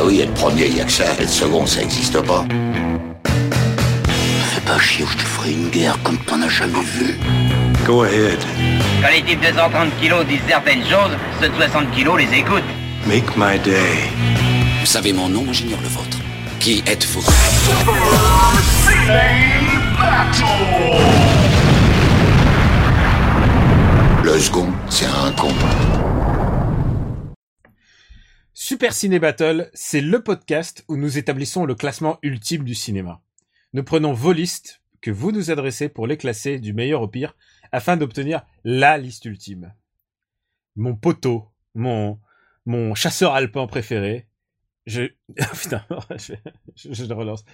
oui, être premier, il y a que ça. Être second, ça existe pas. Fais pas chier ou je te ferai une guerre comme t'en as jamais vu. Go ahead. Quand les types de 130 kilos disent certaines choses, ceux de 60 kilos les écoutent. Make my day. Vous savez mon nom, j'ignore le vôtre. Qui êtes-vous? Le second, c'est un con. Super Ciné Battle, c'est le podcast où nous établissons le classement ultime du cinéma. Nous prenons vos listes que vous nous adressez pour les classer du meilleur au pire afin d'obtenir la liste ultime. Mon poteau, mon chasseur alpin préféré, je le relance.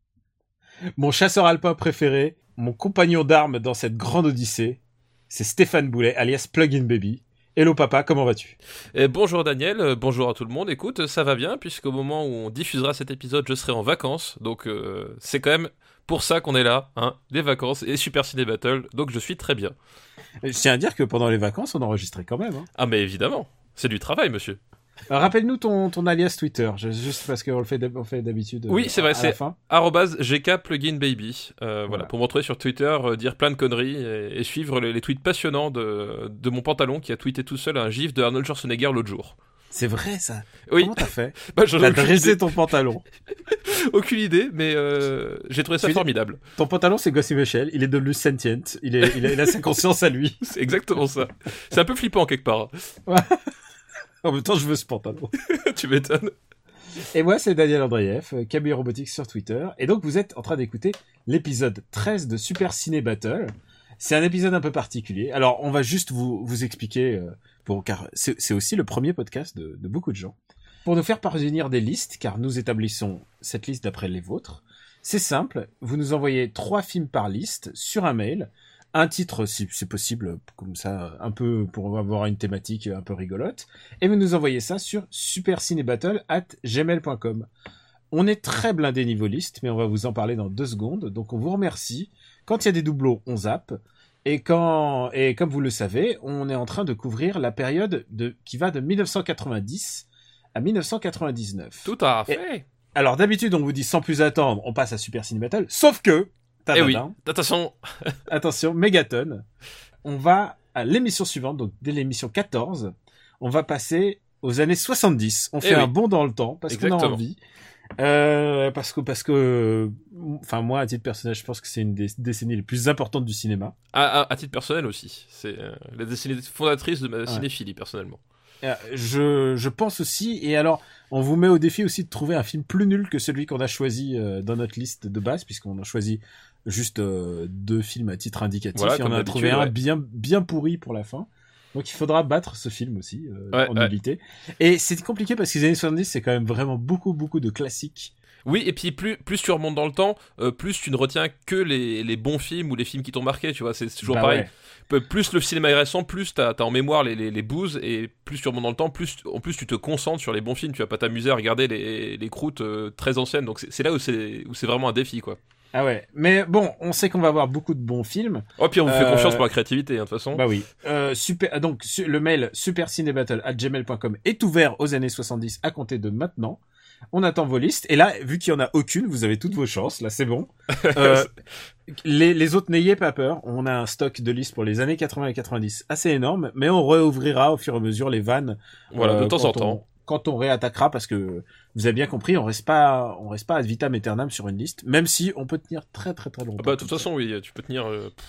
Mon chasseur alpin préféré, mon compagnon d'armes dans cette grande odyssée, c'est Stéphane Boulet, alias Plug-in Baby. Hello papa, comment vas-tu ? Bonjour Daniel, bonjour à tout le monde. Écoute, ça va bien puisqu'au moment où on diffusera cet épisode, je serai en vacances. Donc c'est quand même pour ça qu'on est là, hein, des vacances et Super Ciné Battle. Donc je suis très bien. Je tiens à dire que pendant les vacances, on enregistrait quand même. Hein. Ah mais évidemment, c'est du travail monsieur. Rappelle-nous ton alias Twitter, juste parce qu'on le fait d'habitude. Oui, c'est vrai, c'est @gkpluginbaby. Voilà, pour me retrouver sur Twitter, dire plein de conneries et suivre les tweets passionnants de mon pantalon qui a tweeté tout seul un gif de Arnold Schwarzenegger l'autre jour. C'est vrai ça. Oui. Comment t'as fait? T'as dressé ton pantalon. Aucune idée, mais j'ai trouvé ça formidable. Ton pantalon c'est Ghost in the Shell, il est devenu sentient, il a sa conscience à lui. C'est exactement ça. C'est un peu flippant quelque part. Ouais. En même temps, je veux ce pantalon. Tu m'étonnes. Et moi, c'est Daniel Andreev, Camille Robotics sur Twitter. Et donc, vous êtes en train d'écouter l'épisode 13 de Super Ciné Battle. C'est un épisode un peu particulier. Alors, on va juste vous expliquer, car c'est aussi le premier podcast de beaucoup de gens. Pour nous faire parvenir des listes, car nous établissons cette liste d'après les vôtres. C'est simple, vous nous envoyez 3 films par liste sur un mail. Un titre, si c'est possible, comme ça, un peu pour avoir une thématique un peu rigolote. Et vous nous envoyez ça sur supercinébattle@gmail.com. On est très blindé niveau liste, mais on va vous en parler dans 2 secondes. Donc on vous remercie. Quand il y a des doublons, on zappe. Et comme vous le savez, on est en train de couvrir la période qui va de 1990 à 1999. Tout à fait. Alors d'habitude, on vous dit sans plus attendre, on passe à Super Ciné Battle. Sauf que... Eh oui, attention, mégatonne. On va à l'émission suivante, donc dès l'émission 14, on va passer aux années 70. On fait un bond dans le temps, parce qu'on a envie. Parce que, enfin, moi, à titre personnel, je pense que c'est une des décennies les plus importantes du cinéma. À titre personnel aussi. C'est la décennie fondatrice de ma cinéphilie, personnellement. Je pense aussi, et alors, on vous met au défi aussi de trouver un film plus nul que celui qu'on a choisi dans notre liste de base, puisqu'on a choisi juste 2 films à titre indicatif, voilà, et on a trouvé un bien pourri pour la fin. Donc il faudra battre ce film aussi, en nullité. Et c'est compliqué parce que les années 70, c'est quand même vraiment beaucoup de classiques. Oui, et puis plus tu remontes dans le temps, plus tu ne retiens que les bons films ou les films qui t'ont marqué, tu vois, c'est toujours pareil. Ouais. Plus le cinéma est récent, plus t'as en mémoire les booze, et plus tu remontes dans le temps, plus tu te concentres sur les bons films, tu vas pas t'amuser à regarder les croûtes très anciennes, donc c'est là où c'est vraiment un défi, quoi. Ah ouais, mais bon, on sait qu'on va avoir beaucoup de bons films. Oh, puis on vous fait confiance pour la créativité, hein, de toute façon. Bah oui. Donc le mail supercinébattle@gmail.com est ouvert aux années 70 à compter de maintenant. On attend vos listes. Et là, vu qu'il y en a aucune, vous avez toutes vos chances. Là, c'est bon. Les autres, n'ayez pas peur. On a un stock de listes pour les années 80 et 90 assez énorme, mais on réouvrira au fur et à mesure les vannes. Voilà, de temps en temps. Quand on réattaquera, parce que vous avez bien compris, on reste pas ad vitam aeternam sur une liste, même si on peut tenir très longtemps. Bah, de toute façon, oui, tu peux tenir.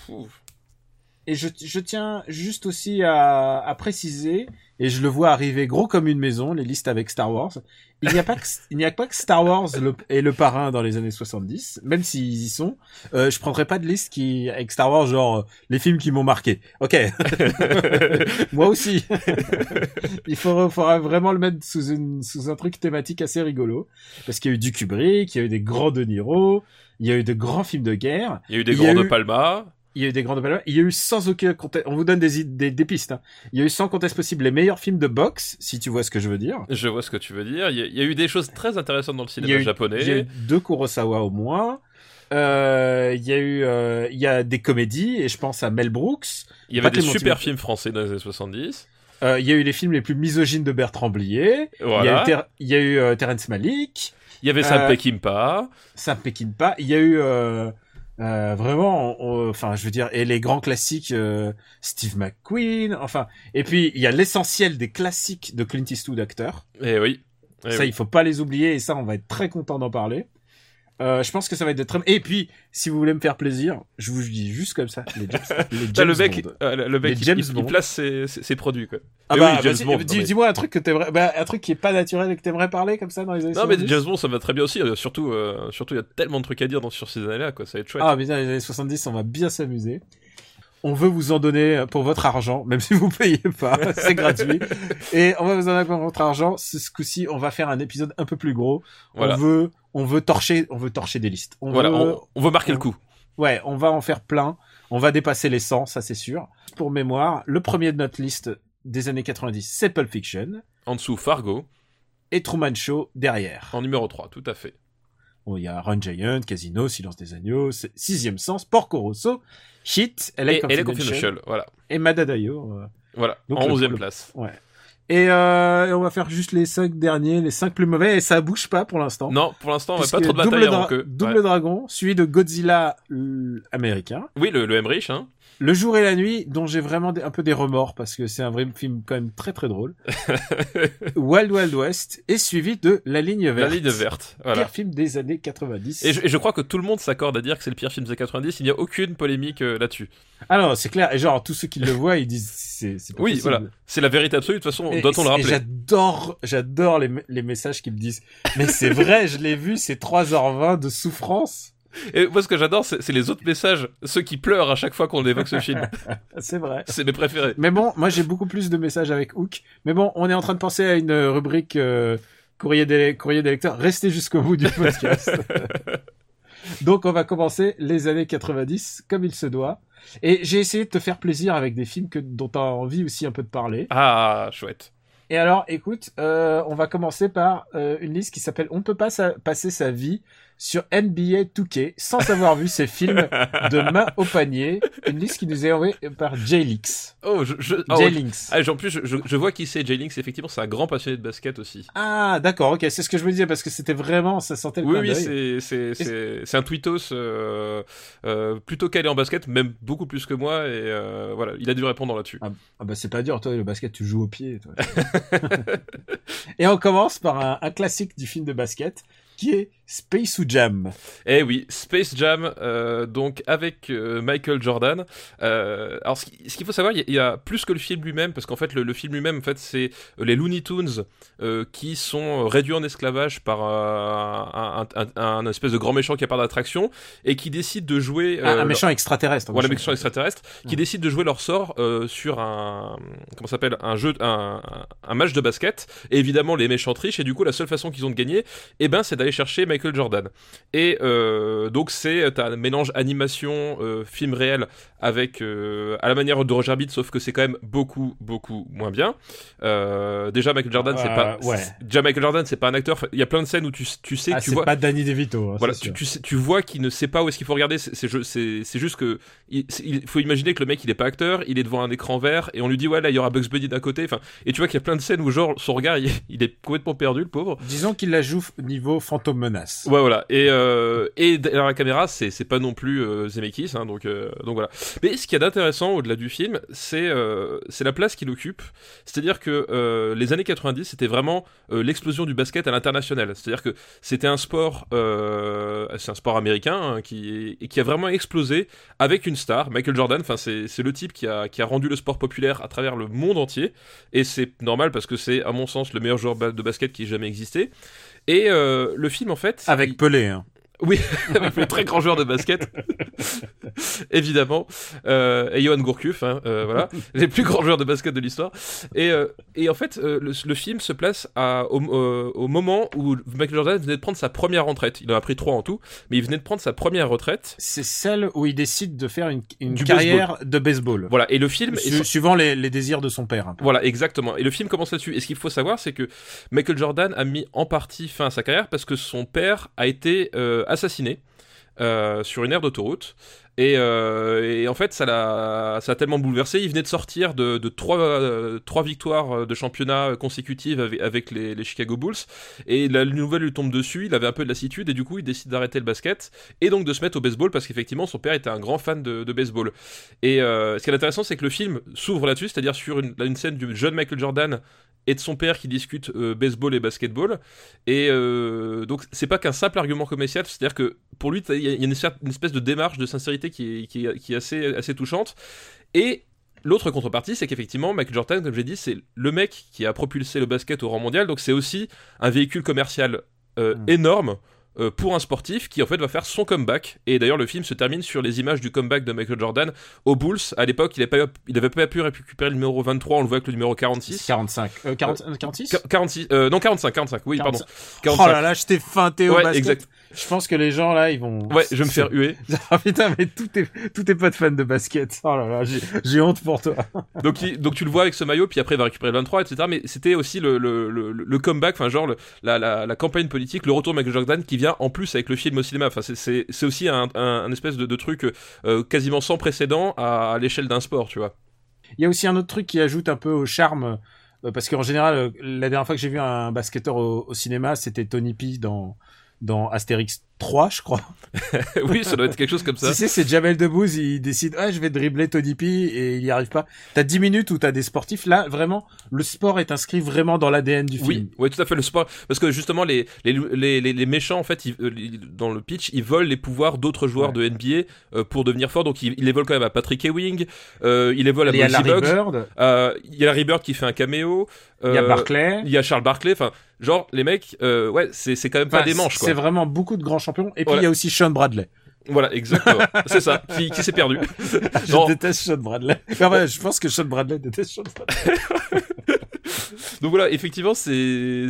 Et je tiens juste aussi à préciser, et je le vois arriver gros comme une maison, les listes avec Star Wars. Il n'y a pas que Star Wars est le parrain dans les années 70, même s'ils y sont. Je prendrai pas de liste avec Star Wars, genre, les films qui m'ont marqué. Ok. Moi aussi. Il faudra vraiment le mettre sous un truc thématique assez rigolo. Parce qu'il y a eu du Kubrick, il y a eu des grands De Niro, il y a eu de grands films de guerre. Il y a eu des grands de Palma. Il y a eu des grandes valeurs. Il y a eu sans aucun contexte. On vous donne des pistes. Hein. Il y a eu sans contexte possible les meilleurs films de boxe, si tu vois ce que je veux dire. Je vois ce que tu veux dire. Il y a eu des choses très intéressantes dans le cinéma japonais. Il y a eu 2 Kurosawa au moins. Il y a des comédies, et je pense à Mel Brooks. Il y avait des super films français dans les années 70. Il y a eu les films les plus misogynes de Bertrand Blier. Voilà. Il y a eu Terrence Malick. Il y avait Sam Peckinpah. Sam Peckinpah. Il y a eu vraiment, enfin, je veux dire, et les grands classiques, Steve McQueen. Enfin, et puis il y a l'essentiel des classiques de Clint Eastwood acteur. Et oui. Il faut pas les oublier, et ça, on va être très content d'en parler. Je pense que ça va être très... Et puis, si vous voulez me faire plaisir, je vous dis juste comme ça, les James le mec il place ses produits, quoi. Ah bah, dis-moi un truc que t'aimerais... un truc qui est pas naturel et que t'aimerais parler comme ça dans les années 70. Non, mais James Bond, ça va très bien aussi. Surtout, il y a tellement de trucs à dire sur ces années-là, quoi. Ça va être chouette. Ah, mais dans les années 70, on va bien s'amuser. On veut vous en donner pour votre argent, même si vous payez pas, c'est gratuit. Et on va vous en donner pour votre argent. Ce coup-ci, on va faire un épisode un peu plus gros. Voilà. On veut torcher des listes. On veut marquer le coup. Ouais, on va en faire plein. On va dépasser les 100, ça c'est sûr. Pour mémoire, le premier de notre liste des années 90, c'est Pulp Fiction. En dessous, Fargo. Et Truman Show derrière. En numéro 3, tout à fait. Bon, il y a Ron Giant, Casino, Silence des agneaux, Sixième Sens, Porco Rosso, Hit, LA Confidential, voilà. Et Madadayo. Voilà, donc en 11e place. Ouais. Et on va faire juste les 5 derniers, les 5 plus mauvais, et ça bouge pas pour l'instant. Non, pour l'instant, on va pas trop de bataille avant que... Double Dragon, suivi de Godzilla américain. Oui, le Emmerich, hein. Le jour et la nuit, dont j'ai vraiment un peu des remords, parce que c'est un vrai film quand même très très drôle. Wild Wild West, et suivi de La Ligne Verte. La Ligne Verte, voilà. Pire film des années 90. Et je crois que tout le monde s'accorde à dire que c'est le pire film des 90, il n'y a aucune polémique là-dessus. Ah non, c'est clair, et genre, tous ceux qui le voient, ils disent, c'est pas oui, possible. Voilà. C'est la vérité absolue, de toute façon, doit-on le rappeler. J'adore les messages qui me disent, mais c'est vrai, je l'ai vu, c'est 3h20 de souffrance. Et moi, ce que j'adore, c'est les autres messages, ceux qui pleurent à chaque fois qu'on évoque ce film. C'est vrai. C'est mes préférés. Mais bon, moi, j'ai beaucoup plus de messages avec Hook. Mais bon, on est en train de penser à une rubrique courrier des lecteurs. Restez jusqu'au bout du podcast. Donc, on va commencer les années 90, comme il se doit. Et j'ai essayé de te faire plaisir avec des films dont tu as envie aussi un peu de parler. Ah, chouette. Et alors, écoute, on va commencer par une liste qui s'appelle « On ne peut pas passer sa vie sur NBA 2K sans avoir vu ces films de main au panier ». Une liste qui nous est envoyée par J-Links. J-Links. En plus, je vois qui c'est J-Links. Effectivement, c'est un grand passionné de basket aussi. Ah, d'accord, ok. C'est ce que je me disais parce que c'était vraiment, ça sentait le clin d'œil. C'est un tweetos plutôt calé en basket, même beaucoup plus que moi. Et voilà, il a dû répondre là-dessus. Ah bah c'est pas dur, toi, le basket, tu joues au pied, toi. Et on commence par un classique du film de basket qui est Space Jam. Eh oui, Space Jam, donc avec Michael Jordan. Alors ce qu'il faut savoir, il y a plus que le film lui-même, parce qu'en fait le film lui-même, en fait, c'est les Looney Tunes qui sont réduits en esclavage par un espèce de grand méchant qui a pas d'attraction et qui décide de jouer un méchant extraterrestre. Voilà, un méchant extraterrestre qui décide de jouer leur sort sur un match de basket. Et évidemment, les méchants trichent, et du coup, la seule façon qu'ils ont de gagner, c'est d'aller chercher Michael Jordan. Et donc t'as un mélange animation film réel avec à la manière de Roger Rabbit, sauf que c'est quand même beaucoup moins bien. Déjà Michael Jordan c'est pas un acteur. Il y a plein de scènes où tu sais que tu vois. C'est pas Danny DeVito. Hein, voilà, tu vois qu'il ne sait pas où est-ce qu'il faut regarder. C'est juste que il faut imaginer que le mec il est pas acteur, il est devant un écran vert et on lui dit ouais là il y aura Bugs Bunny d'un côté. Enfin, et tu vois qu'il y a plein de scènes où genre son regard il est complètement perdu, le pauvre. Disons qu'il la joue niveau fantôme menace. Ouais, voilà. Et derrière la caméra, c'est pas non plus Zemeckis, hein, donc voilà. Mais ce qu'il y a d'intéressant au-delà du film, c'est la place qu'il occupe. C'est-à-dire que les années 90, c'était vraiment l'explosion du basket à l'international. C'est-à-dire que c'était un sport, c'est un sport américain hein, qui a vraiment explosé avec une star, Michael Jordan. Enfin, c'est le type qui a rendu le sport populaire à travers le monde entier. Et c'est normal parce que c'est, à mon sens, le meilleur joueur de basket qui ait jamais existé. Et le film, en fait... Avec Pelé, hein. Oui, avec le très grand joueur de basket, évidemment, et Johan Gourcuff, hein, voilà, les plus grands joueurs de basket de l'histoire. Et en fait, le film se place au moment où Michael Jordan venait de prendre sa première retraite. Il en a pris 3 en tout, mais il venait de prendre sa première retraite. C'est celle où il décide de faire une carrière baseball. De baseball. Voilà, et le film... Suivant les désirs de son père. Voilà, exactement. Et le film commence là-dessus. Et ce qu'il faut savoir, c'est que Michael Jordan a mis en partie fin à sa carrière parce que son père a été assassiné sur une aire d'autoroute. Et en fait, ça a tellement bouleversé. Il venait de sortir de trois victoires de championnat consécutives avec les Chicago Bulls. Et la nouvelle lui tombe dessus. Il avait un peu de lassitude et du coup, il décide d'arrêter le basket et donc de se mettre au baseball parce qu'effectivement, son père était un grand fan de baseball. Et ce qui est intéressant, c'est que le film s'ouvre là-dessus, c'est-à-dire sur une scène du jeune Michael Jordan et de son père qui discutent baseball et basketball. Et donc, c'est pas qu'un simple argument commercial, c'est-à-dire que pour lui, il y a une espèce de démarche de sincérité qui est assez touchante. Et l'autre contrepartie, c'est qu'effectivement, Michael Jordan, comme j'ai dit, c'est le mec qui a propulsé le basket au rang mondial, donc c'est aussi un véhicule commercial énorme pour un sportif qui en fait va faire son comeback. Et d'ailleurs le film se termine sur les images du comeback de Michael Jordan aux Bulls. À l'époque il avait pas pu récupérer le numéro 23, on le voit avec le numéro 46. 45 46 46 non 45 oui 45. Pardon 45. Oh là là, je t'ai feinté au basket. Exact. Je pense que les gens là ils vont je vais me faire huer. Ah putain, mais tous tes potes fans de basket. Oh là là, j'ai honte pour toi. donc tu le vois avec ce maillot, puis après il va récupérer le 23, etc. Mais c'était aussi le comeback, enfin genre la campagne politique, le retour de Michael Jordan qui vient en plus avec le film au cinéma. Enfin c'est aussi un espèce de truc quasiment sans précédent à l'échelle d'un sport, tu vois. Il y a aussi un autre truc qui ajoute un peu au charme, parce qu'en général la dernière fois que j'ai vu un basketteur au cinéma, c'était Tony P dans Astérix 3, je crois. Oui, ça doit être quelque chose comme ça. Tu sais, c'est Jamel Debbouze, il décide, je vais dribbler Tony P, et il y arrive pas. T'as 10 minutes où t'as des sportifs. Là, vraiment, le sport est inscrit vraiment dans l'ADN du film. Oui, tout à fait, le sport. Parce que justement, les méchants, en fait, dans le pitch, ils volent les pouvoirs d'autres joueurs de NBA pour devenir forts. Donc, ils les volent quand même à Patrick Ewing, ils les volent à Bugsy Bugs. Il y a Larry Bird qui fait un caméo. Il y a Barkley. Il y a Charles Barkley. Enfin, genre, les mecs, c'est quand même pas des manches, quoi. C'est vraiment beaucoup de grands champions. Et puis, il y a aussi Sean Bradley. Voilà, exactement. C'est ça, qui s'est perdu. Je déteste Sean Bradley. Enfin, je pense que Sean Bradley déteste Sean Bradley. Donc voilà, effectivement, c'est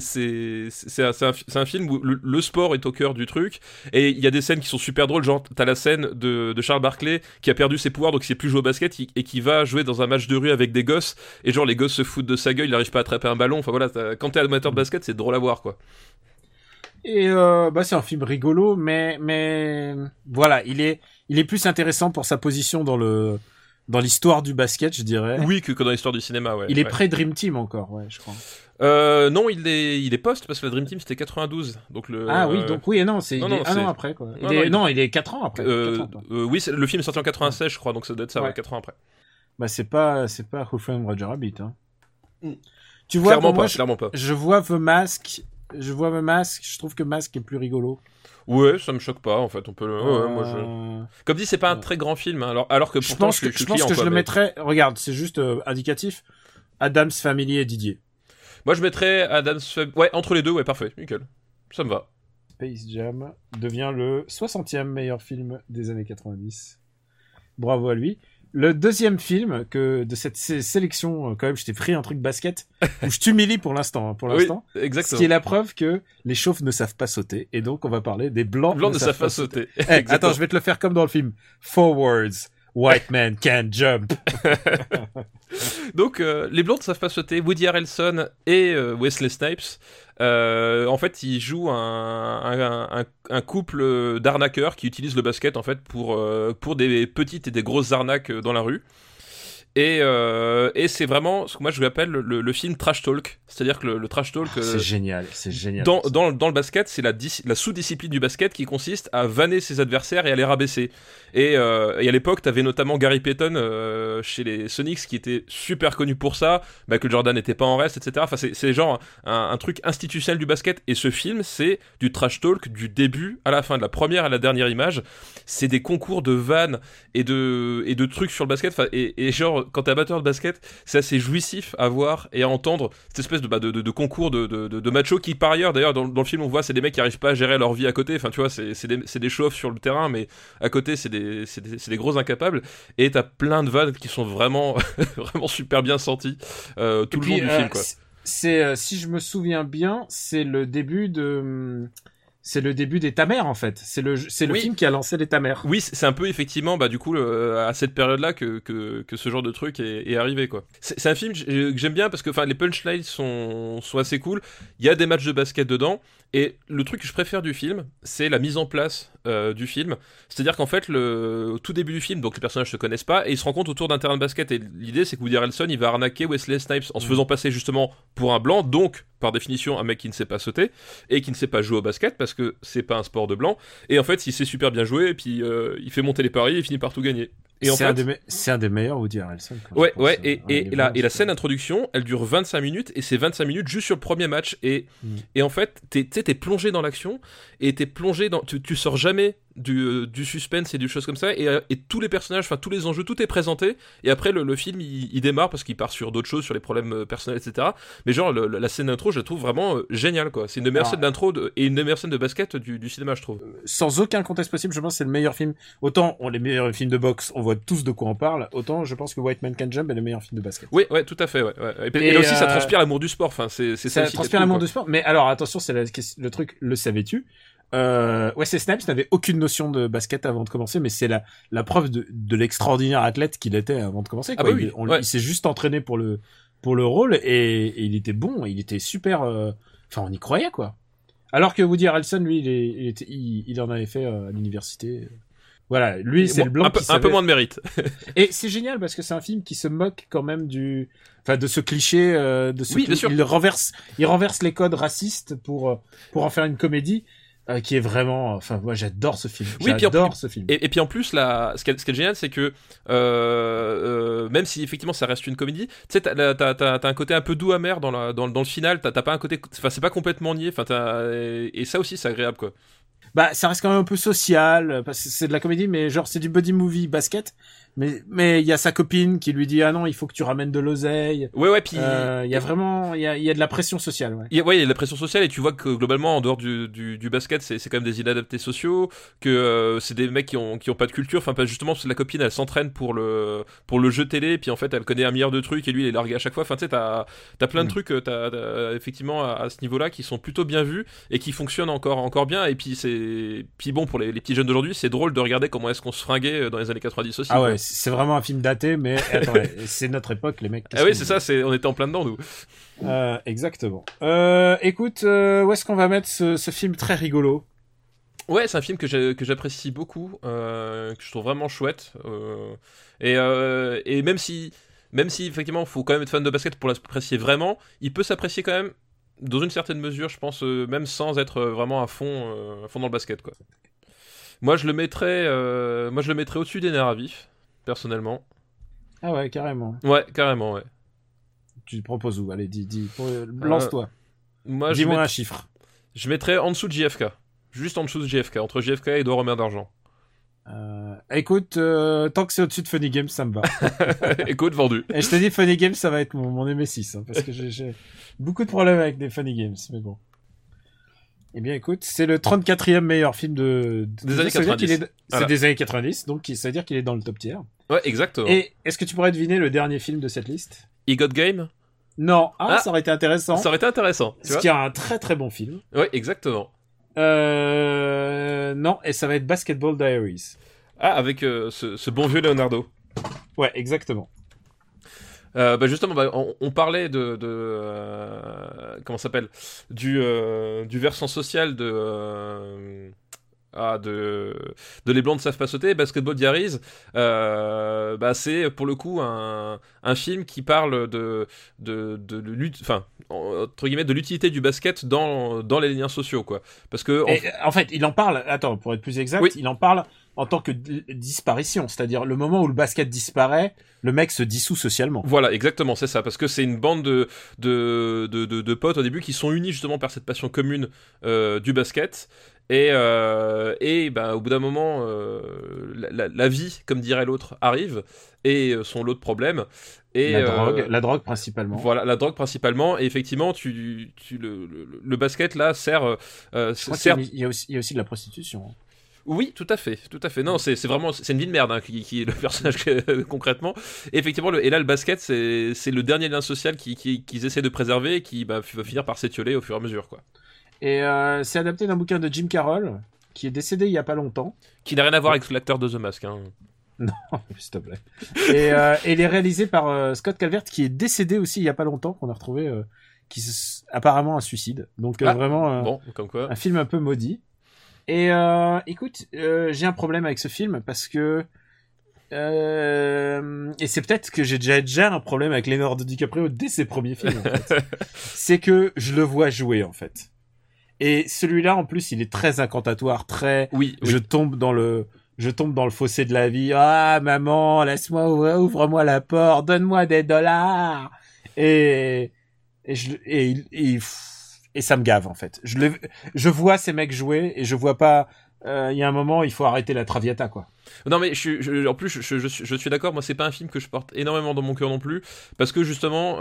un film où le sport est au cœur du truc, et il y a des scènes qui sont super drôles, genre t'as la scène de Charles Barkley qui a perdu ses pouvoirs, donc il sait plus jouer au basket, et qui va jouer dans un match de rue avec des gosses, et genre les gosses se foutent de sa gueule, il n'arrive pas à attraper un ballon. Enfin voilà, quand t'es amateur de basket, c'est drôle à voir, quoi. Et c'est un film rigolo, mais voilà, il est plus intéressant pour sa position dans l'histoire du basket, je dirais. Oui, que dans l'histoire du cinéma, ouais. Il est pré-Dream Team encore, ouais, je crois. Non, il est post, parce que la Dream Team c'était 92, donc c'est un an après, quoi. Il est 4 ans après. Oui, le film est sorti en 96, je crois, donc ça doit être ça, 4 ans après. Bah c'est pas Who Framed Roger Rabbit, hein. Tu vois, clairement pas. Je vois The Mask, je trouve que Mask est plus rigolo. Ouais, ça me choque pas, en fait, on peut Comme dit, c'est pas un très grand film, hein, alors que pourtant je pense que je le mettrais, regarde, c'est juste indicatif, Addams Family et Didier. Moi je mettrais Addams Family, entre les deux, parfait, nickel, ça me va. Space Jam devient le 60e meilleur film des années 90. Bravo à lui. Le deuxième film de cette sélection, quand même, je t'ai pris un truc basket où je t'humilie pour l'instant. Oui, exactement. Ce qui est la preuve que les chauves ne savent pas sauter. Et donc, on va parler des blancs ne savent pas sauter. Attends, je vais te le faire comme dans le film. Forwards, white man can't jump. Donc, les blancs ne savent pas sauter. Woody Harrelson et Wesley Snipes. En fait, ils jouent un couple d'arnaqueurs qui utilisent le basket en fait pour des petites et des grosses arnaques dans la rue. Et c'est vraiment ce que moi je l'appelle le film trash talk, c'est-à-dire que le trash talk c'est génial. Dans le basket, c'est la sous-discipline du basket qui consiste à vanner ses adversaires et à les rabaisser. Et à l'époque, t'avais notamment Gary Payton chez les Sonics qui était super connu pour ça. Michael Jordan n'était pas en reste, etc. Enfin, c'est genre un truc institutionnel du basket. Et ce film, c'est du trash talk du début à la fin, de la première à la dernière image. C'est des concours de vannes et de trucs sur le basket. Enfin, et genre quand t'es amateur de basket, c'est assez jouissif à voir et à entendre cette espèce de concours de machos qui, par ailleurs, d'ailleurs, dans le film, on voit, c'est des mecs qui arrivent pas à gérer leur vie à côté. Enfin, tu vois, c'est des chauves sur le terrain, mais à côté, c'est des gros incapables. Et t'as plein de vannes qui sont vraiment, vraiment super bien senties tout le long du film, quoi. C'est si je me souviens bien, c'est le début de c'est le début des Ta Mère en fait. C'est le film qui a lancé les Ta Mère. Oui, c'est un peu effectivement, du coup, à cette période-là que ce genre de truc est arrivé, quoi. C'est un film que j'aime bien parce que, les punchlines sont assez cool. Il y a des matchs de basket dedans. Et le truc que je préfère du film, c'est la mise en place du film. C'est-à-dire qu'en fait, au tout début du film, donc les personnages se connaissent pas et ils se rencontrent autour d'un terrain de basket. Et l'idée, c'est que Woody Harrelson, il va arnaquer Wesley Snipes en se faisant passer justement pour un blanc, donc par définition un mec qui ne sait pas sauter et qui ne sait pas jouer au basket parce que c'est pas un sport de blanc. Et en fait, il sait super bien jouer et puis il fait monter les paris et il finit par tout gagner. Et c'est un des meilleurs Woody Harrelson. Et la scène d'introduction, elle dure 25 minutes et c'est 25 minutes juste sur le premier match. Et en fait, t'es plongé dans l'action et t'es plongé dans. Tu sors jamais du suspense et du choses comme ça. Et tous les personnages, tous les enjeux, tout est présenté. Et après, le film, il démarre parce qu'il part sur d'autres choses, sur les problèmes personnels, etc. Mais genre, la scène d'intro, je la trouve vraiment géniale, quoi. C'est une des meilleures scènes d'intro et une des meilleures scènes de basket du cinéma, je trouve. Sans aucun contexte possible, je pense que c'est le meilleur film. Autant les meilleurs films de boxe, on voit tous de quoi on parle. Autant je pense que White Man Can Jump est le meilleur film de basket. Oui, tout à fait. Ouais. Et là aussi, ça transpire l'amour du sport. C'est ça transpire l'amour du sport. Mais alors, attention, c'est le truc, le savais-tu? Wesley Snipes n'avait aucune notion de basket avant de commencer, mais c'est la preuve de l'extraordinaire athlète qu'il était avant de commencer, quoi. Il s'est juste entraîné pour le rôle et il était bon, il était super, on y croyait, quoi. Alors que Woody Harrelson, lui, il en avait fait à l'université. Voilà, lui, c'est le blanc un peu moins de mérite. Et c'est génial parce que c'est un film qui se moque quand même de ce cliché, bien sûr. Il renverse les codes racistes pour en faire une comédie. Qui est vraiment, moi j'adore ce film. Ce film. Et puis en plus ce qui est génial, c'est que même si effectivement ça reste une comédie, tu sais, t'as un côté un peu doux amer dans le final. T'as pas un côté, c'est pas complètement niais. Et ça aussi c'est agréable, quoi. Ça reste quand même un peu social parce que c'est de la comédie, mais genre c'est du buddy movie basket. Mais il y a sa copine qui lui dit ah non, il faut que tu ramènes de l'oseille. Ouais, puis il y a vraiment il y a de la pression sociale, ouais. Il y a de la pression sociale et tu vois que globalement en dehors du basket, c'est quand même des inadaptés sociaux, que c'est des mecs qui ont pas de culture, justement parce que la copine elle s'entraîne pour le jeu télé et puis en fait elle connaît un milliard de trucs et lui il est largué à chaque fois. Tu sais, t'as plein de trucs t'as effectivement à ce niveau-là qui sont plutôt bien vus et qui fonctionnent encore bien, et puis bon, pour les petits jeunes d'aujourd'hui, c'est drôle de regarder comment est-ce qu'on se fringuait dans les années 90 aussi. Ah ouais, c'est vraiment un film daté, mais attends, c'est notre époque, les mecs. Ah oui, c'est ça, on était en plein dedans, nous. Exactement. Écoute, où est-ce qu'on va mettre ce film très rigolo? Ouais, c'est un film que j'apprécie beaucoup, que je trouve vraiment chouette, et même si effectivement, il faut quand même être fan de basket pour l'apprécier vraiment, il peut s'apprécier quand même dans une certaine mesure, je pense, même sans être vraiment à fond dans le basket, quoi. Moi, je le mettrais au-dessus des nerfs à vif, personnellement. Ah ouais, carrément. Ouais, carrément, ouais. Tu te proposes où? Allez, lance-toi. Dis-moi un chiffre. Je mettrais en dessous de JFK. Juste en dessous de JFK, entre JFK et Edouard Romain d'Argent. Écoute, tant que c'est au-dessus de Funny Games, ça me va. Écoute, vendu. Et je te dis, Funny Games, ça va être mon MSI, parce que j'ai beaucoup de problèmes avec des Funny Games, mais bon. Eh bien, écoute, c'est le 34e meilleur film des années 90. C'est des années 90, donc ça veut dire qu'il est dans le top tier. Ouais, exactement. Et est-ce que tu pourrais deviner le dernier film de cette liste? He Got Game? Non. Ça aurait été intéressant. Ça aurait été intéressant. Ce qui est un très très bon film. Ouais, exactement. Non, et ça va être Basketball Diaries. Ah, avec ce bon vieux Leonardo. Ouais, exactement. Justement, on parlait de comment ça s'appelle, du versant social de Les Blancs ne savent pas sauter. Basketball Diaries, c'est pour le coup un film qui parle de lutte, entre guillemets, de l'utilité du basket dans les liens sociaux, quoi. Parce que en fait, il en parle. Attends, pour être plus exact, oui. Il en parle en tant que disparition, c'est-à-dire le moment où le basket disparaît, le mec se dissout socialement. Voilà, exactement, c'est ça, parce que c'est une bande de potes au début qui sont unis justement par cette passion commune du basket. Et au bout d'un moment, la vie, comme dirait l'autre, arrive et son lot de problèmes. Et la drogue principalement. Voilà, la drogue principalement. Et effectivement, le basket là sert. Il y a aussi de la prostitution. Oui, tout à fait. Non, c'est vraiment, c'est une vie de merde, hein, qui est le personnage concrètement. Et effectivement, et là, le basket, c'est le dernier lien social qu'ils essaient de préserver et qui va finir par s'étioler au fur et à mesure, quoi. Et c'est adapté d'un bouquin de Jim Carroll, qui est décédé il y a pas longtemps. Qui n'a rien à voir avec l'acteur de The Mask. Hein. Non, s'il te plaît. Et il est réalisé par Scott Calvert, qui est décédé aussi il y a pas longtemps, qu'on a retrouvé, apparemment un suicide. Donc vraiment bon, comme quoi. Un film un peu maudit. Et écoute, j'ai un problème avec ce film parce que et c'est peut-être que j'ai déjà un problème avec Leonardo DiCaprio dès ses premiers films. En fait. C'est que je le vois jouer en fait. Et celui-là en plus, il est très incantatoire, très. Oui. Je tombe dans le fossé de la vie. Ah maman, laisse-moi ouvre-moi la porte, donne-moi des dollars. Et ça me gave en fait. Je vois ces mecs jouer et je vois pas. Il y a un moment, il faut arrêter la Traviata quoi. Non mais en plus je suis d'accord. Moi c'est pas un film que je porte énormément dans mon cœur non plus parce que justement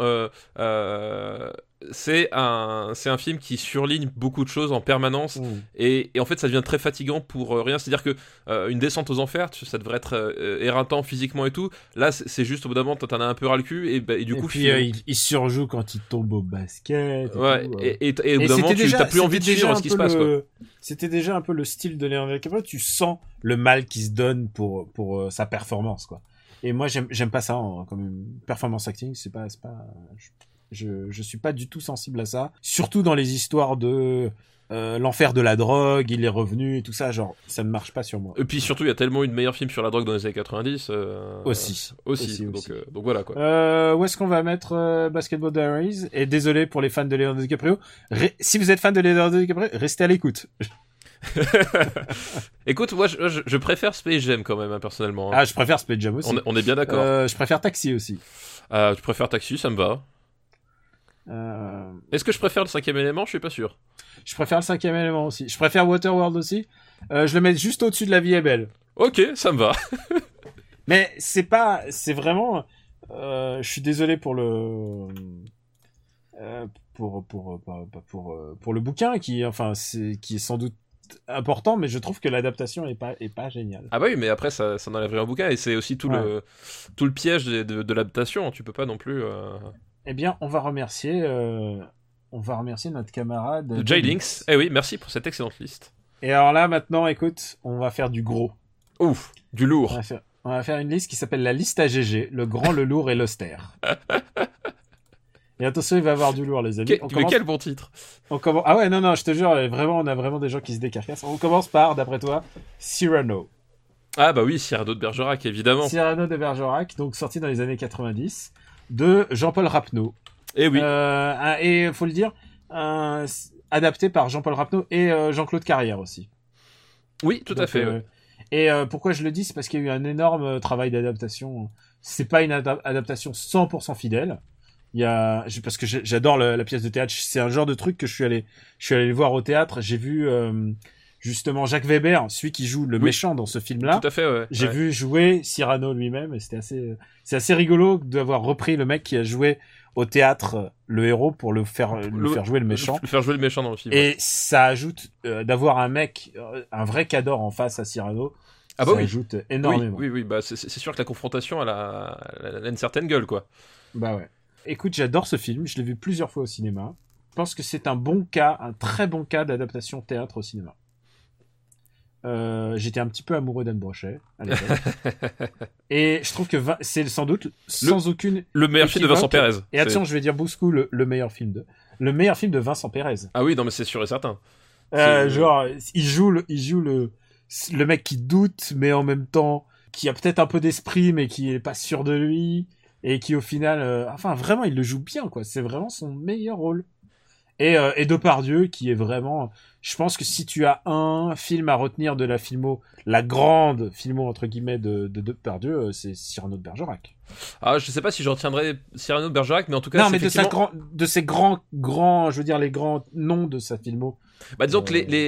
c'est un film qui surligne beaucoup de choses en permanence et en fait ça devient très fatigant pour rien. C'est-à-dire que une descente aux enfers, ça devrait être éreintant physiquement et tout. Là c'est juste au bout d'un moment t'en as un peu ras le cul et du coup puis il surjoue quand il tombe au basket. Ouais. Et au bout d'un moment t'as plus envie de suivre ce qui se passe quoi. C'était déjà un peu le style de Leonardo DiCaprio. Tu sens le mal qui se donne pour sa performance quoi. Et moi j'aime pas ça comme une performance acting. C'est pas je suis pas du tout sensible à ça. Surtout dans les histoires de l'enfer de la drogue, il est revenu et tout ça, genre ça ne marche pas sur moi. Et puis surtout il y a tellement eu de meilleurs films sur la drogue dans les années 90 aussi. Donc voilà quoi. Où est-ce qu'on va mettre Basketball Diaries? Et désolé pour les fans de Leonardo DiCaprio, si vous êtes fan de Leonardo DiCaprio, restez à l'écoute. Écoute, moi je préfère Space Jam quand même, hein, personnellement. Ah, je préfère Space Jam aussi. On est bien d'accord. Je préfère Taxi aussi. Tu préfères Taxi, ça me va. Est-ce que je préfère le 5e élément? Je suis pas sûr. Je préfère le 5e élément aussi. Je préfère Waterworld aussi. Je le mets juste au-dessus de La vie est belle. Ok, ça me va. Mais c'est vraiment. Je suis désolé pour le. Pour le bouquin qui est sans doute important, mais je trouve que l'adaptation est pas géniale. Ah bah oui, mais après ça enlèverait un bouquin et c'est aussi tout le piège de l'adaptation. Tu peux pas non plus. Eh bien, on va remercier notre camarade Jay Links. Eh oui, merci pour cette excellente liste. Et alors là, maintenant, écoute, on va faire du gros. Ouf, du lourd. On va faire une liste qui s'appelle la liste AGG, le grand, le lourd et l'austère. Et attention, il va y avoir du lourd, les amis. Mais quel bon titre. Ah ouais, non, je te jure, on a vraiment des gens qui se décarcassent. On commence par, d'après toi, Cyrano. Ah bah oui, Cyrano de Bergerac, évidemment. Cyrano de Bergerac, donc sorti dans les années 90, de Jean-Paul Rapneau. Eh oui. Et faut le dire, adapté par Jean-Paul Rapneau et Jean-Claude Carrière aussi. Oui, tout à fait. Ouais. Et pourquoi je le dis, c'est parce qu'il y a eu un énorme travail d'adaptation. C'est pas une adaptation 100% fidèle. Parce que j'adore la pièce de théâtre. C'est un genre de truc que je suis allé le voir au théâtre. J'ai vu justement Jacques Weber, celui qui joue le méchant dans ce film-là. Tout à fait, ouais. J'ai vu jouer Cyrano lui-même et c'est assez rigolo d'avoir repris le mec qui a joué au théâtre le héros pour le faire jouer le méchant. Le faire jouer le méchant dans le film. Et ça ajoute d'avoir un mec, un vrai cador en face à Cyrano. Ah bah ça ajoute énormément. Oui, bah c'est sûr que la confrontation elle a une certaine gueule quoi. Bah ouais. Écoute, j'adore ce film, je l'ai vu plusieurs fois au cinéma. Je pense que c'est un très bon cas d'adaptation théâtre au cinéma. J'étais un petit peu amoureux d'Anne Brochet à l'époque. Et je trouve que c'est sans doute le meilleur film de Vincent Pérez. Et attention, je vais dire Bouscou le meilleur film de Vincent Pérez. Ah oui, non mais c'est sûr et certain. Genre il joue le mec qui doute mais en même temps qui a peut-être un peu d'esprit mais qui est pas sûr de lui et qui au final vraiment il le joue bien quoi, c'est vraiment son meilleur rôle. Et Depardieu qui est vraiment, je pense que si tu as un film à retenir de la grande filmo entre guillemets de Depardieu, c'est Cyrano de Bergerac. Ah, je sais pas si je retiendrai Cyrano de Bergerac, mais en tout cas non, mais de ses grands, je veux dire les grands noms de sa filmo. Bah disons que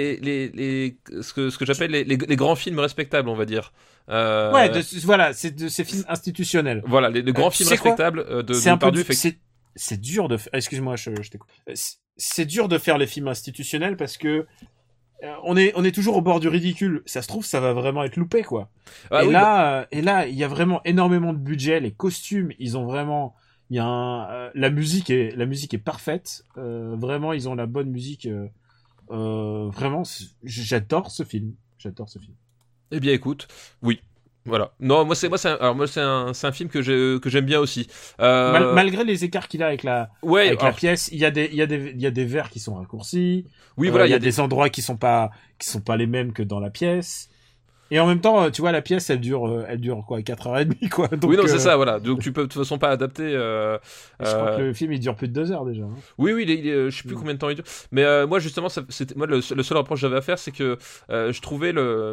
ce que j'appelle les grands films respectables, on va dire. C'est de ces films institutionnels. Voilà, les grands films respectables de Depardieu. C'est dur de. Excuse-moi, je t'écoute. C'est dur de faire les films institutionnels parce que on est toujours au bord du ridicule. Ça se trouve, ça va vraiment être loupé, quoi. Et là, il y a vraiment énormément de budget. Les costumes, ils ont vraiment. Il y a la musique est parfaite. Vraiment, ils ont la bonne musique. vraiment, j'adore ce film. Eh bien, écoute, oui. Voilà. Non, moi c'est un film que j'aime bien aussi. Malgré les écarts qu'il a avec la pièce, il y a des vers qui sont raccourcis. Oui, voilà, il y a des endroits qui sont pas les mêmes que dans la pièce. Et en même temps, tu vois, la pièce, elle dure quoi, 4h30, quoi. Donc, oui, non, c'est ça, voilà. Donc tu peux de toute façon pas adapter. Je crois que le film, il dure plus de 2 heures déjà. Hein. Oui, je sais plus combien de temps il dure. Mais moi, justement, le seul reproche que j'avais à faire, c'est que je trouvais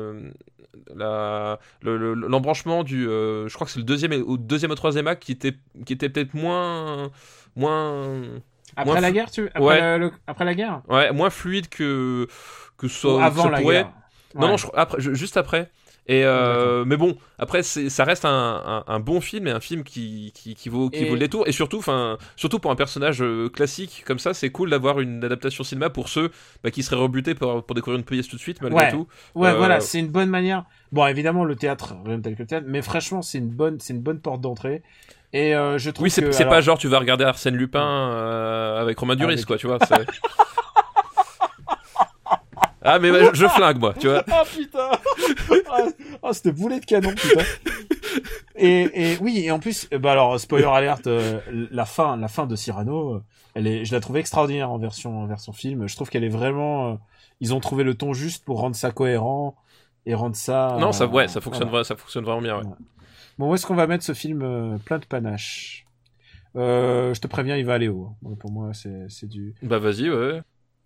l'embranchement du, je crois que c'est le deuxième ou troisième acte qui était peut-être moins. Après la guerre, après la guerre. Ouais, moins fluide que ça. Avant la guerre. Non, juste après. Et mais bon, après ça reste un bon film et un film qui vaut le détour, et surtout pour un personnage classique comme ça, c'est cool d'avoir une adaptation cinéma pour ceux qui seraient rebutés pour découvrir une pièce tout de suite malgré tout. Ouais, voilà, c'est une bonne manière. Bon, évidemment le théâtre, rien de tel que le théâtre, mais franchement c'est une bonne porte d'entrée. Et je trouve c'est pas genre tu vas regarder Arsène Lupin avec Romain Duris, quoi, tu vois. Ah, mais je flingue, moi, tu vois. Ah, putain. C'était boulet de canon, putain. Et oui, et en plus, alors, spoiler alert, la fin de Cyrano, je la trouve extraordinaire en version film. Je trouve qu'elle est vraiment, ils ont trouvé le ton juste pour rendre ça cohérent et rendre ça. Non, ça fonctionne, voilà. Ça fonctionne vraiment bien, ouais. Bon, où est-ce qu'on va mettre ce film plein de panache? Je te préviens, il va aller haut. Bon, pour moi, c'est du. Bah, vas-y, ouais.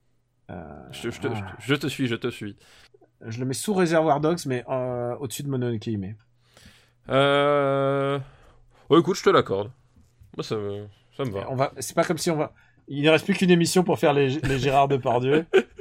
Je te suis. Je le mets sous Reservoir Dogs, mais au-dessus de Mononoke Hime. Écoute, je te l'accorde. Moi, ça me va. C'est pas comme si on va. Il ne reste plus qu'une émission pour faire les Gérard Depardieu.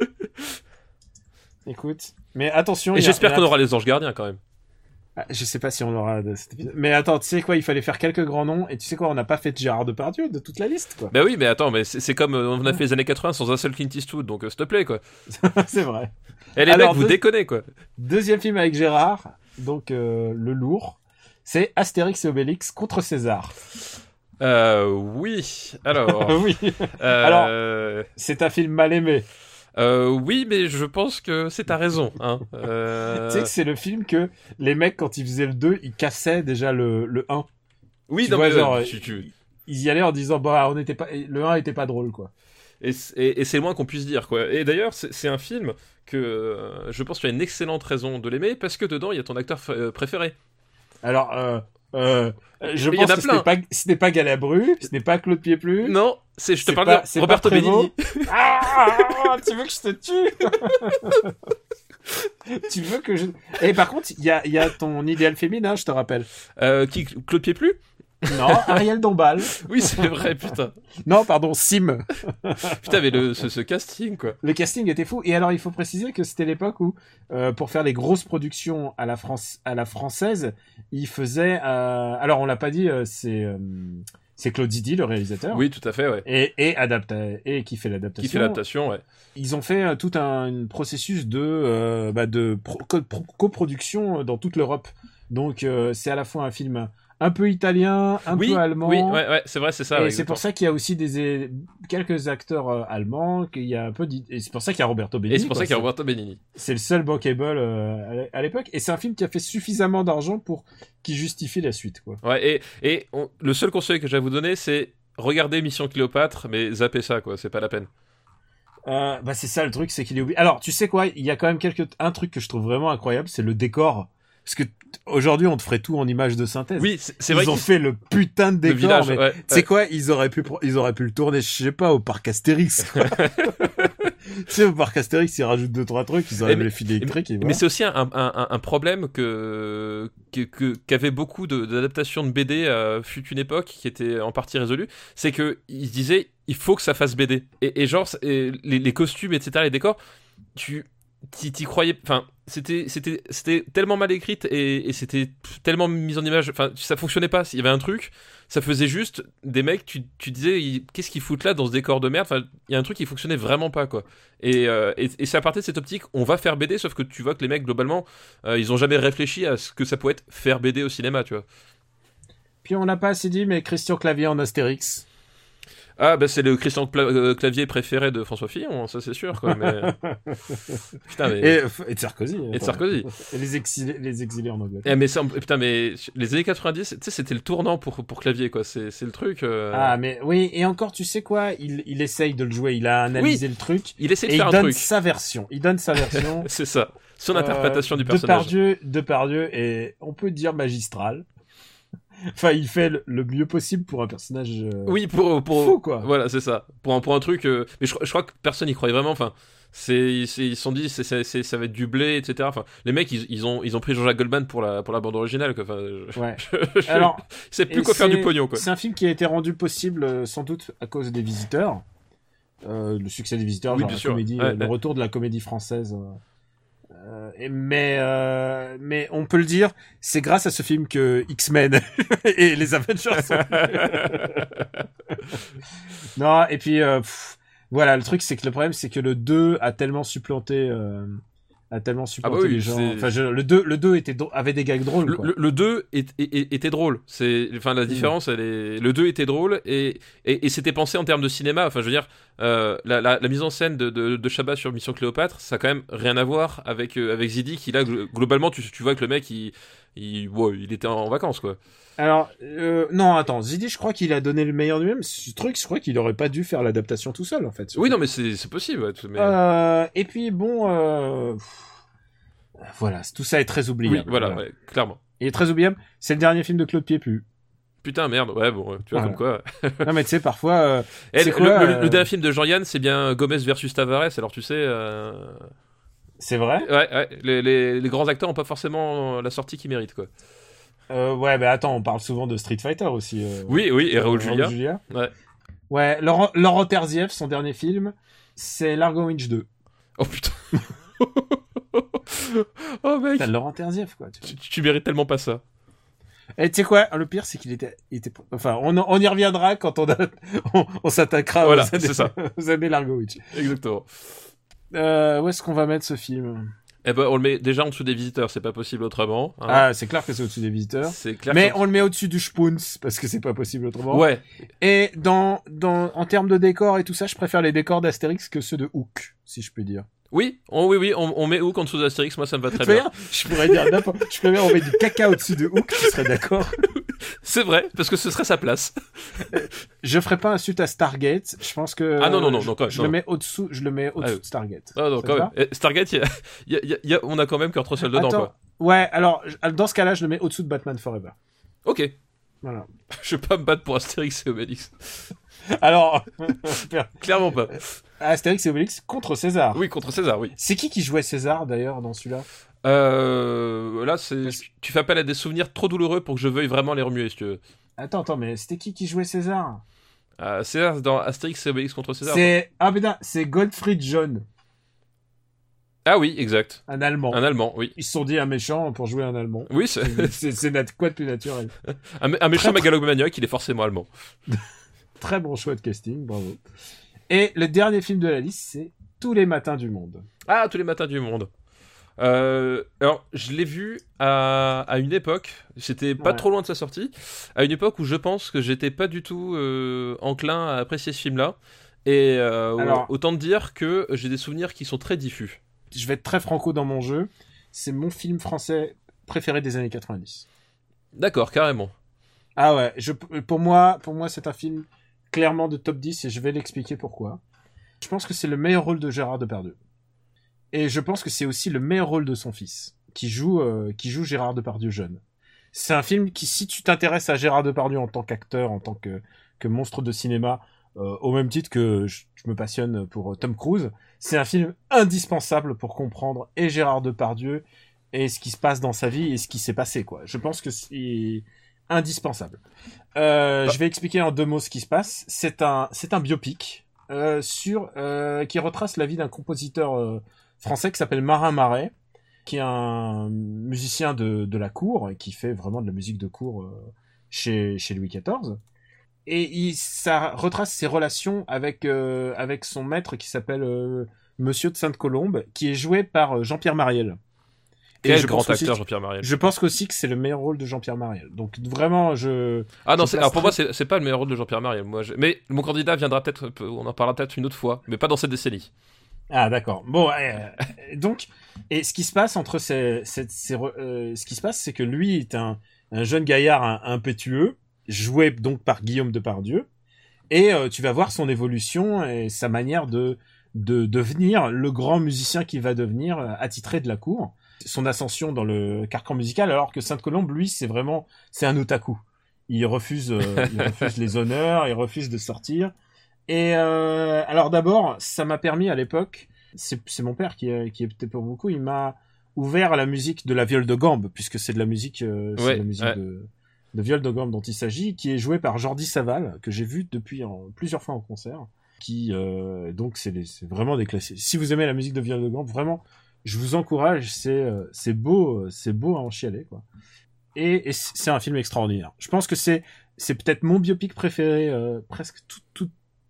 Écoute, mais attention. Et j'espère qu'on aura les Anges Gardiens quand même. Je sais pas si on aura cet épisode. Mais attends, tu sais quoi, il fallait faire quelques grands noms, et tu sais quoi, on n'a pas fait de Gérard Depardieu de toute la liste, quoi. Bah oui, mais attends, mais c'est comme on a fait les années 80 sans un seul Clint Eastwood, donc s'il te plaît, quoi. C'est vrai. Et les mecs, vous déconnez, quoi. Deuxième film avec Gérard, donc le lourd, c'est Astérix et Obélix contre César. Oui, alors... oui. Alors, c'est un film mal aimé. Oui, mais je pense que c'est ta raison. Hein. Tu sais que c'est le film que les mecs, quand ils faisaient le 2, ils cassaient déjà le 1. Oui, tu non, vois, mais genre, ils y allaient en disant, le 1 était pas drôle, quoi. Et c'est le moins qu'on puisse dire, quoi. Et d'ailleurs, c'est un film que je pense que tu as une excellente raison de l'aimer, parce que dedans, il y a ton acteur préféré. Alors, je pense que ce n'est pas Galabru, ce n'est pas Claude Pieplu. Non, je te parle de Roberto Benigni. Tu veux que je te tue? Tu veux que je... Et par contre, il y a ton idéal féminin, je te rappelle. Qui, Claude Pieplu? Non, Ariel Dombal. Oui, c'est vrai, putain. Non, pardon, Sim. Putain, mais ce casting, quoi. Le casting était fou. Et alors, il faut préciser que c'était l'époque où, pour faire les grosses productions à la française, il faisait... alors, on l'a pas dit, c'est Claude Zidi, le réalisateur. Oui, tout à fait, ouais. Et qui fait l'adaptation. Qui fait l'adaptation, ouais. Ils ont fait tout un processus de coproduction dans toute l'Europe. Donc, c'est à la fois un film... un peu italien, un peu allemand. Oui, ouais, c'est vrai, c'est ça. Et ouais, c'est pour ça qu'il y a aussi quelques acteurs allemands, qu'il y a un peu et c'est pour ça qu'il y a Roberto Benigni. Et c'est pour ça qu'il y a Roberto Benigni. C'est le seul bankable à l'époque, et c'est un film qui a fait suffisamment d'argent pour qu'il justifie la suite, quoi. Ouais, et le seul conseil que j'ai à vous donner, c'est regarder Mission Cléopâtre, mais zappez ça, quoi, c'est pas la peine. C'est ça le truc, c'est qu'il est oublié. Alors, tu sais quoi, il y a quand même un truc que je trouve vraiment incroyable, c'est le décor. Parce que aujourd'hui, on te ferait tout en images de synthèse. Oui, c'est vrai. Ils ont fait le putain de décor, village, mais tu sais quoi, ils auraient pu le tourner, je sais pas, au parc Astérix. Tu sais, au parc Astérix, ils rajoutent 2-3 trucs, ils enlèvent les fils électriques. Mais c'est aussi un problème qu'avaient beaucoup d'adaptations de BD fut une époque qui était en partie résolue, c'est que ils se disaient il faut que ça fasse BD. Et genre les costumes, etc., les décors, t'y croyais, enfin c'était tellement mal écrite et c'était tellement mis en image, enfin ça fonctionnait pas, il y avait un truc, ça faisait juste des mecs, tu disais qu'est-ce qu'ils foutent là dans ce décor de merde, enfin il y a un truc qui fonctionnait vraiment pas, quoi. Et c'est à partir de cette optique on va faire BD, sauf que tu vois que les mecs globalement ils ont jamais réfléchi à ce que ça pouvait être faire BD au cinéma, tu vois. Puis on n'a pas assez dit, mais Christian Clavier en Astérix. Ah, bah c'est le Christian Clavier préféré de François Fillon, ça c'est sûr, quoi. Mais... putain, mais... Et de Sarkozy. Et de Sarkozy. Et les exilés en Angleterre. Mais putain, mais les années 90, tu sais, c'était le tournant pour Clavier, quoi. C'est le truc. Ah, mais oui, et encore, tu sais quoi, il essaye de le jouer, il a analysé le truc. Il essaie de et faire il un donne truc. sa version. Il donne sa version. C'est ça. Son interprétation du personnage. Depardieu est, on peut dire, magistral. Enfin, il fait le mieux possible pour un personnage. Oui, pour fou, quoi. Voilà, c'est ça. Pour un truc. Mais je crois que personne n'y croyait vraiment. Enfin, ils se sont dit, ça va être du blé, etc. Enfin, les mecs, ils ont pris Jean-Jacques Goldman pour la bande originale, quoi. Enfin, ouais. Alors, c'est plus quoi faire du pognon, quoi. C'est un film qui a été rendu possible sans doute à cause des Visiteurs. Le succès des Visiteurs, oui, genre bien la sûr. comédie, le retour de la comédie française. Mais on peut le dire, c'est grâce à ce film que X-Men et les Avengers sont... Non, et puis voilà, le truc c'est que le problème c'est que le 2 a tellement supplanté les gens. Enfin, le 2 avait des gags drôles, quoi. Le 2 était drôle. Enfin, la différence, le 2 était drôle et c'était pensé en termes de cinéma. Enfin, je veux dire, la mise en scène de Chabat sur Mission Cléopâtre, ça a quand même rien à voir avec Zidi, qui là, globalement, tu vois que le mec, il était en vacances, quoi. Alors, non, attends, Zidi, je crois qu'il a donné le meilleur de lui-même. Ce truc, je crois qu'il aurait pas dû faire l'adaptation tout seul, en fait. Oui, non, mais c'est possible. Ouais, mais... et puis, bon, voilà, tout ça est très oubliable. Oui, voilà. Ouais, clairement. Il est très oubliable. C'est le dernier film de Claude Pieplu. Putain, merde, ouais, bon, tu vois, comme quoi. Non, mais tu sais, parfois... le dernier film de Jean-Yann, c'est bien Gomez versus Tavares, alors tu sais... C'est vrai ? Ouais, les grands acteurs ont pas forcément la sortie qu'ils méritent, quoi. Ouais, mais attends, on parle souvent de Street Fighter aussi. Oui, et Raoul Julia. Ouais, Laurent Terzieff, son dernier film, c'est Largo Winch 2. Oh putain. Oh mec. T'as Laurent Terzieff, quoi. Tu mérites tellement pas ça. Et tu sais quoi, le pire, c'est qu'il était... Enfin, on y reviendra quand on s'attaquera aux années Largo Winch. Exactement. Où est-ce qu'on va mettre ce film ? Eh ben, on le met déjà en dessous des Visiteurs, c'est pas possible autrement. Hein. Ah, c'est clair que c'est au-dessus des Visiteurs. C'est clair. Mais on le met au-dessus du Spoons, parce que c'est pas possible autrement. Ouais. Et en termes de décors et tout ça, je préfère les décors d'Astérix que ceux de Hook, si je puis dire. Oui, on met Hook en dessous d'Astérix, moi ça me va très bien. Je pourrais dire je préfère on met du caca au-dessus de Hook, tu serais d'accord? C'est vrai, parce que ce serait sa place. Je ferai pas un suite à Stargate, je pense que... Ah non, je le mets au-dessous de Stargate. Ah non, quand même. Stargate, on a quand même Kurt Russell dedans, quoi. Ouais, alors, dans ce cas-là, je le mets au-dessous de Batman Forever. Ok. Voilà. Je vais pas me battre pour Astérix et Obélix. Alors... Clairement pas. Astérix et Obélix contre César. Oui, contre César, oui. C'est qui jouait César, d'ailleurs, dans celui-là? Là, tu fais appel à des souvenirs trop douloureux pour que je veuille vraiment les remuer, si tu veux. Attends, mais c'était qui jouait César? César dans Astérix et Obélix contre César. C'est Gottfried John. Ah oui, exact. Un Allemand, oui. Ils se sont dit un méchant pour jouer un Allemand. Oui, c'est quoi de plus naturel. Un méchant mégalomaniaque, il est forcément allemand. Très bon choix de casting, bravo. Et le dernier film de la liste, c'est Tous les matins du monde. Ah, Tous les matins du monde. Alors, je l'ai vu à une époque, c'était pas trop loin de sa sortie, à une époque où je pense que j'étais pas du tout enclin à apprécier ce film-là. Et alors, autant te dire que j'ai des souvenirs qui sont très diffus. Je vais être très franco dans mon jeu. C'est mon film français préféré des années 90. D'accord, carrément. Ah ouais, pour moi, c'est un film clairement de top 10 et je vais l'expliquer pourquoi. Je pense que c'est le meilleur rôle de Gérard Depardieu. Et je pense que c'est aussi le meilleur rôle de son fils, qui joue Gérard Depardieu jeune. C'est un film qui, si tu t'intéresses à Gérard Depardieu en tant qu'acteur, en tant que monstre de cinéma, au même titre que je me passionne pour Tom Cruise, c'est un film indispensable pour comprendre et Gérard Depardieu et ce qui se passe dans sa vie et ce qui s'est passé, quoi. Je pense que c'est indispensable. Je vais expliquer en 2 mots ce qui se passe. C'est un biopic qui retrace la vie d'un compositeur français qui s'appelle Marin Marais, qui est un musicien de la cour et qui fait vraiment de la musique de cour chez Louis XIV. Et ça retrace ses relations avec son maître qui s'appelle Monsieur de Sainte-Colombe, qui est joué par Jean-Pierre Mariel. Quel grand acteur, Jean-Pierre Mariel. Je pense aussi que c'est le meilleur rôle de Jean-Pierre Mariel. Donc vraiment, alors pour moi, c'est pas le meilleur rôle de Jean-Pierre Mariel. Mais mon candidat viendra peut-être, on en parlera peut-être une autre fois, mais pas dans cette décennie. Ah d'accord. Bon, donc, et ce qui se passe entre ce qui se passe, c'est que lui est un jeune gaillard impétueux, joué donc par Guillaume Depardieu, et tu vas voir son évolution et sa manière de devenir le grand musicien qu'il va devenir, attitré de la cour. Son ascension dans le carcan musical, alors que Sainte-Colombe, lui, c'est un otaku. Il refuse les honneurs, il refuse de sortir. Et alors d'abord, ça m'a permis à l'époque, c'est mon père qui était pour beaucoup, il m'a ouvert à la musique de la viole de gambe, puisque c'est de la musique, de viole de gambe dont il s'agit, qui est jouée par Jordi Saval, que j'ai vu depuis plusieurs fois en concert. Qui donc c'est vraiment des classiques. Si vous aimez la musique de viole de gambe, vraiment, je vous encourage. C'est beau à en chialer, quoi. Et c'est un film extraordinaire. Je pense que c'est peut-être mon biopic préféré, presque tout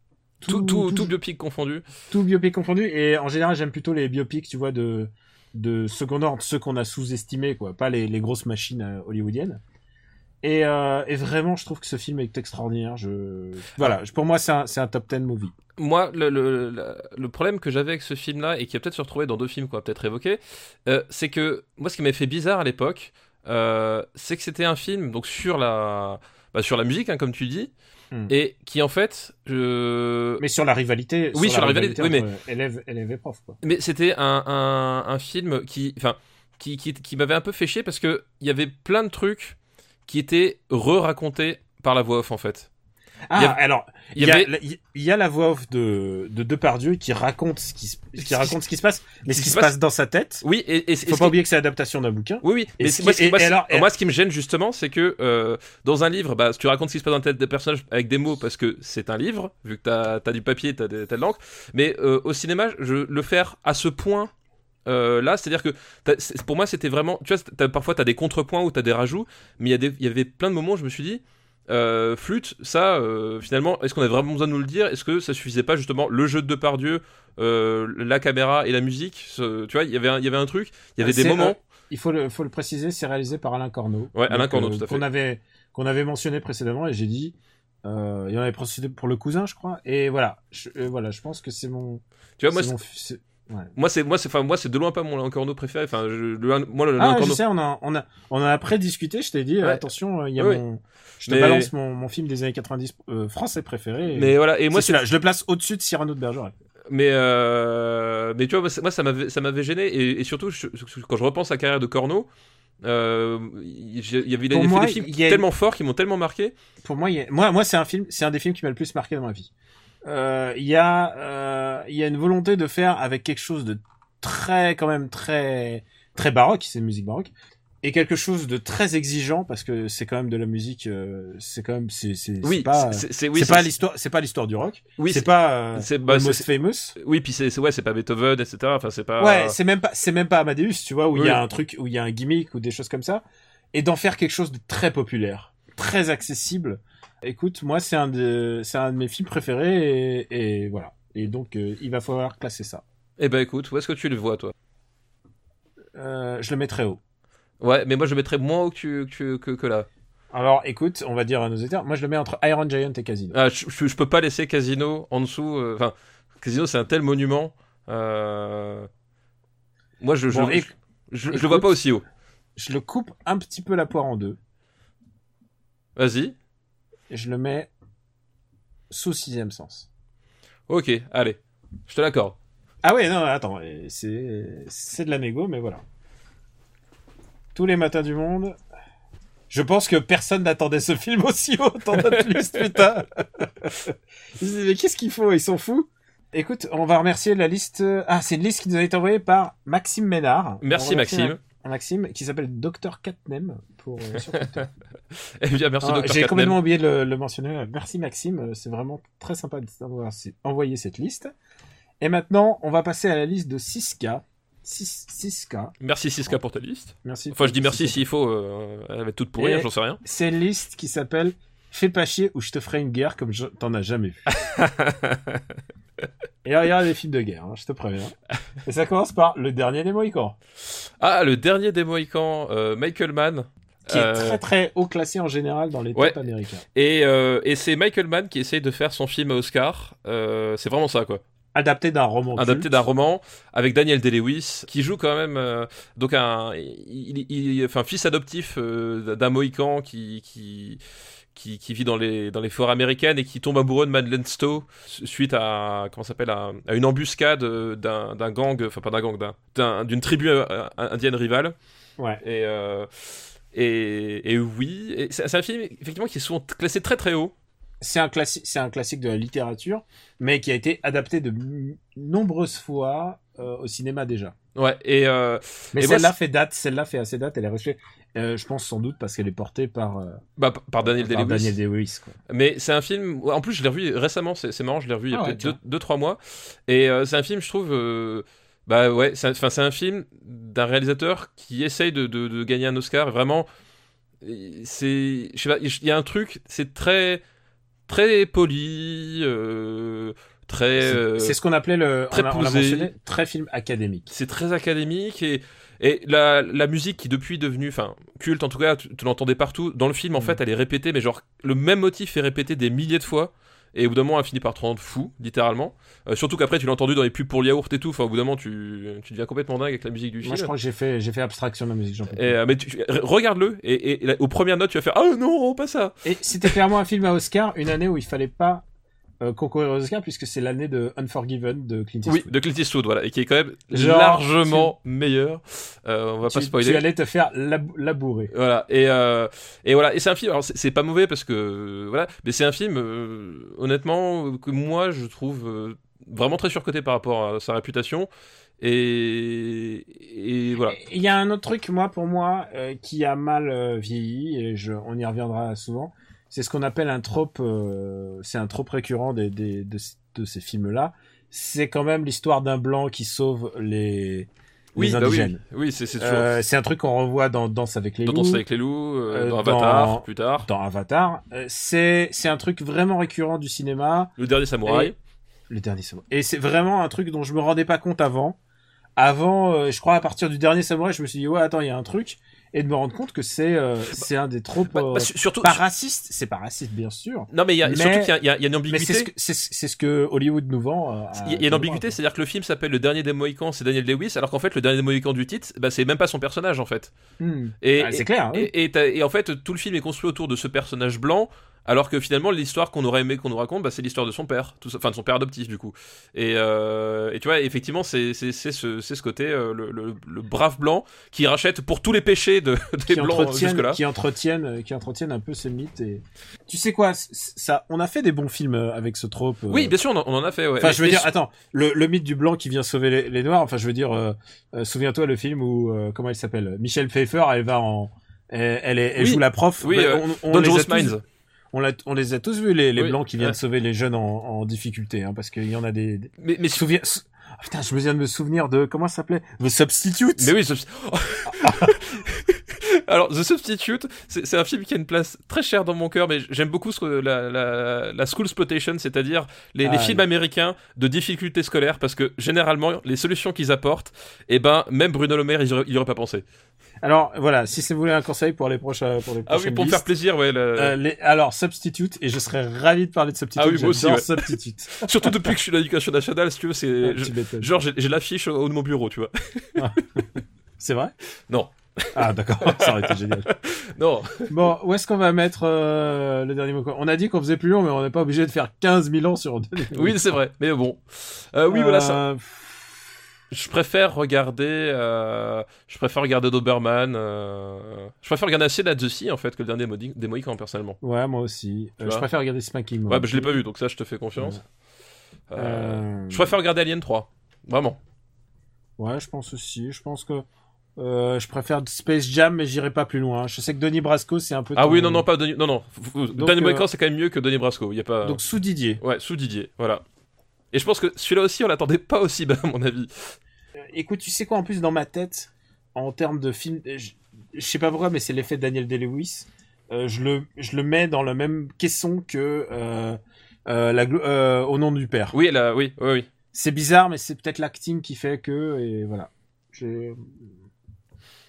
biopic confondu. Tout biopic confondu. Et en général, j'aime plutôt les biopics, tu vois, de second ordre, ceux qu'on a sous-estimés, quoi, pas les grosses machines hollywoodiennes. Et vraiment, je trouve que ce film est extraordinaire. Voilà, pour moi, c'est un top 10 movie. Moi, le problème que j'avais avec ce film-là, et qui a peut-être se retrouvé dans 2 films qu'on va peut-être évoquer, c'est que moi, ce qui m'avait fait bizarre à l'époque, c'est que c'était un film donc sur la musique, hein, comme tu dis, et qui en fait... Mais sur la rivalité. Oui, sur la rivalité, oui, mais... élève et prof, quoi. Mais c'était un film qui m'avait un peu fait chier, parce qu'il y avait plein de trucs qui était re-raconté par la voix off, en fait. Alors, il y a la voix off de Depardieu qui raconte ce qui se passe, mais ce qui se passe dans sa tête. Oui, faut pas oublier que c'est l'adaptation d'un bouquin. Oui. Et moi, ce qui me gêne justement, c'est que dans un livre, si tu racontes ce qui se passe dans la tête des personnages avec des mots, parce que c'est un livre, vu que t'as du papier, t'as de l'encre. Mais au cinéma, le faire à ce point. Là, c'est-à-dire que pour moi, c'était vraiment. Tu vois, parfois t'as des contrepoints ou t'as des rajouts, mais il y avait plein de moments où je me suis dit, flûte, ça, finalement, est-ce qu'on avait vraiment besoin de nous le dire ? Est-ce que ça suffisait pas justement le jeu de Depardieu, la caméra et la musique ? Tu vois, il y avait un truc, il y avait des moments. Il faut le préciser, c'est réalisé par Alain Corneau. Ouais, Alain Corneau, tout à fait. Qu'on avait mentionné précédemment, et j'ai dit. Il y en avait précédé pour le cousin, je crois. Et voilà, je pense que c'est mon. Tu vois, moi, c'est de loin pas mon Alain Corneau préféré. Enfin, Alain Corneau. Je sais, on a après discuté. Je t'ai dit, attention, il y a je te balance mon film des années 90 français préféré. Mais voilà, et moi, je le place au-dessus de Cyrano de Bergerac. Mais tu vois, moi, ça m'avait gêné, et surtout, quand je repense à la carrière de Corneau, il avait fait des films tellement forts, qui m'ont tellement marqué. Pour moi, c'est un des films qui m'a le plus marqué dans ma vie. Il y a une volonté de faire avec quelque chose de très très baroque, c'est une musique baroque, et quelque chose de très exigeant, parce que c'est quand même de la musique, c'est pas l'histoire du rock. Oui, c'est pas Most Famous. Oui, puis c'est pas Beethoven, etc. Enfin, c'est pas. Ouais, c'est même pas Amadeus, tu vois, où il y a un truc, où il y a un gimmick ou des choses comme ça, et d'en faire quelque chose de très populaire, très accessible. Écoute, moi, c'est un de mes films préférés, et voilà. Et donc, il va falloir classer ça. Eh ben, écoute, où est-ce que tu le vois, toi ? Je le mets très haut. Ouais, mais moi, je le mettrais moins haut que là. Alors, écoute, on va dire à nos auditeurs, moi, je le mets entre Iron Giant et Casino. Ah, je peux pas laisser Casino en dessous. Enfin, Casino, c'est un tel monument. Moi, je le vois pas aussi haut. Je le coupe un petit peu la poire en deux. Vas-y. Et je le mets sous Sixième Sens. Ok, allez, je te l'accorde. Ah ouais, non, attends, c'est de la négo, mais voilà. Tous les matins du monde. Je pense que personne n'attendait ce film aussi haut dans notre liste, putain. Ils se disent, mais qu'est-ce qu'il faut ? Ils sont fous. Écoute, on va remercier la liste. Ah, c'est une liste qui nous a été envoyée par Maxime Ménard. Merci Maxime. Maxime, qui s'appelle Dr Catnem sur Twitter. Eh bien, merci Dr Catnem. J'ai complètement oublié de le mentionner. Merci Maxime, c'est vraiment très sympa d'avoir envoyé cette liste. Et maintenant, on va passer à la liste de 6K. 6K. Merci 6K pour ta liste. Merci. Enfin, je dis merci s'il faut, elle va être toute pourrie, j'en sais rien. C'est une liste qui s'appelle Fais pas chier ou je te ferai une guerre comme t'en as jamais vu. Et regarde les films de guerre, hein, je te préviens. Et ça commence par Le Dernier des Mohicans. Ah, le dernier des Mohicans, Michael Mann. Qui est très très haut classé en général dans les tops américains. Et c'est Michael Mann qui essaye de faire son film à Oscar. C'est vraiment ça, quoi. Adapté d'un roman. Adapté d'un roman avec Daniel Day-Lewis qui joue quand même donc fils adoptif d'un Mohican qui vit dans les forêts américaines et qui tombe amoureux de Madeleine Stowe suite à une embuscade d'un gang, enfin pas d'un gang, d'une tribu indienne rivale. Ouais. Et oui, c'est un film effectivement qui est souvent classé très très haut. C'est un classique de la littérature, mais qui a été adapté de nombreuses fois au cinéma déjà. Ouais. Mais celle-là fait assez date. Elle est restée, je pense sans doute parce qu'elle est portée par Daniel Day-Lewis. Daniel Day-Lewis, quoi. Mais c'est un film. En plus, je l'ai revu récemment. C'est marrant, je l'ai revu il y a peut-être 2-3 mois. Et c'est un film, je trouve. C'est un film d'un réalisateur qui essaye de gagner un Oscar. Vraiment, je sais pas. Il y a un truc. C'est très très poli, très. C'est ce qu'on appelait très on l'a mentionné, très film académique. C'est très académique et la musique qui depuis est devenue, culte en tout cas, tu l'entendais partout. Dans le film, en fait, elle est répétée, mais genre le même motif est répété des milliers de fois. Et au bout d'un moment, elle finit par te rendre fou, littéralement. Surtout qu'après, tu l'as entendu dans les pubs pour le yaourt et tout. Enfin, au bout d'un moment, tu deviens complètement dingue avec la musique du film. Moi, je crois que j'ai fait abstraction de la musique, j'en peux plus. Mais regarde-le, et aux premières notes, tu vas faire « Ah non, pas ça !» Et c'était clairement un film à Oscar, une année où il fallait pas concourir aux Oscars, puisque c'est l'année de Unforgiven de Clint Eastwood. Oui, de Clint Eastwood, voilà, et qui est quand même largement meilleur. On va pas spoiler. Tu allais te faire labourer. Voilà, et voilà, et c'est un film, alors c'est pas mauvais parce que, voilà, mais c'est un film, honnêtement, que moi je trouve vraiment très surcoté par rapport à sa réputation. Et voilà. Il y a un autre truc, pour moi, qui a mal vieilli, et on y reviendra souvent. C'est ce qu'on appelle un trope, c'est un trope récurrent de ces films-là. C'est quand même l'histoire d'un blanc qui sauve les indigènes. Oui, c'est toujours. C'est un truc qu'on revoit dans Danse avec les loups. Danse avec les loups, dans Avatar, plus tard. Dans Avatar. C'est un truc vraiment récurrent du cinéma. Le Dernier Samouraï. Le Dernier Samouraï. Et c'est vraiment un truc dont je me rendais pas compte avant. Je crois à partir du Dernier Samouraï, je me suis dit, ouais, attends, il y a un truc. Et de me rendre compte que c'est un des tropes surtout pas raciste, c'est pas raciste bien sûr. Non mais surtout qu'il y a une ambiguïté. Mais c'est ce que Hollywood nous vend. Il y a une ambiguïté, c'est-à-dire que le film s'appelle Le Dernier des Mohicans, c'est Daniel Day-Lewis, alors qu'en fait le Dernier des Mohicans du titre, c'est même pas son personnage en fait. C'est clair. Oui. Et en fait tout le film est construit autour de ce personnage blanc. Alors que finalement l'histoire qu'on aurait aimé qu'on nous raconte, c'est l'histoire de son père, de son père adoptif du coup. Et tu vois, effectivement c'est ce côté le brave blanc qui rachète pour tous les péchés des blancs jusque-là, qui entretiennent un peu ces mythes. Et tu sais quoi, ça, on a fait des bons films avec ce trope. Oui, bien sûr, on en a fait. Ouais. Enfin, je veux dire, attends, le mythe du blanc qui vient sauver les noirs. Enfin, je veux dire, souviens-toi le film où comment elle s'appelle, Michelle Pfeiffer, elle joue la prof. Oui, Dangerous Minds. On les a tous vus, les blancs qui viennent sauver les jeunes en difficulté, hein, parce qu'il y en a des... Mais putain, je me viens de me souvenir de... Comment ça s'appelait? The Substitute. Mais oui, Alors, The Substitute, c'est un film qui a une place très chère dans mon cœur, mais j'aime beaucoup la school exploitation, c'est-à-dire les films américains de difficultés scolaires, parce que généralement, les solutions qu'ils apportent, même Bruno Le Maire, il y aurait pas pensé. Alors, voilà, si vous voulez un conseil pour les prochaines Ah oui, pour me faire plaisir, ouais. Alors, Substitute, et je serais ravi de parler de Substitute. Ah oui, moi aussi, ouais. Substitute. Surtout depuis que je suis à l'Éducation nationale, si tu veux, genre, j'ai l'affiche au haut de mon bureau, tu vois. C'est vrai? Non. Ah, d'accord, ça aurait été génial. Non. Bon, où est-ce qu'on va mettre le dernier mot? On a dit qu'on faisait plus long, mais on n'est pas obligé de faire 15 000 ans sur... Oui, c'est vrai, mais bon. Oui, voilà ça. Je préfère regarder Doberman. Je préfère regarder assez la The Sea en fait que le dernier des Mohicans personnellement. Ouais, moi aussi. Je préfère regarder Spanking. Ouais, je l'ai pas vu, donc ça je te fais confiance. Je préfère regarder Alien 3, vraiment. Ouais, je pense aussi. Je pense que je préfère Space Jam, mais j'irai pas plus loin. Je sais que Denis Brasco, c'est un peu... Ah oui, non, pas Denis... Non. Dernier Mohican, c'est quand même mieux que Denis Brasco. Y a pas... Donc sous Didier. Ouais, sous Didier, voilà. Et je pense que celui-là aussi, on l'attendait pas aussi bas, à mon avis. Écoute, tu sais quoi, en plus, dans ma tête, en termes de film, je sais pas pourquoi, mais c'est l'effet de Daniel Day-Lewis. Je le mets dans le même caisson que Au nom du père. Oui, oui. C'est bizarre, mais c'est peut-être l'acting qui fait que... Et voilà.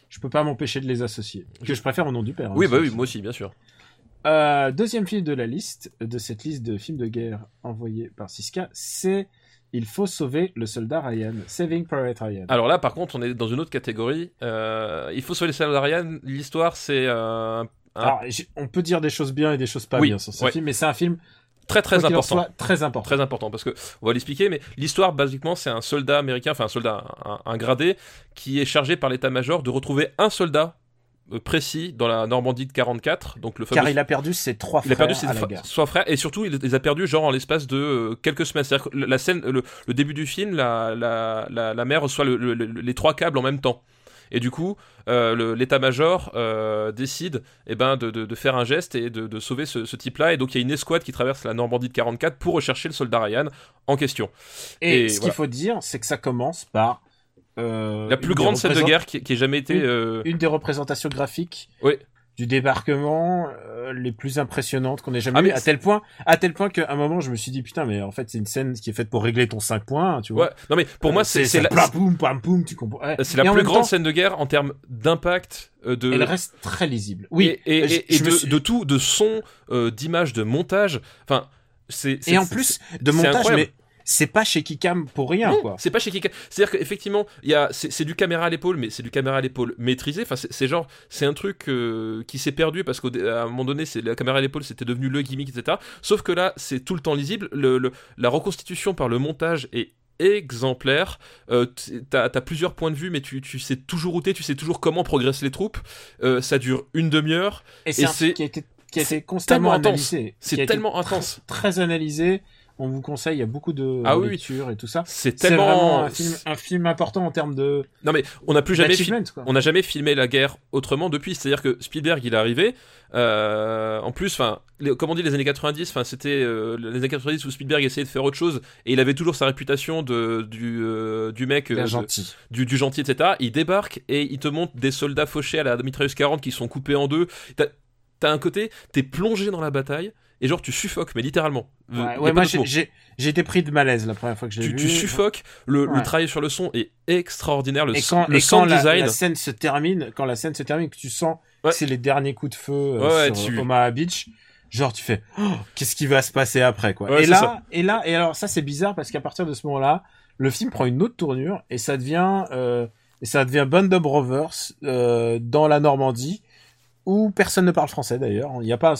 je peux pas m'empêcher de les associer. Que je préfère au nom du père. Oui, bah oui, moi aussi, bien sûr. Deuxième film de cette liste de films de guerre envoyés par Siska, c'est Il faut sauver le soldat Ryan, Saving Private Ryan. Alors là, par contre, on est dans une autre catégorie. Il faut sauver le soldat Ryan. L'histoire, c'est Alors, on peut dire des choses bien et des choses pas bien sur ce film, mais c'est un film très important. Très important. Très important, parce que on va l'expliquer, mais l'histoire, basiquement, c'est un soldat américain, enfin un soldat, un gradé, qui est chargé par l'état-major de retrouver un soldat précis dans la Normandie de 44, donc le fameux... Car il a perdu ses trois frères à la guerre. Trois frères, et surtout il les a perdus genre en l'espace de quelques semaines. C'est-à-dire que la scène, le début du film, la mère reçoit les trois câbles en même temps. Et du coup, l'état-major décide de faire un geste et de sauver ce type-là. Et donc, il y a une escouade qui traverse la Normandie de 44 pour rechercher le soldat Ryan en question. Et ce qu'il faut dire, c'est que ça commence par... la plus grande scène de guerre qui ait jamais été... Une des représentations graphiques du débarquement les plus impressionnantes qu'on ait jamais vues. À tel point qu'à un moment, je me suis dit, putain, mais en fait, c'est une scène qui est faite pour régler ton 5 points, tu vois. Ouais. Non, mais pour moi, c'est la... Pam, pam, pam, tu comprends. C'est la plus grande scène de guerre en termes d'impact. Elle reste très lisible. Oui. Et de tout, de son, d'image, de montage. Enfin, en plus, de montage, mais... C'est pas chez Kikam pour rien, non, quoi. C'est pas chez Kikam. C'est-à-dire qu'effectivement, c'est du caméra à l'épaule, mais c'est du caméra à l'épaule maîtrisé. Enfin, c'est un truc qui s'est perdu parce qu'à un moment donné, la caméra à l'épaule, c'était devenu le gimmick, etc. Sauf que là, c'est tout le temps lisible. La reconstitution par le montage est exemplaire. T'as plusieurs points de vue, mais tu sais toujours où t'es, tu sais toujours comment progresser les troupes. Ça dure une demi-heure. Et c'est un truc qui a été constamment analysé. C'est tellement intense. Très analysé. On vous conseille, il y a beaucoup de lectures et tout ça. C'est tellement un film important en termes de... Non mais on n'a jamais filmé la guerre autrement depuis. C'est-à-dire que Spielberg, il est arrivé. En plus, comme on dit, les années 90, c'était les années 90 où Spielberg essayait de faire autre chose et il avait toujours sa réputation du mec gentil, du gentil, etc. Il débarque et il te montre des soldats fauchés à la mitrailleuse 40 qui sont coupés en deux. T'as un côté, t'es plongé dans la bataille. Et genre tu suffoques, mais littéralement. Moi j'ai été pris de malaise la première fois que j'ai vu. Tu suffoques. Le travail sur le son est extraordinaire. Le sound design. La scène se termine, que tu sens que c'est les derniers coups de feu sur Omaha Beach, genre tu fais qu'est-ce qui va se passer après, quoi. Et alors ça c'est bizarre parce qu'à partir de ce moment-là, le film prend une autre tournure et ça devient Band of Brothers dans la Normandie où personne ne parle français d'ailleurs.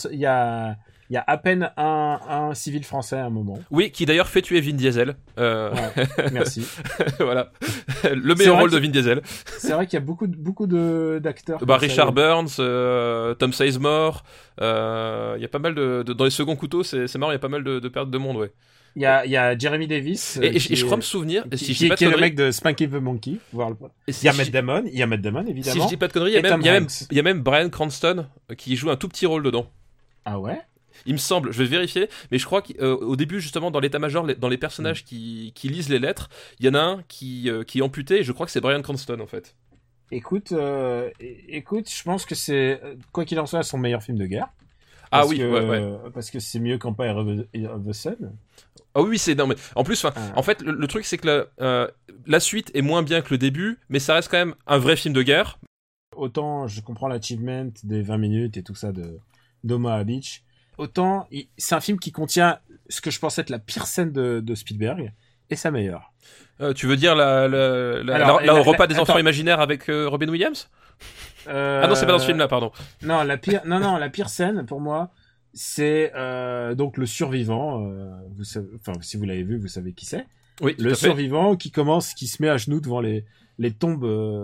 Il y a à peine un civil français à un moment. Oui, qui d'ailleurs fait tuer Vin Diesel. Merci. Voilà. Le meilleur rôle de Vin Diesel. C'est vrai qu'il y a beaucoup d'acteurs. Richard Burns, Tom Sizemore. Il y a pas mal dans les seconds couteaux, c'est marrant, il y a pas mal de pertes de monde, ouais. Il y a Jeremy Davis. Et je crois me souvenir. Qui est le mec de Spanky the Monkey. Il y a Matt Damon, évidemment. Si je dis pas de conneries, il y a même Bryan Cranston qui joue un tout petit rôle dedans. Ah ouais? Il me semble, je vais vérifier, mais je crois qu'au début, justement, dans l'état-major, dans les personnages qui lisent les lettres, il y en a un qui est amputé, et je crois que c'est Bryan Cranston, en fait. Écoute, je pense que c'est, quoi qu'il en soit, son meilleur film de guerre. Parce que c'est mieux qu'Empire of the Sun. Ah oui, non, mais en plus, en fait, le truc, c'est que la suite est moins bien que le début, mais ça reste quand même un vrai film de guerre. Autant je comprends l'achievement des 20 minutes et tout ça d'Omaha Beach. Autant, c'est un film qui contient ce que je pense être la pire scène de Spielberg et sa meilleure. Tu veux dire le repas des enfants imaginaires avec Robin Williams? Ah non, c'est pas dans ce film-là, pardon. Non, la pire scène pour moi, c'est donc le survivant. Si vous l'avez vu, vous savez qui c'est. Oui, le survivant qui se met à genoux devant les tombes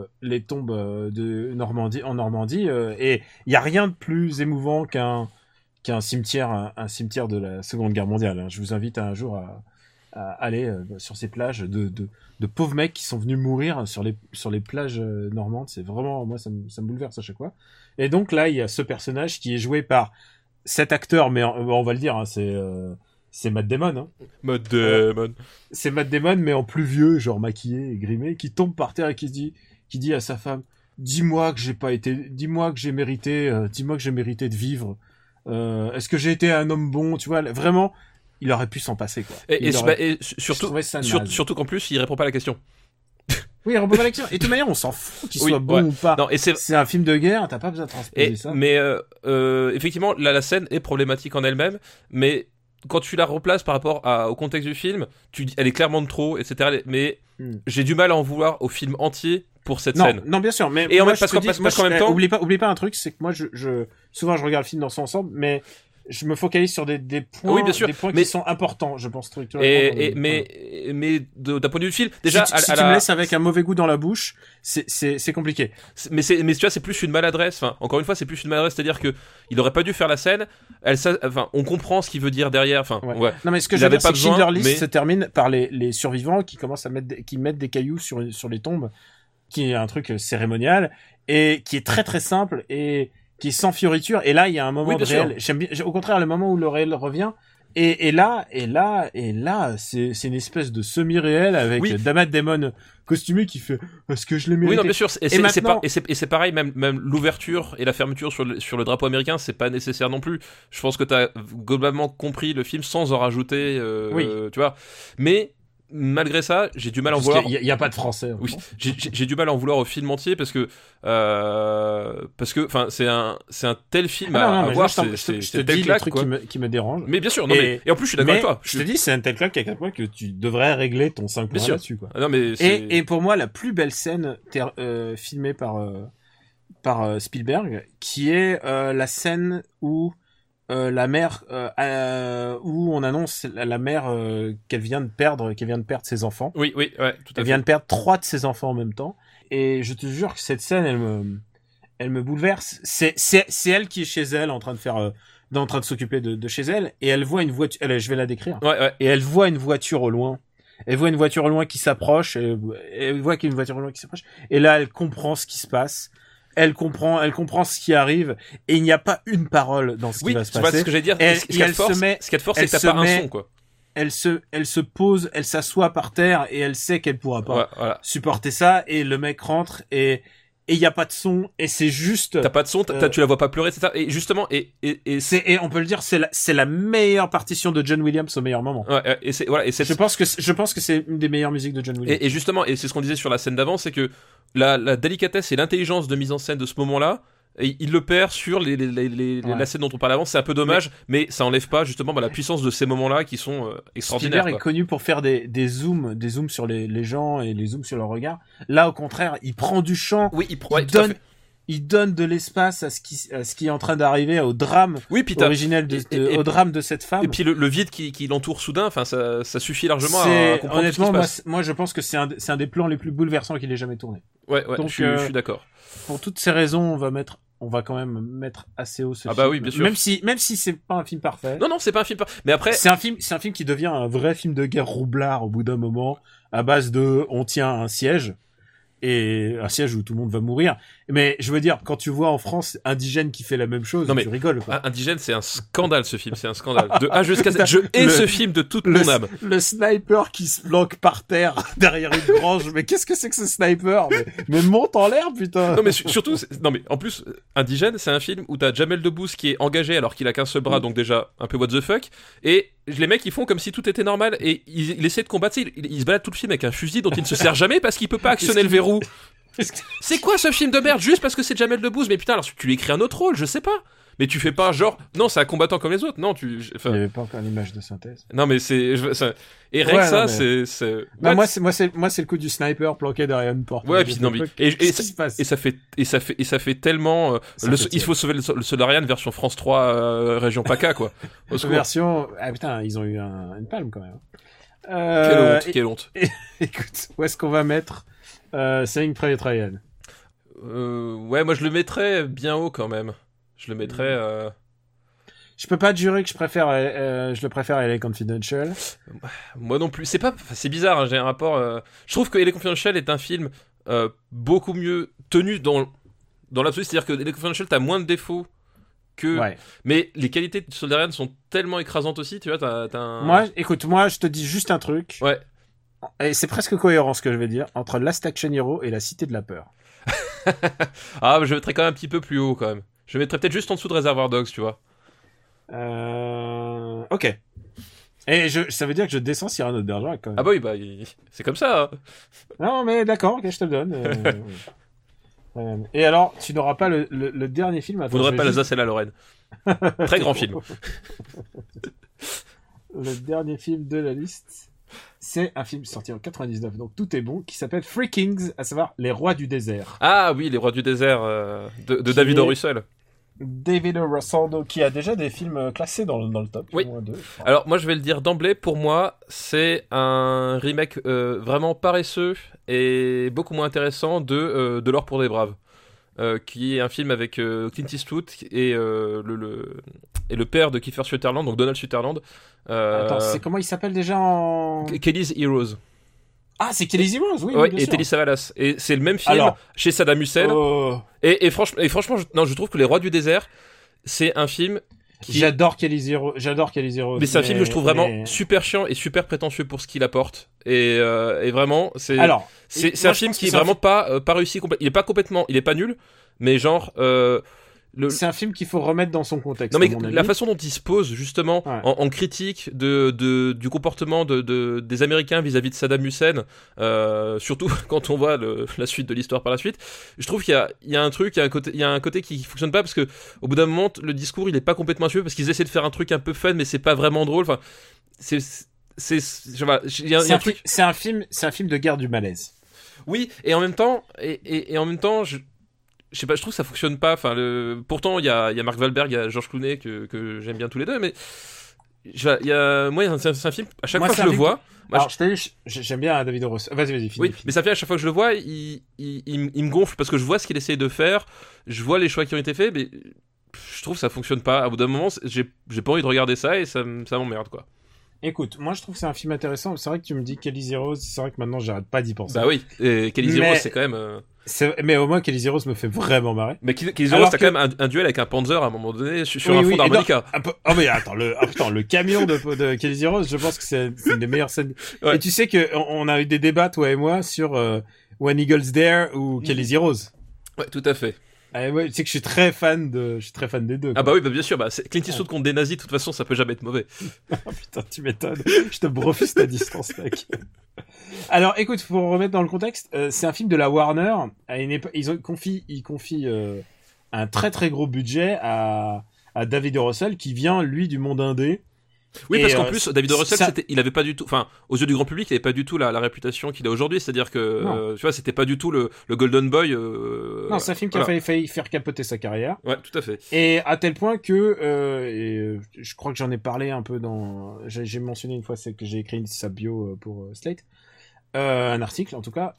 de Normandie en Normandie et il y a rien de plus émouvant qu'un cimetière de la Seconde Guerre mondiale. Je vous invite un jour à aller sur ces plages de pauvres mecs qui sont venus mourir sur les plages normandes. C'est vraiment, moi, ça me bouleverse à chaque fois. Et donc là, il y a ce personnage qui est joué par cet acteur, mais on va le dire, c'est Matt Damon. Hein. Matt Damon. C'est Matt Damon, mais en plus vieux, genre maquillé et grimé, qui tombe par terre et qui dit à sa femme, dis-moi que j'ai mérité de vivre. Est-ce que j'ai été un homme bon, tu vois, vraiment, il aurait pu s'en passer, quoi. Surtout qu'en plus, il répond pas à la question. Oui, robot d'action. Et de toute manière, on s'en fout qu'il soit bon ou pas. Non, et c'est un film de guerre, t'as pas besoin de transposer ça. Mais effectivement, la scène est problématique en elle-même, mais quand tu la replaces par rapport au contexte du film, elle est clairement de trop, etc. Mais j'ai du mal à en vouloir au film entier pour cette scène. Non, bien sûr, mais et moi, parce qu'en même temps, oublie pas un truc, c'est que moi, souvent je regarde le film dans son ensemble, mais je me focalise sur des points, oui, bien sûr, des points qui sont importants, je pense structurellement. Mais d'un point de vue du film, déjà, si tu me laisses avec un mauvais goût dans la bouche, c'est compliqué. Mais tu vois, c'est plus une maladresse. Enfin, encore une fois, c'est plus une maladresse, c'est-à-dire que il aurait pas dû faire la scène. On comprend ce qu'il veut dire derrière. Enfin, ouais. Non, mais ce que je veux dire, c'est que Schindler's List se termine par les survivants qui commencent qui mettent des cailloux sur les tombes, qui est un truc cérémonial et qui est très très simple et qui est sans fioriture. Et là, il y a un moment de réel. J'aime bien, au contraire, le moment où le réel revient. Et là, c'est une espèce de semi-réel avec Matt Damon costumé qui fait est-ce que je l'ai mérité. Oui, non, bien sûr. Et c'est pareil, même l'ouverture et la fermeture sur le drapeau américain, c'est pas nécessaire non plus. Je pense que t'as globalement compris le film sans en rajouter, tu vois. Mais malgré ça, j'ai du mal à en vouloir. Il y a pas de français. Oui, j'ai du mal à en vouloir au film entier parce que enfin c'est un tel film à voir. Je te dis le truc qui me dérange. Mais bien sûr, non, et en plus je suis d'accord avec toi. Je te dis, c'est un tel claque à quel point que tu devrais régler ton 5 points là-dessus, quoi. Non, mais et pour moi, la plus belle scène filmée par Spielberg, qui est la scène où la mère où on annonce la mère qu'elle vient de perdre ses enfants. Oui, ouais, tout à fait. Elle vient de perdre 3 de ses enfants en même temps. Et je te jure que cette scène, elle me bouleverse. C'est elle qui est chez elle en train de s'occuper de chez elle, et elle voit une voiture. Je vais la décrire. Ouais. Et elle voit une voiture au loin. Elle voit une voiture au loin qui s'approche. Et elle voit qu'il y a une voiture au loin qui s'approche. Et là, elle comprend ce qui se passe. Elle comprend ce qui arrive, et il n'y a pas une parole dans ce qui va se passer. Oui, c'est ce que j'allais dire. Ce qui est fort, c'est que t'as pas un son, quoi. Elle se pose, elle s'assoit par terre, et elle sait qu'elle pourra pas supporter ça, et le mec rentre, et il y a pas de son, et c'est juste. T'as pas de son, tu la vois pas pleurer, etc. Et justement, et on peut le dire, c'est la meilleure partition de John Williams au meilleur moment. Ouais, je pense que c'est une des meilleures musiques de John Williams. Et justement, et c'est ce qu'on disait sur la scène d'avant, c'est que la délicatesse et l'intelligence de mise en scène de ce moment-là, et il le perd sur la scène dont on parlait avant. C'est un peu dommage, mais ça enlève pas justement la puissance de ces moments-là qui sont extraordinaires. Spielberg est connu pour faire des zooms sur les gens et les zooms sur leur regard. Là, au contraire, il prend du champ. Oui, il donne de l'espace à ce qui est en train d'arriver, au drame originel au drame de cette femme. Et puis le vide qui l'entoure soudain, enfin ça suffit largement à comprendre. Honnêtement, ce qui se passe. moi je pense que c'est un des plans les plus bouleversants qu'il ait jamais tourné. Ouais, donc, je suis d'accord. Pour toutes ces raisons, on va quand même mettre assez haut ce film. Bah oui, bien sûr. Même si c'est pas un film parfait. Non, c'est pas un film parfait. Mais après, c'est un film qui devient un vrai film de guerre roublard au bout d'un moment, à base de on tient un siège. Et un siège où tout le monde va mourir. Mais je veux dire, quand tu vois en France Indigène qui fait la même chose, tu rigoles, quoi. Indigène, c'est un scandale, ce film, c'est un scandale. De A jusqu'à Z. Je hais ce film de toute mon âme. Le sniper qui se bloque par terre derrière une grange. Mais qu'est-ce que c'est que ce sniper? Mais monte en l'air, putain. Non, mais surtout, en plus, Indigène, c'est un film où t'as Jamel Debbouze qui est engagé alors qu'il a qu'un seul bras, donc déjà, un peu what the fuck. Et les mecs, ils font comme si tout était normal, et il essaie de combattre, il se balade tout le film avec un fusil dont il ne se sert jamais parce qu'il peut pas actionner le verrou. C'est quoi ce film de merde juste parce que c'est Jamel Debbouze? Mais putain, alors tu lui écris un autre rôle, je sais pas. Mais tu fais pas genre non, c'est un combattant comme les autres. Non, il y avait pas encore l'image de synthèse. Non, mais et rien que ça, c'est moi c'est le coup du sniper planqué derrière une porte. Ouais, puis non, mais et ça fait tellement il faut sauver le Solarian version France 3 région PACA, quoi. Version putain, ils ont eu une palme quand même. Quelle honte. Écoute, où est-ce qu'on va mettre Saving Private Ryan? Ouais, moi je le mettrais bien haut quand même. Je le mettrais. Je peux pas te jurer que je le préfère à LA Confidential. Moi non plus. C'est bizarre. Hein, j'ai un rapport. Je trouve que LA Confidential est un film beaucoup mieux tenu dans l'absolu. C'est-à-dire que LA Confidential, t'as moins de défauts que. Ouais. Mais les qualités de Solarian sont tellement écrasantes aussi. Tu vois, t'as un. Moi, je te dis juste un truc. Ouais. Et c'est presque cohérent ce que je vais dire entre Last Action Hero et La Cité de la Peur. Je mettrais quand même un petit peu plus haut quand même. Je mettrais peut-être juste en dessous de Reservoir Dogs, tu vois. Ok. Et ça veut dire que je descends Cyrano de Bergerac quand même. Ah bah oui, c'est comme ça. Hein. Non, mais d'accord, ok, je te le donne. Et alors, tu n'auras pas le dernier film. Attends, vous n'aurez pas l'Alsace et la Lorraine. Très grand film. Le dernier film de la liste, c'est un film sorti en 99, donc tout est bon, qui s'appelle Three Kings, à savoir Les Rois du désert. Ah oui, Les Rois du désert de David O. Russell. David O. Russell, qui a déjà des films classés dans le top. Oui. Alors moi je vais le dire d'emblée, pour moi c'est un remake vraiment paresseux et beaucoup moins intéressant de L'Or pour des Braves. Qui est un film avec Clint Eastwood et le père de Kiefer Sutherland, donc Donald Sutherland. Attends, c'est comment il s'appelle déjà en... Kelly's Heroes. Ah, c'est Kelly's Heroes, oui, ouais, bien et sûr. Telly Savalas. Et c'est le même film chez Saddam Hussein. Et franchement, je trouve que Les Rois du désert, c'est un film J'adore Kelly's Heroes. Mais c'est un film que je trouve vraiment super chiant et super prétentieux pour ce qu'il apporte. Et vraiment, c'est un film qui est vraiment pas réussi. Il est pas complètement, il est pas nul, mais genre. C'est un film qu'il faut remettre dans son contexte. Non mais la façon dont il se pose justement en critique du comportement des Américains vis-à-vis de Saddam Hussein, surtout quand on voit la suite de l'histoire par la suite, je trouve qu'il y a un truc, il y a un côté qui fonctionne pas parce que au bout d'un moment le discours il est pas complètement assuré parce qu'ils essaient de faire un truc un peu fun mais c'est pas vraiment drôle. Enfin, il y a un truc. C'est un film de guerre du malaise. Oui, et en même temps, je sais pas, je trouve que ça fonctionne pas. Enfin, pourtant, il y a Mark Wahlberg, il y a George Clooney que j'aime bien tous les deux, mais c'est un film. À chaque fois que je le vois, alors je t'ai dit, j'aime bien David O. Russell. Vas-y, finis. Oui, mais ça fait à chaque fois que je le vois, il me gonfle parce que je vois ce qu'il essaye de faire, je vois les choix qui ont été faits, mais je trouve que ça fonctionne pas. À bout d'un moment, j'ai pas envie de regarder ça et ça m'emmerde quoi. Écoute, moi je trouve que c'est un film intéressant. C'est vrai que tu me dis Kelly's Heroes, c'est vrai que maintenant j'arrête pas d'y penser. Bah oui, Kelly's Heroes c'est quand même. Mais au moins Kelly's Heroes me fait vraiment marrer. Mais Kelly's Heroes t'as quand même un duel avec un Panzer à un moment donné sur un fond d'harmonica. Oh mais attends, le camion de Kelly's Heroes, je pense que c'est une des meilleures scènes. Ouais. Et tu sais que on a eu des débats toi et moi sur When Eagles Dare ou Kelly's Heroes. Ouais, tout à fait. Ouais, tu sais que je suis très fan des deux. Quoi. Ah bah oui, bah bien sûr, Clint Eastwood contre des nazis, de toute façon, ça peut jamais être mauvais. Oh putain, tu m'étonnes. Je te refuse ta distance, mec. Alors, écoute, pour remettre dans le contexte, c'est un film de la Warner. Ils confient un très très gros budget à David O. Russell, qui vient lui du monde indé. Oui, parce qu'en plus, David O. Russell, il avait pas du tout, enfin, aux yeux du grand public, il avait pas du tout la réputation qu'il a aujourd'hui. C'est-à-dire que, tu vois, c'était pas du tout le Golden Boy. Non, c'est un film qui a failli faire capoter sa carrière. Ouais, tout à fait. Et à tel point que, je crois que j'en ai parlé un peu j'ai mentionné une fois, c'est que j'ai écrit sa bio pour Slate, un article en tout cas.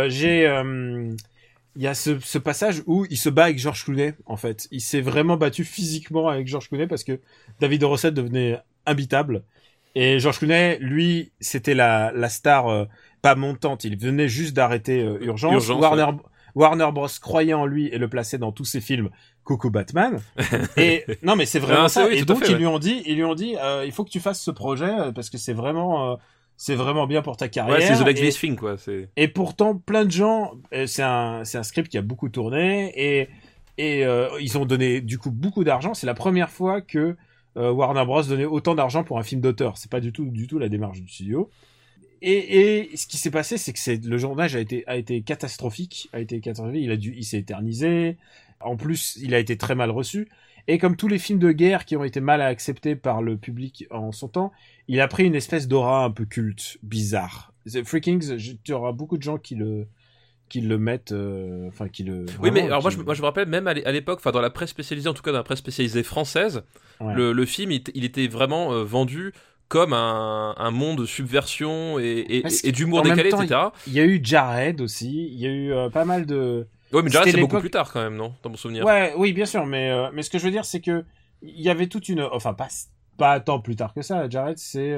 Il y a ce passage où il se bat avec George Clooney, en fait. Il s'est vraiment battu physiquement avec George Clooney parce que David O. Russell devenait imbitable. Et George Clooney, lui, c'était la star pas montante. Il venait juste d'arrêter Urgence. Warner Bros croyait en lui et le plaçait dans tous ses films. Coucou Batman. Et non, mais c'est vraiment ça. Et donc ils lui ont dit, il faut que tu fasses ce projet parce que c'est vraiment bien pour ta carrière. Ouais, c'est The Next Thing, quoi. Et pourtant, plein de gens, c'est un script qui a beaucoup tourné et ils ont donné du coup beaucoup d'argent. C'est la première fois que Warner Bros donnait autant d'argent pour un film d'auteur. C'est pas du tout la démarche du studio. Et ce qui s'est passé, c'est que le journage a été catastrophique. Il s'est éternisé. En plus, il a été très mal reçu. Et comme tous les films de guerre qui ont été mal acceptés par le public en son temps, il a pris une espèce d'aura un peu culte, bizarre. The Three Kings, tu auras beaucoup de gens qui le mettent, Oui, mais alors moi je me rappelle même à l'époque, enfin dans la presse spécialisée, en tout cas dans la presse spécialisée française, ouais. Le film il était vraiment vendu comme un monde de subversion et d'humour décalé, etc. Il y a eu Jared aussi, il y a eu pas mal de... Ouais, mais Jared c'est beaucoup plus tard quand même, non, dans mon souvenir. Ouais, oui, bien sûr, mais ce que je veux dire, c'est que il y avait toute une, enfin pas tant plus tard que ça. Jared, c'est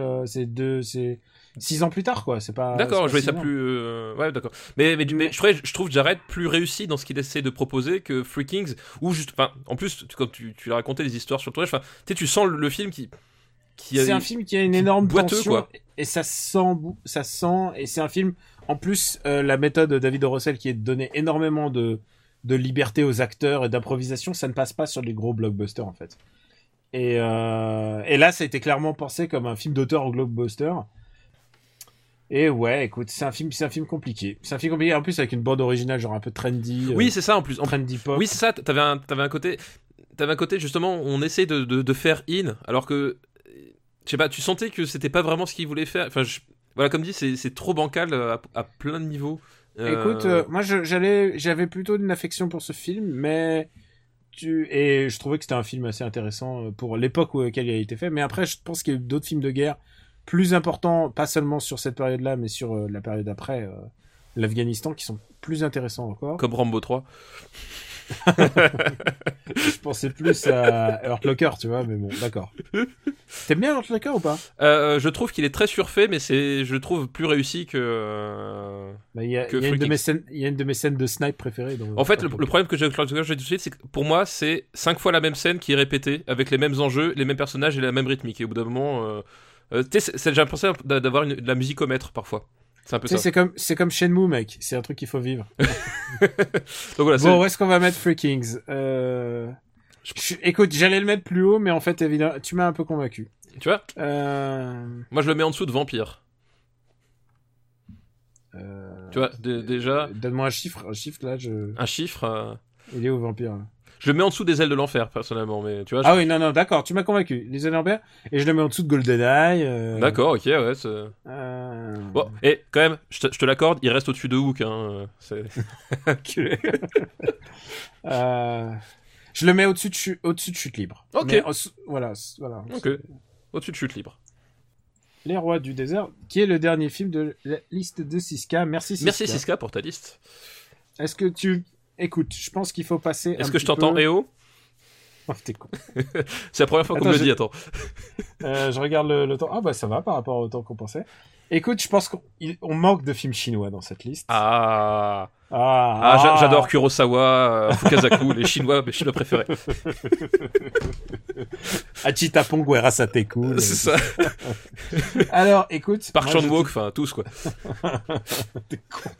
6 ans plus tard, quoi. C'est pas. D'accord, je voyais ça plus. Ouais, d'accord. Mais je trouve Jared plus réussi dans ce qu'il essaie de proposer que Three Kings, ou juste, enfin, en plus, quand tu as raconté les histoires sur le tournage, enfin, tu sens le film qui c'est un film qui a une énorme boiteux, tension, quoi. Et ça sent, et c'est un film. En plus, la méthode de David O. Russell qui est de donner énormément de liberté aux acteurs et d'improvisation, ça ne passe pas sur les gros blockbusters, en fait. Et là, ça a été clairement pensé comme un film d'auteur au blockbuster. Et ouais, écoute, c'est un film compliqué. C'est un film compliqué, en plus, avec une bande originale, genre un peu trendy. Oui, c'est ça, en plus. Trendy pop. Oui, c'est ça, t'avais un côté, justement, on essaie de faire alors que, je sais pas, tu sentais que c'était pas vraiment ce qu'il voulait faire. Enfin, voilà, comme dit, c'est trop bancal à plein de niveaux. Écoute, moi, j'avais plutôt une affection pour ce film, mais et je trouvais que c'était un film assez intéressant pour l'époque auquel il a été fait. Mais après, je pense qu'il y a eu d'autres films de guerre plus importants, pas seulement sur cette période-là, mais sur la période après, l'Afghanistan, qui sont plus intéressants encore. Comme Rambo 3. Je pensais plus à Hurt Locker, tu vois, mais bon, d'accord. T'aimes bien Hurt Locker ou pas? Je trouve qu'il est très surfait, mais je le trouve plus réussi que. Il y a une de mes scènes de snipe préférées. En fait, le problème que j'ai avec Hurt Locker, je vais tout de suite, c'est que pour moi, c'est 5 fois la même scène qui est répétée, avec les mêmes enjeux, les mêmes personnages et la même rythmique. Et au bout d'un moment, j'ai l'impression d'avoir de la musicomètre parfois. C'est un peu ça. C'est comme Shenmue, mec. C'est un truc qu'il faut vivre. Donc voilà, bon, où est-ce qu'on va mettre Three Kings? Écoute, j'allais le mettre plus haut, mais en fait, évidemment, tu m'as un peu convaincu. Tu vois? Moi, je le mets en dessous de Vampire. Tu vois, déjà. Donne-moi un chiffre là. Un chiffre. Il est où, Vampire là? Je le mets en dessous des Ailes de l'Enfer, personnellement, mais tu vois. Ah oui, non, d'accord, tu m'as convaincu. Les Ailes de l'Enfer, et je le mets en dessous de GoldenEye. D'accord, ok, ouais. Bon, et quand même, je te l'accorde, il reste au-dessus de Hook, hein. Enculé. Je le mets au-dessus de Chute Libre. Ok. Mais, voilà. Ok. Au-dessus de Chute Libre. Les Rois du désert, qui est le dernier film de la liste de Siska. Merci Siska. Merci Siska pour ta liste. Est-ce que écoute, je pense qu'il faut passer. Est-ce que je t'entends EO? Oh, t'es con. C'est la première fois qu'on me le dit, attends. Je regarde le temps. Ah bah ça va par rapport au temps qu'on pensait. Écoute, je pense qu'on manque de films chinois dans cette liste. J'adore Kurosawa, Fukasaku, les Chinois, mes Chinois préférés. Achitapon, Guerra t'es cool. C'est ça. Alors, écoute. Park Chan-wook, enfin, tous, quoi. T'es con.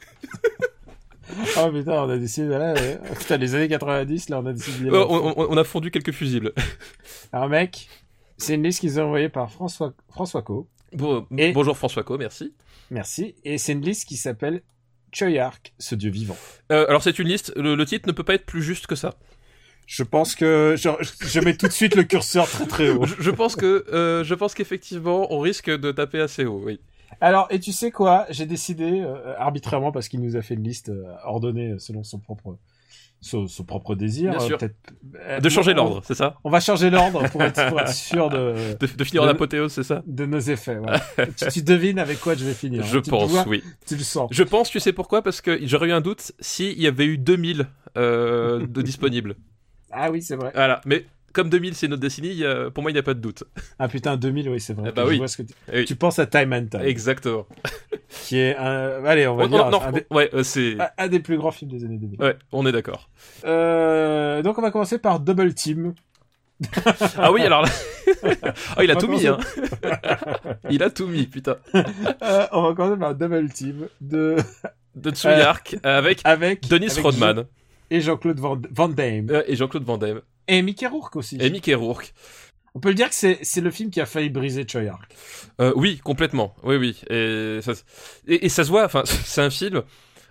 Oh putain, on a décidé, là, putain, les années 90, là, on a décidé. On a fondu quelques fusibles. Alors, mec, c'est une liste qu'ils ont envoyée par François Co. Bonjour François Co, merci. Merci. Et c'est une liste qui s'appelle Choyark, ce dieu vivant. Alors, c'est une liste, le titre ne peut pas être plus juste que ça. Je pense que je mets tout de suite le curseur très très haut. Je pense qu'effectivement, on risque de taper assez haut, oui. Alors, et tu sais quoi? J'ai décidé, arbitrairement, parce qu'il nous a fait une liste ordonnée selon son propre désir. Bien sûr. De changer l'ordre, c'est ça? On va changer l'ordre pour être sûr de finir en apothéose, c'est ça? De nos effets, voilà. tu devines avec quoi je vais finir. Je pense, oui. Tu le sens. Je pense, tu sais pourquoi? Parce que j'aurais eu un doute s'il y avait eu 2000 de disponibles. Ah oui, c'est vrai. Voilà, mais comme 2000 c'est notre décennie, pour moi il n'y a pas de doute. Ah putain, 2000, oui, c'est vrai. Bah oui. Je vois ce que tu penses à Time and Time. Exactement. Qui est allez, on va dire c'est un des plus grands films des années 2000. Ouais, on est d'accord. Donc on va commencer par Double Team. Ah oui, alors là... oh, il a tout mis, hein. Il a tout mis, putain. On va commencer par Double Team de Choyark avec Dennis Rodman. Et Jean-Claude Van Damme. Et Jean-Claude Van Damme. Et Mickey Rourke aussi. On peut le dire que c'est le film qui a failli briser Choyark. Oui, complètement. Oui. Et ça se voit, enfin, c'est un film...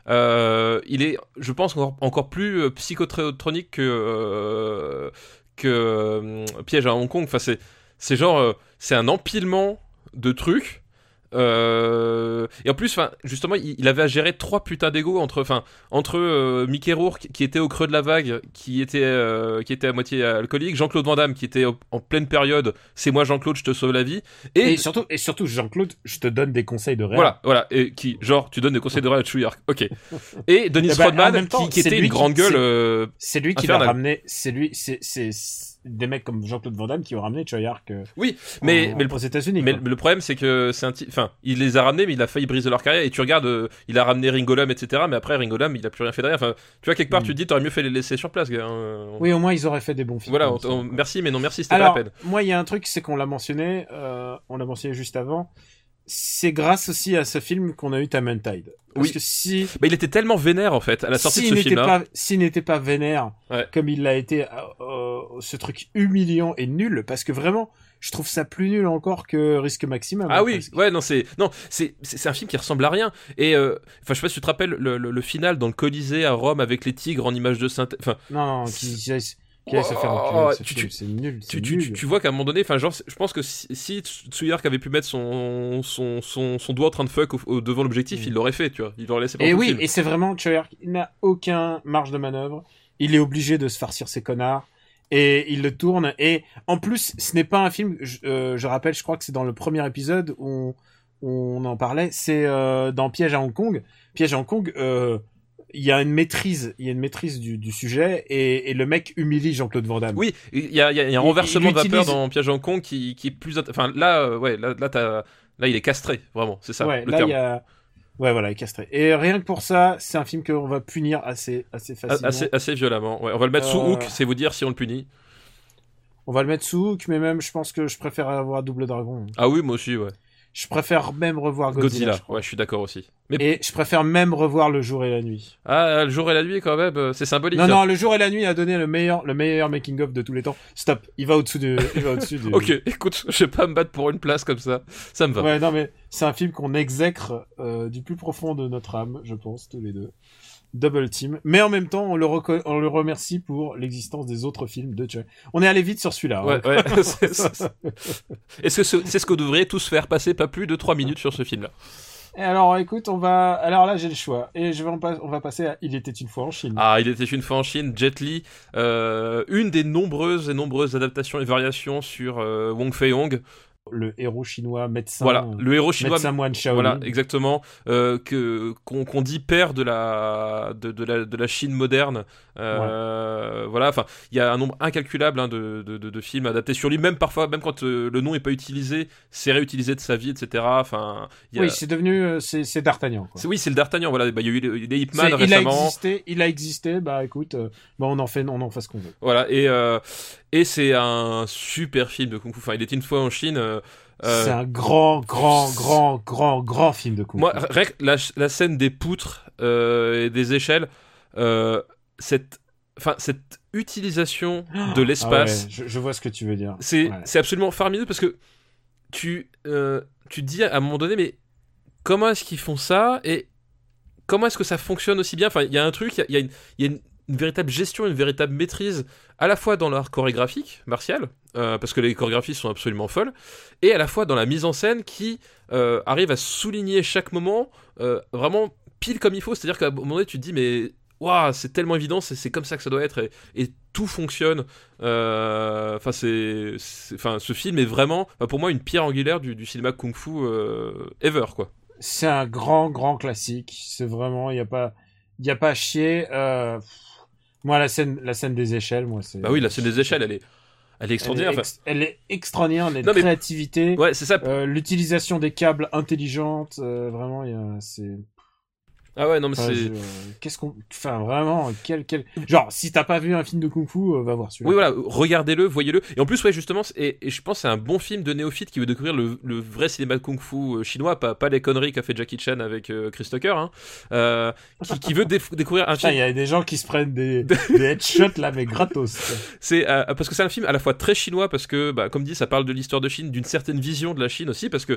il est, je pense, encore plus psychotronique que Piège à Hong Kong. Enfin, c'est genre, c'est un empilement de trucs. Et en plus, enfin, justement, il avait à gérer 3 putains d'ego entre Mickey Rourke qui était au creux de la vague, qui était à moitié alcoolique, Jean-Claude Van Damme qui était en pleine période, c'est moi Jean-Claude, je te sauve la vie, et surtout Jean-Claude, je te donne des conseils de réel. Voilà, et qui, genre, tu donnes des conseils de réel à Choyark, ok. Et Denis Rodman qui était une grande gueule. C'est lui qui l'a ramené. C'est des mecs comme Jean-Claude Van Damme qui ont ramené Choyark oui, mais aux États-Unis. Mais le problème, c'est que il les a ramenés, mais il a failli briser leur carrière. Et tu regardes, il a ramené Ringo Lam, etc. Mais après, Ringo Lam, il a plus rien fait derrière. Enfin, tu vois, quelque part, tu te dis, t'aurais mieux fait les laisser sur place, gars. Oui, au moins, ils auraient fait des bons films. Voilà, merci, mais non merci, c'était pas la peine. Moi, il y a un truc, c'est qu'on l'a mentionné, juste avant. C'est grâce aussi à ce film qu'on a eu Time and Tide. Parce que il était tellement vénère, en fait, à la sortie de ce film-là. S'il n'était pas vénère, comme il l'a été ce truc humiliant et nul, parce que vraiment, je trouve ça plus nul encore que Risque Maximum. Ah oui, presque. ouais, non, c'est un film qui ressemble à rien. Et enfin, je sais pas si tu te rappelles le final dans le Colisée à Rome avec les tigres en images de synthèse. Enfin, Non, qui allait se faire enculer, ce film, c'est nul. tu vois qu'à un moment donné, enfin, genre, je pense que si Tsuyark avait pu mettre son doigt en train de fuck devant l'objectif, il l'aurait fait, tu vois. Il l'aurait laissé pendant Et tout le oui, film. et c'est vraiment Tsuyark, il n'a aucun marge de manœuvre. Il est obligé de se farcir ces connards. Et il le tourne. Et en plus, ce n'est pas un film. Je rappelle, je crois que c'est dans le premier épisode où on en parlait. C'est dans Piège à Hong Kong. Piège à Hong Kong. Il y a une maîtrise du sujet et le mec humilie Jean-Claude Van Damme. Oui, il y a un renversement il de vapeur utilise- dans Piège à Hong Kong qui est plus. Enfin, là, là, il est castré, vraiment. C'est ça. Ouais, le là terme. il y a. Ouais, voilà, il est castré. Et rien que pour ça, c'est un film qu'on va punir assez facilement. Assez violemment. Ouais, on va le mettre sous hook, c'est vous dire si on le punit. On va le mettre sous hook, mais même, je pense que je préfère avoir Double Dragon. Ah oui, moi aussi, ouais. Je préfère même revoir Godzilla. je crois. Ouais, je suis d'accord aussi. Mais Et je préfère même revoir Le Jour et la Nuit. ah, le jour et la nuit, quand même, c'est symbolique. Non, hein. non, Le Jour et la Nuit a donné le meilleur making-of de tous les temps. Stop, il va au-dessus du... Ok, écoute, je vais pas me battre pour une place comme ça. Ça me va. Ouais, non, mais c'est un film qu'on exècre du plus profond de notre âme, je pense, tous les deux. Double Team. Mais en même temps, on le remercie pour l'existence des autres films de Chuck. On est allé vite sur celui-là. Ouais, hein. ouais. Est-ce que c'est ce que vous devriez tous faire passer pas plus de 3 minutes sur ce film-là? Et alors, écoute, alors là, j'ai le choix. Et on va passer à Il était une fois en Chine. Ah, il était une fois en Chine, Jet Li, une des nombreuses adaptations et variations sur Wong Fei-hong. Le héros chinois, médecin. Voilà, le héros chinois. Médecin moine Shaolin. Voilà, exactement. Qu'on dit père de la Chine moderne. Voilà, enfin, il y a un nombre incalculable de films adaptés sur lui. Même parfois, même quand le nom est pas utilisé, c'est réutilisé de sa vie, etc. Enfin, Oui, c'est devenu, c'est D'Artagnan. Quoi. C'est le D'Artagnan. Voilà, il y a eu les Ip Man récemment. Il a existé. Bah écoute, on en fait ce qu'on veut. Voilà, et c'est un super film de Kung Fu. Enfin, il était une fois en Chine. C'est un grand film de Kung Fu. Moi, rien que la scène des poutres et des échelles, cette utilisation de l'espace, ouais, je vois ce que tu veux dire. c'est absolument faramineux parce que tu te dis à un moment donné, mais comment est-ce qu'ils font ça et comment est-ce que ça fonctionne aussi bien? Enfin, il y a un truc, il y a une véritable gestion, une véritable maîtrise à la fois dans l'art chorégraphique martial, parce que les chorégraphies sont absolument folles, et à la fois dans la mise en scène qui arrive à souligner chaque moment vraiment pile comme il faut. C'est-à-dire qu'à un moment donné tu te dis mais waouh, c'est tellement évident, c'est comme ça que ça doit être, et tout fonctionne. Enfin, ce film est vraiment, pour moi, une pierre angulaire du cinéma kung-fu ever, quoi. C'est un grand classique. C'est vraiment, il y a pas à chier. Moi, la scène des échelles, moi, c'est. Bah oui, la scène des échelles, elle est extraordinaire. Elle est extraordinaire, la créativité. Ouais, c'est ça. L'utilisation des câbles intelligente, vraiment, c'est. Ah ouais, non, mais Enfin, vraiment, Genre, si t'as pas vu un film de Kung Fu, va voir celui-là. Oui, voilà, regardez-le, voyez-le. Et en plus, ouais, justement, et je pense que c'est un bon film de néophyte qui veut découvrir le vrai cinéma de Kung Fu chinois, pas les conneries qu'a fait Jackie Chan avec Chris Tucker, hein. Qui veut découvrir un film. Il y a des gens qui se prennent des headshots, là, mais gratos. C'est parce que c'est un film à la fois très chinois, parce que, comme dit, ça parle de l'histoire de Chine, d'une certaine vision de la Chine aussi, parce que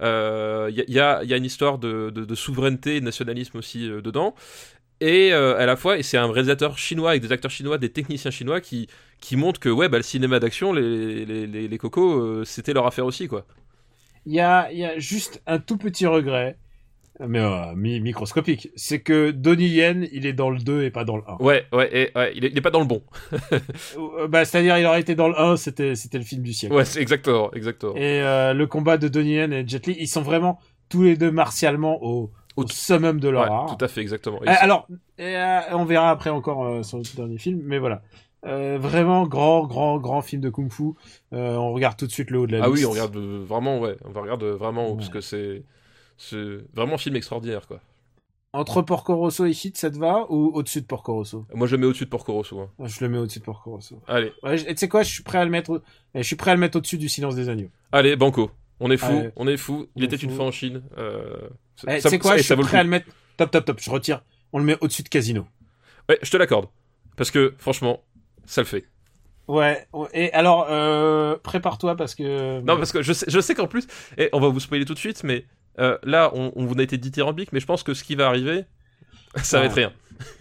y a une histoire de souveraineté et de nationalisme aussi dedans, et à la fois, et c'est un réalisateur chinois avec des acteurs chinois, des techniciens chinois qui montrent que le cinéma d'action, les cocos, c'était leur affaire aussi, quoi. Il y a juste un tout petit regret, mais microscopique, c'est que Donnie Yen, il est dans le 2 et pas dans le 1. Ouais, il est pas dans le bon. C'est-à-dire, il aurait été dans le 1, c'était le film du siècle. Ouais, c'est exactement. Et le combat de Donnie Yen et Jet Li, ils sont vraiment tous les deux martialement au summum de leur art. Tout à fait, exactement. Alors, on verra après encore sur le dernier film, mais voilà. Vraiment grand film de Kung Fu. On regarde tout de suite le haut de la liste. Ah oui, on regarde vraiment, ouais. On va regarder vraiment haut, parce que c'est vraiment un film extraordinaire, quoi. Entre Porco Rosso et Hit, ça te va, ou au-dessus de Porco Rosso? Moi, je le mets au-dessus de Porco Rosso. Hein. Je le mets au-dessus de Porco Rosso. Allez. Ouais, tu sais quoi, je suis prêt à le mettre au-dessus du Silence des agneaux. Allez, banco. On est fou, Allez. on est fou. Il était une fois en Chine. Tu sais quoi, je suis prêt à le mettre. Top, je retire. On le met au-dessus de Casino. Ouais, je te l'accorde. Parce que, franchement, ça le fait. Ouais. Et alors, prépare-toi parce que. Non, parce que je sais qu'en plus, et on va vous spoiler tout de suite, mais là, on vous a été dithyrambique, mais je pense que ce qui va arriver, ça va être rien.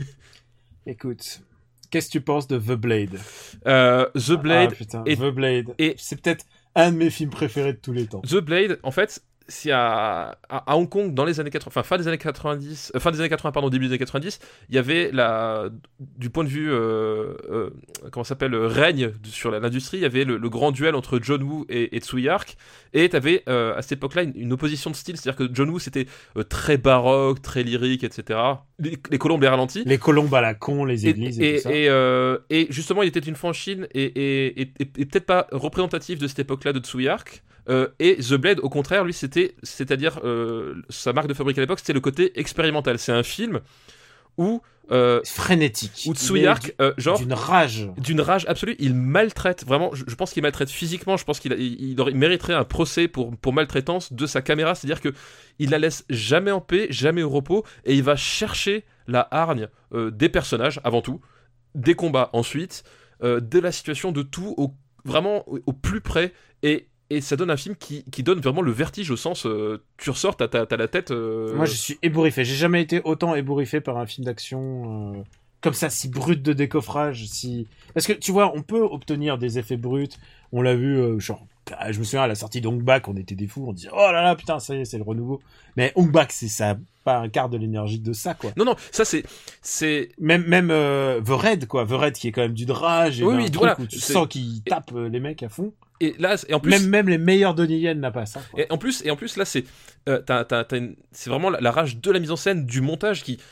Écoute, qu'est-ce que tu penses de The Blade? The Blade. Putain, The Blade. Et c'est peut-être un de mes films préférés de tous les temps. The Blade, en fait, c'est à Hong Kong dans les années 80, enfin fin des années 90, fin des années 80 pardon, début des années 90, il y avait du point de vue comment ça s'appelle, règne sur l'industrie, il y avait le grand duel entre John Woo et Tsui Hark, et t'avais à cette époque-là une opposition de style, c'est-à-dire que John Woo c'était très baroque, très lyrique, etc. Les colombes, les ralentis, les colombes à la con, les églises et tout ça. Et justement, il était une fois en Chine et peut-être pas représentatif de cette époque-là de Tsui Hark. Et The Blade, au contraire, lui, c'est-à-dire sa marque de fabrique à l'époque, c'était le côté expérimental. C'est un film où frénétique, où Tsui Hark, genre d'une rage absolue, il maltraite vraiment. Je pense qu'il maltraite physiquement. Je pense il mériterait un procès pour maltraitance de sa caméra. C'est-à-dire que il la laisse jamais en paix, jamais au repos, et il va chercher la hargne des personnages avant tout, des combats ensuite, de la situation, de tout vraiment au plus près. Et ça donne un film qui donne vraiment le vertige, au sens tu ressors, t'as la tête. Moi, je suis ébouriffé. J'ai jamais été autant ébouriffé par un film d'action comme ça, si brut de décoffrage, parce que tu vois, on peut obtenir des effets bruts. On l'a vu, genre, je me souviens à la sortie d'Hong Bak, on était des fous, on disait oh là là, putain, ça y est, c'est le renouveau. Mais Hong Bak, c'est ça, pas un quart de l'énergie de ça, quoi. Non, ça c'est même The Raid, quoi. The Raid qui est quand même du drage et oui, voilà, où tu sens qu'il tape les mecs à fond. Et là, et en plus, même les meilleurs Donnie Yen n'a pas ça, quoi. Et en plus là, c'est c'est vraiment la rage de la mise en scène, du montage qui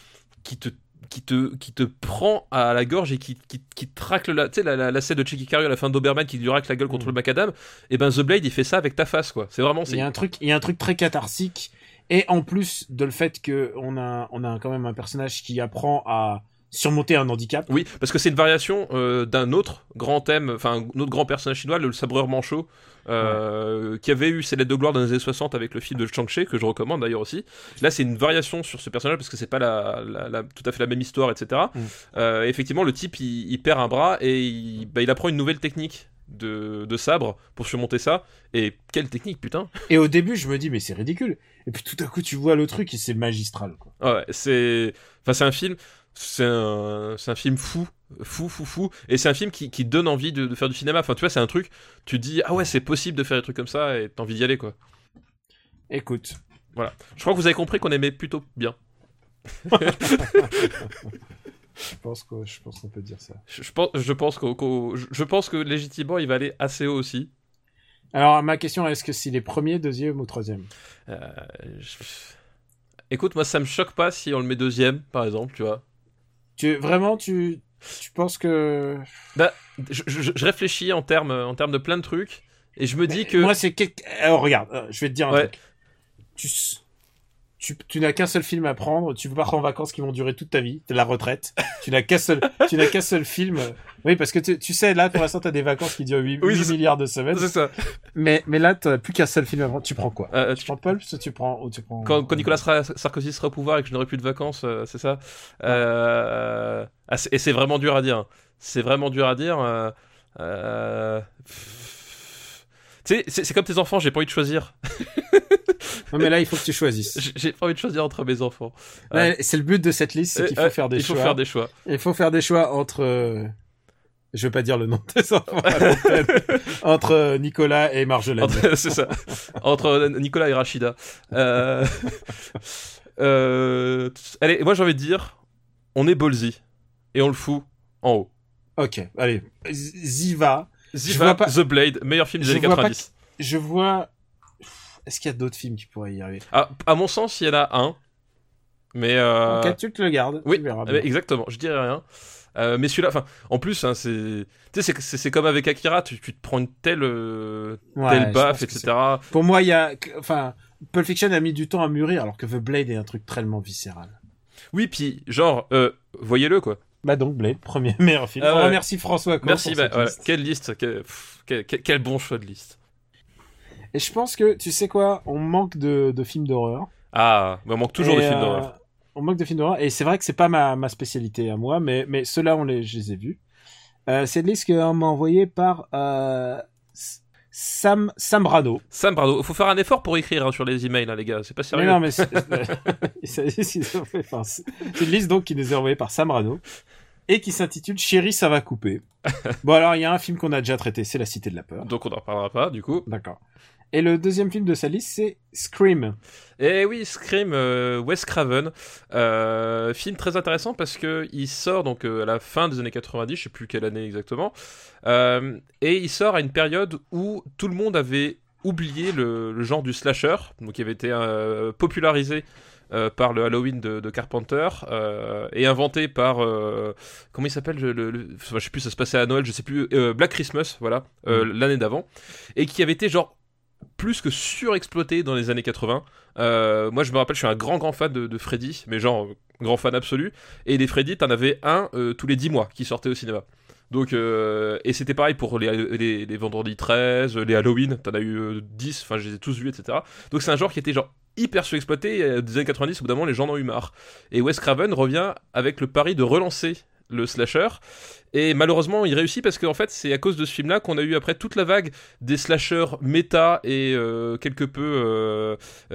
te prend à la gorge et qui te racle la scène de Checky Cario à la fin d'Oberman qui lui racle la gueule contre le macadam. Et ben The Blade, il fait ça avec ta face, quoi. C'est vraiment. Il y a un truc très catharsique, et en plus de le fait que on a quand même un personnage qui apprend à surmonter un handicap. Oui, parce que c'est une variation d'un autre grand thème, enfin un autre grand personnage chinois, le sabreur manchot, qui avait eu ses lettres de gloire dans les années 60 avec le film de Shang-Chi, que je recommande d'ailleurs aussi. Là, c'est une variation sur ce personnage parce que c'est pas tout à fait la même histoire, etc. Effectivement, le type il perd un bras et il apprend une nouvelle technique de sabre pour surmonter ça. Et quelle technique, putain! Et au début, je me dis mais c'est ridicule. Et puis tout à coup, tu vois le truc et c'est magistral, quoi. Ouais, c'est un film. C'est un film fou, et c'est un film qui donne envie de faire du cinéma. Enfin, tu vois, c'est un truc, tu te dis ah ouais, c'est possible de faire des trucs comme ça, et t'as envie d'y aller, quoi. Écoute, voilà. Je crois que vous avez compris qu'on aimait plutôt bien. Je pense qu'on peut dire ça. Je pense que légitimement, il va aller assez haut aussi. Alors, ma question, est-ce que c'est les premiers, deuxième ou troisième? Écoute, moi, ça me choque pas si on le met deuxième, par exemple, tu vois. Tu penses que... Bah, je réfléchis en termes de plein de trucs, et je me dis que... Moi, alors, regarde, je vais te dire un truc. Tu n'as qu'un seul film à prendre, tu peux partir en vacances qui vont durer toute ta vie, t'es la retraite, tu n'as qu'un seul film. Oui, parce que tu sais, là, pour l'instant, t'as des vacances qui durent 8 milliards de semaines. C'est ça. Mais là, t'as plus qu'un seul film à prendre. Tu prends quoi? Tu prends Pulp, tu prends... Quand Nicolas Sarkozy sera au pouvoir et que je n'aurai plus de vacances, c'est ça. Et c'est vraiment dur à dire. C'est vraiment dur à dire. Tu sais, c'est comme tes enfants, j'ai pas envie de choisir. Non, mais là, il faut que tu choisisses. J'ai pas envie de choisir entre mes enfants. Ouais, c'est le but de cette liste, c'est qu'il faut faire des choix. Il faut faire des choix. Il faut faire des choix entre... Je vais pas dire le nom de tes enfants à l'antenne. Entre Nicolas et Marjolaine. C'est ça. Entre Nicolas et Rachida. Allez, moi j'ai envie de dire, on est ballsy. Et on le fout en haut. Ok, allez. Ziva, The Blade, meilleur film des années 90. Je vois... Est-ce qu'il y a d'autres films qui pourraient y arriver? À mon sens, il y en a un. Mais ok, tu te le gardes. Oui, tu verras bien. Exactement. Je dirais rien. Mais celui-là, enfin, en plus, hein, c'est comme avec Akira, tu te prends une telle baffe, etc. Pour moi, Pulp Fiction a mis du temps à mûrir, alors que The Blade est un truc tellement viscéral. Oui, puis genre, voyez-le, quoi. Bah donc Blade, premier meilleur film. On remercie François. Merci. Quelle liste, quel bon choix de liste. Et je pense que, tu sais quoi, on manque de films d'horreur. Ah, mais on manque toujours de films d'horreur. On manque de films d'horreur, et c'est vrai que c'est pas ma spécialité à moi, mais ceux-là, je les ai vus. C'est une liste qu'on m'a envoyée par Sam Brado. Sam Brado. Faut faire un effort pour écrire hein, sur les emails, hein, les gars. C'est pas sérieux. Mais non, mais c'est une liste donc qui nous est envoyée par Sam Brado et qui s'intitule Chérie, ça va couper. Bon, alors il y a un film qu'on a déjà traité, c'est La Cité de la Peur. Donc on n'en reparlera pas, du coup. D'accord. Et le deuxième film de sa liste, c'est Scream. Et oui, Scream, Wes Craven. Film très intéressant parce que il sort donc à la fin des années 90, je sais plus quelle année exactement. Et il sort à une période où tout le monde avait oublié le genre du slasher, donc qui avait été popularisé par le Halloween de Carpenter et inventé par comment il s'appelle je sais plus, ça se passait à Noël, je sais plus, Black Christmas, voilà, l'année d'avant, et qui avait été genre plus que surexploité dans les années 80. Moi je me rappelle, je suis un grand fan de Freddy, mais genre grand fan absolu, et des Freddy t'en avais un tous les 10 mois qui sortait au cinéma. Donc et c'était pareil pour les vendredis 13, les Halloween, t'en as eu 10, enfin je les ai tous vus, etc. Donc c'est un genre qui était genre hyper surexploité, des années 90, au bout d'un moment les gens en ont eu marre. Et Wes Craven revient avec le pari de relancer le slasher, et malheureusement il réussit parce qu'en fait c'est à cause de ce film là qu'on a eu après toute la vague des slashers méta et quelque peu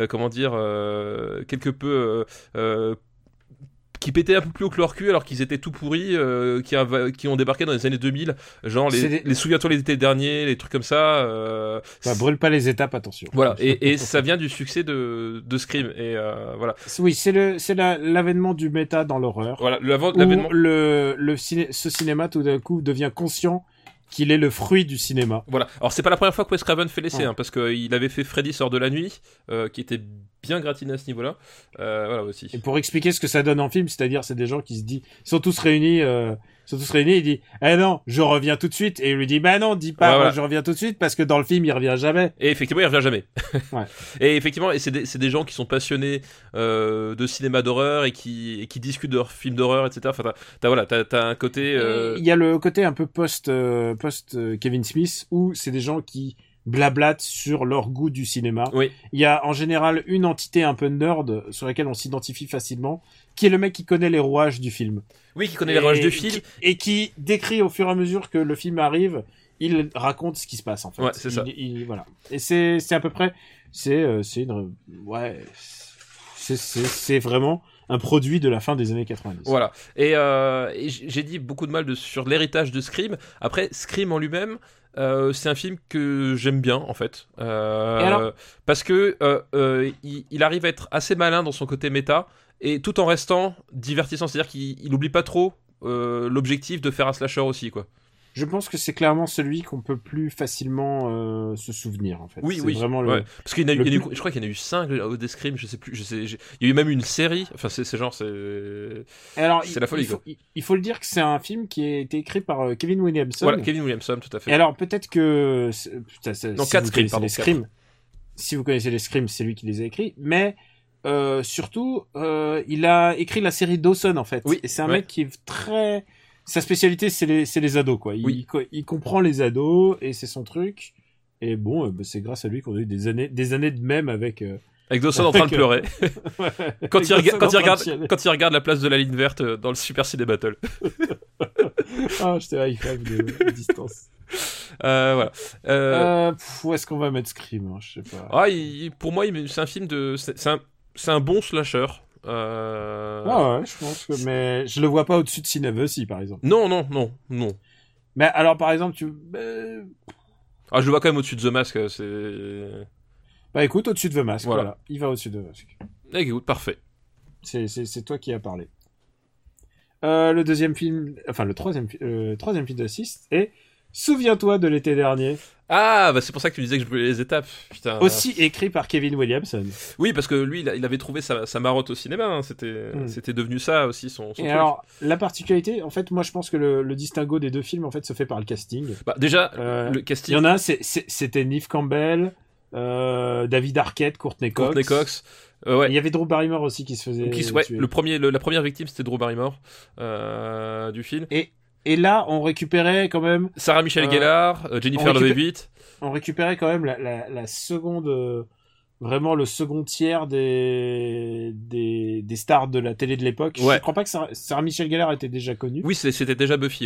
qui pétaient un peu plus haut que leur cul alors qu'ils étaient tout pourris, qui ont débarqué dans les années 2000, genre les Souviens-toi l'été dernier, les trucs comme ça. Brûle pas les étapes, attention. Voilà, et ça vient du succès de Scream, et voilà. Oui, c'est l'avènement du méta dans l'horreur. Voilà, l'avènement. Ce cinéma tout d'un coup devient conscient qu'il est le fruit du cinéma. Voilà. Alors c'est pas la première fois que Wes Craven fait l'essai, hein, parce qu'il avait fait Freddy sort de la nuit, qui était bien gratiné à ce niveau-là. Voilà aussi. Et pour expliquer ce que ça donne en film, c'est-à-dire c'est des gens qui ils sont tous réunis, il dit "Eh non, je reviens tout de suite", et il lui dit "Bah non, dis pas voilà. Je reviens tout de suite", parce que dans le film il revient jamais. Et effectivement, il revient jamais. Ouais. Et effectivement, c'est des gens qui sont passionnés de cinéma d'horreur et qui discutent de leurs films d'horreur, etc. Enfin, t'as un côté. Il y a le côté un peu post Kevin Smith où c'est des gens qui blablatent sur leur goût du cinéma. Oui. Il y a en général une entité un peu nerd sur laquelle on s'identifie facilement, qui est le mec qui connaît les rouages du film. Oui, qui connaît les rouages du film. Et qui décrit au fur et à mesure que le film arrive, il raconte ce qui se passe en fait. Ouais, c'est ça. Voilà. Et c'est à peu près, c'est vraiment un produit de la fin des années 90. Voilà. Et j'ai dit beaucoup de mal sur l'héritage de Scream. Après, Scream en lui-même, c'est un film que j'aime bien en fait, parce que il arrive à être assez malin dans son côté méta, et tout en restant divertissant, c'est-à-dire qu'il n'oublie pas trop l'objectif de faire un slasher aussi, quoi. Je pense que c'est clairement celui qu'on peut plus facilement se souvenir en fait. Oui, c'est oui. Vraiment parce qu'il y en a eu, je crois qu'il y en a eu 5 des Scream, je sais plus. Il y a eu même une série. Enfin, c'est la folie. Il faut le dire que c'est un film qui a été écrit par Kevin Williamson. Voilà, Kevin Williamson, tout à fait. Et alors peut-être que non, 4 Scream, pardon. Si vous connaissez les Scream, c'est lui qui les a écrits. Mais surtout, il a écrit la série Dawson en fait. Oui, et c'est un mec qui est très... Sa spécialité, c'est les ados, quoi. Il comprend les ados et c'est son truc. Et bon, c'est grâce à lui qu'on a eu des années de mèmes avec Dawson en train de pleurer. quand il regarde la place de la ligne verte dans le Super Ciné Battle. Ah, j'étais high five de distance. Voilà. Où est-ce qu'on va mettre Scream, je sais pas. Ah, pour moi, c'est un film c'est un bon slasher. Ah ouais, je pense que, mais je le vois pas au-dessus de Sin of Us, par exemple. Non. Mais alors, par exemple, je le vois quand même au-dessus de The Mask, c'est... Bah écoute, au-dessus de The Mask, voilà. Il va au-dessus de The Mask. Écoute, parfait. C'est toi qui as parlé. Le troisième film de la liste est Souviens-toi de l'été dernier. Ah, bah c'est pour ça que tu disais que je brûlais les étapes. Putain. Aussi écrit par Kevin Williamson. Oui, parce que lui, il avait trouvé sa marotte au cinéma. Hein. C'était devenu ça aussi son truc. Alors, la particularité, en fait, moi je pense que le distinguo des deux films, en fait, se fait par le casting. Bah déjà, le casting. Il y en a, c'était Neve Campbell, David Arquette, Courtney Cox. Ouais. Il y avait Drew Barrymore aussi qui se faisait tuer. La première victime, c'était Drew Barrymore du film. Et là, on récupérait quand même... Sarah Michelle Gellar, Jennifer Love Hewitt. On récupérait quand même la seconde... vraiment le second tiers des stars de la télé de l'époque. Ouais. Je crois pas que Sarah Michelle Gellar était déjà connue. Oui, c'était déjà Buffy, ouais.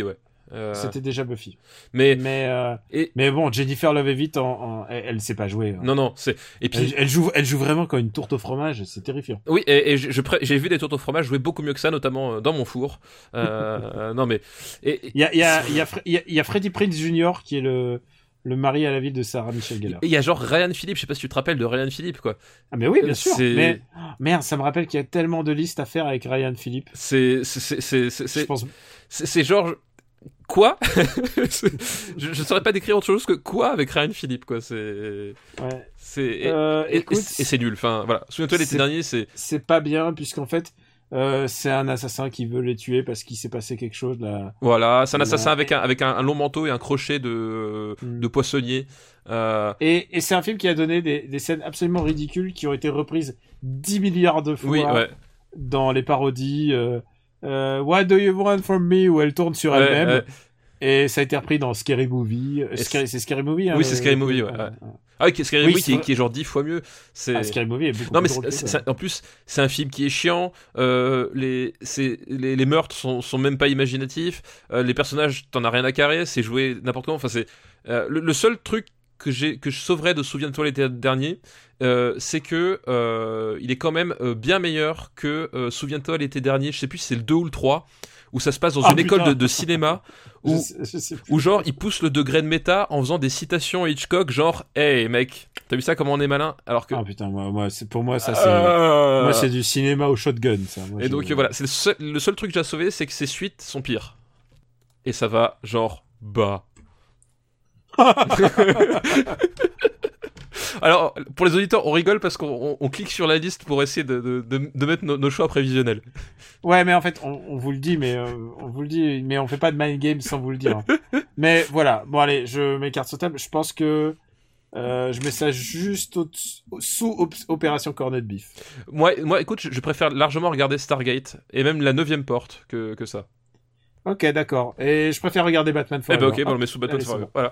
C'était déjà Buffy. Mais bon, Jennifer Love Hewitt, elle sait pas jouer. Hein. Non, et puis elle joue vraiment comme une tourte au fromage, c'est terrifiant. Oui, et j'ai vu des tourtes au fromage jouer beaucoup mieux que ça, notamment dans mon four. Non mais il y a Freddie Prinze Jr. qui est le mari à la vie de Sarah Michelle Gellar. Et il y a genre Ryan Phillippe, je sais pas si tu te rappelles de Ryan Phillippe, quoi. Ah mais oui, bien sûr. Mais merde, ça me rappelle qu'il y a tellement de listes à faire avec Ryan Phillippe. Je pense... c'est genre quoi. Je saurais pas décrire autre chose que quoi avec Ryan Phillippe, quoi. Écoute, et c'est nul. Enfin voilà. Souviens-toi l'été dernier, c'est pas bien puisqu'en fait. C'est un assassin qui veut les tuer parce qu'il s'est passé quelque chose là. Voilà, c'est un assassin avec un long manteau et un crochet de poissonnier. Et c'est un film qui a donné des scènes absolument ridicules qui ont été reprises 10 milliards de fois dans les parodies. What do you want from me, où elle tourne sur elle-même. Et ça a été repris dans Scary Movie. C'est Scary Movie, hein. Oui, c'est Scary Movie, ouais. Ah oui, Scary Movie qui est genre 10 fois mieux. Scary Movie est beaucoup plus drôle. En plus, c'est un film qui est chiant. Les meurtres sont même pas imaginatifs. Les personnages, t'en as rien à carrer. C'est joué n'importe comment. Enfin, c'est le seul truc que je sauverais de Souviens-toi l'été dernier, c'est que il est quand même bien meilleur que Souviens-toi l'été dernier. Je sais plus si c'est le 2 ou le 3. Où ça se passe dans une école de cinéma où genre il pousse le degré de méta en faisant des citations à Hitchcock, genre hey mec, t'as vu ça comment on est malin, alors que pour moi ça c'est du cinéma au shotgun ça. Et donc voilà, c'est le seul truc que j'ai à sauver, c'est que ses suites sont pires et ça va genre bas. Alors, pour les auditeurs, on rigole parce qu'on clique sur la liste pour essayer de mettre nos choix prévisionnels. Ouais, mais en fait, on vous le dit, mais on fait pas de mind game sans vous le dire. Mais voilà, bon allez, je m'écarte sur table. Je pense que je mets ça juste sous Opération Corned Beef. Moi, écoute, je préfère largement regarder Stargate et même la 9e porte que ça. Ok, d'accord. Et je préfère regarder Batman Forever. Eh ben ok, on le met sous Batman Forever. Voilà.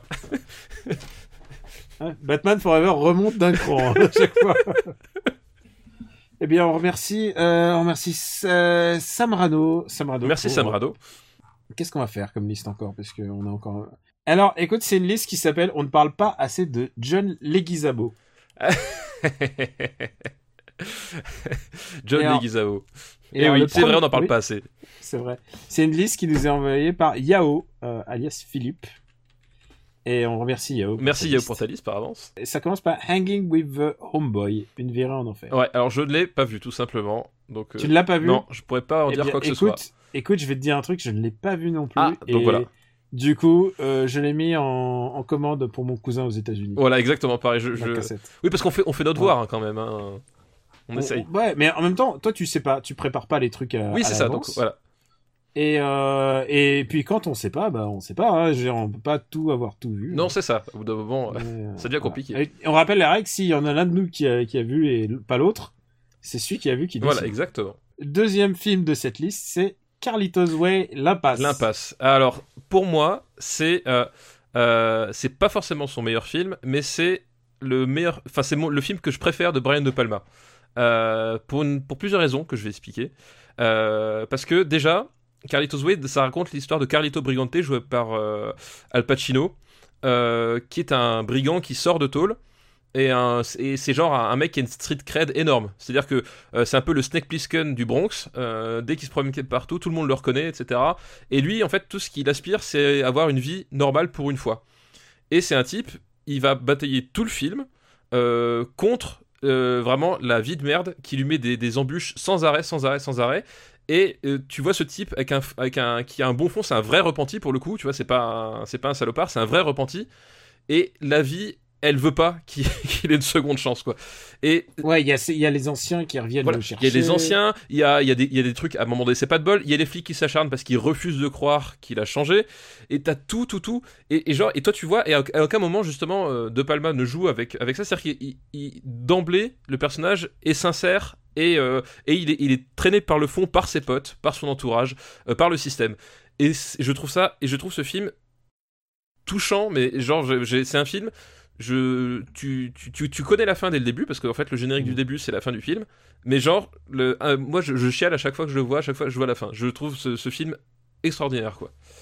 Batman Forever remonte d'un cran à chaque fois. Eh bien, on remercie Sam Rado. Merci Sam Rado. Qu'est-ce qu'on va faire comme liste encore, parce que on a encore. Alors, écoute, c'est une liste qui s'appelle "On ne parle pas assez de John Leguizamo". John Leguizamo. Et oui, c'est vrai, on n'en parle pas assez. C'est vrai. C'est une liste qui nous est envoyée par Yao, alias Philippe. Et on remercie Yao. Merci Yao pour ta liste par avance. Et ça commence par Hanging with the Homeboy, une virée en enfer. Ouais, alors je ne l'ai pas vu tout simplement. Donc, tu ne l'as pas vu ? Non, je pourrais pas en dire quoi que ce soit. Écoute, je vais te dire un truc, je ne l'ai pas vu non plus. Ah, donc voilà. Du coup, je l'ai mis en commande pour mon cousin aux États-Unis. Voilà, exactement pareil. Oui, parce qu'on fait notre devoir hein, quand même. Hein. On essaye. Ouais, mais en même temps, toi, tu sais pas, tu prépares pas les trucs à Oui, c'est ça. Donc voilà. Et puis quand on sait pas, on sait pas. Hein, on peut pas avoir tout vu. Non, c'est ça. Au bout d'un moment, ça devient compliqué. Et on rappelle les règles. S'il y en a l'un de nous qui a vu et pas l'autre, c'est celui qui a vu qui décide. Voilà, exactement. Deuxième film de cette liste, c'est Carlitos Way, L'Impasse. L'Impasse. Alors pour moi, c'est pas forcément son meilleur film, mais c'est le meilleur. Enfin, c'est le film que je préfère de Brian De Palma. Pour plusieurs raisons que je vais expliquer. Parce que déjà. Carlitos Way, ça raconte l'histoire de Carlito Brigante joué par Al Pacino, qui est un brigand qui sort de tôle et c'est genre un mec qui a une street cred énorme. C'est-à-dire que c'est un peu le Snake Plissken du Bronx. Dès qu'il se promène partout, tout le monde le reconnaît, etc. Et lui, en fait, tout ce qu'il aspire, c'est avoir une vie normale pour une fois. Et c'est un type, il va batailler tout le film contre vraiment la vie de merde qui lui met des embûches sans arrêt. Et tu vois ce type qui a un bon fond, c'est un vrai repenti pour le coup, tu vois, c'est pas un salopard, c'est un vrai repenti. Et la vie, elle veut pas qu'il ait une seconde chance, quoi. Et ouais, il y a les anciens qui reviennent le chercher. Il y a les anciens, il y a des trucs à un moment donné, c'est pas de bol. Il y a les flics qui s'acharnent parce qu'ils refusent de croire qu'il a changé. Et t'as tout. Et toi tu vois, et à aucun moment justement De Palma ne joue avec ça, c'est-à-dire qu'il d'emblée le personnage est sincère. Et il est traîné par le fond, par ses potes, par son entourage, par le système. Et je trouve ce film touchant, mais genre, c'est un film, tu connais la fin dès le début, parce qu'en fait, le générique du début, c'est la fin du film, mais genre, moi, je chiale à chaque fois que je le vois, à chaque fois que je vois la fin. Je trouve ce film extraordinaire, quoi.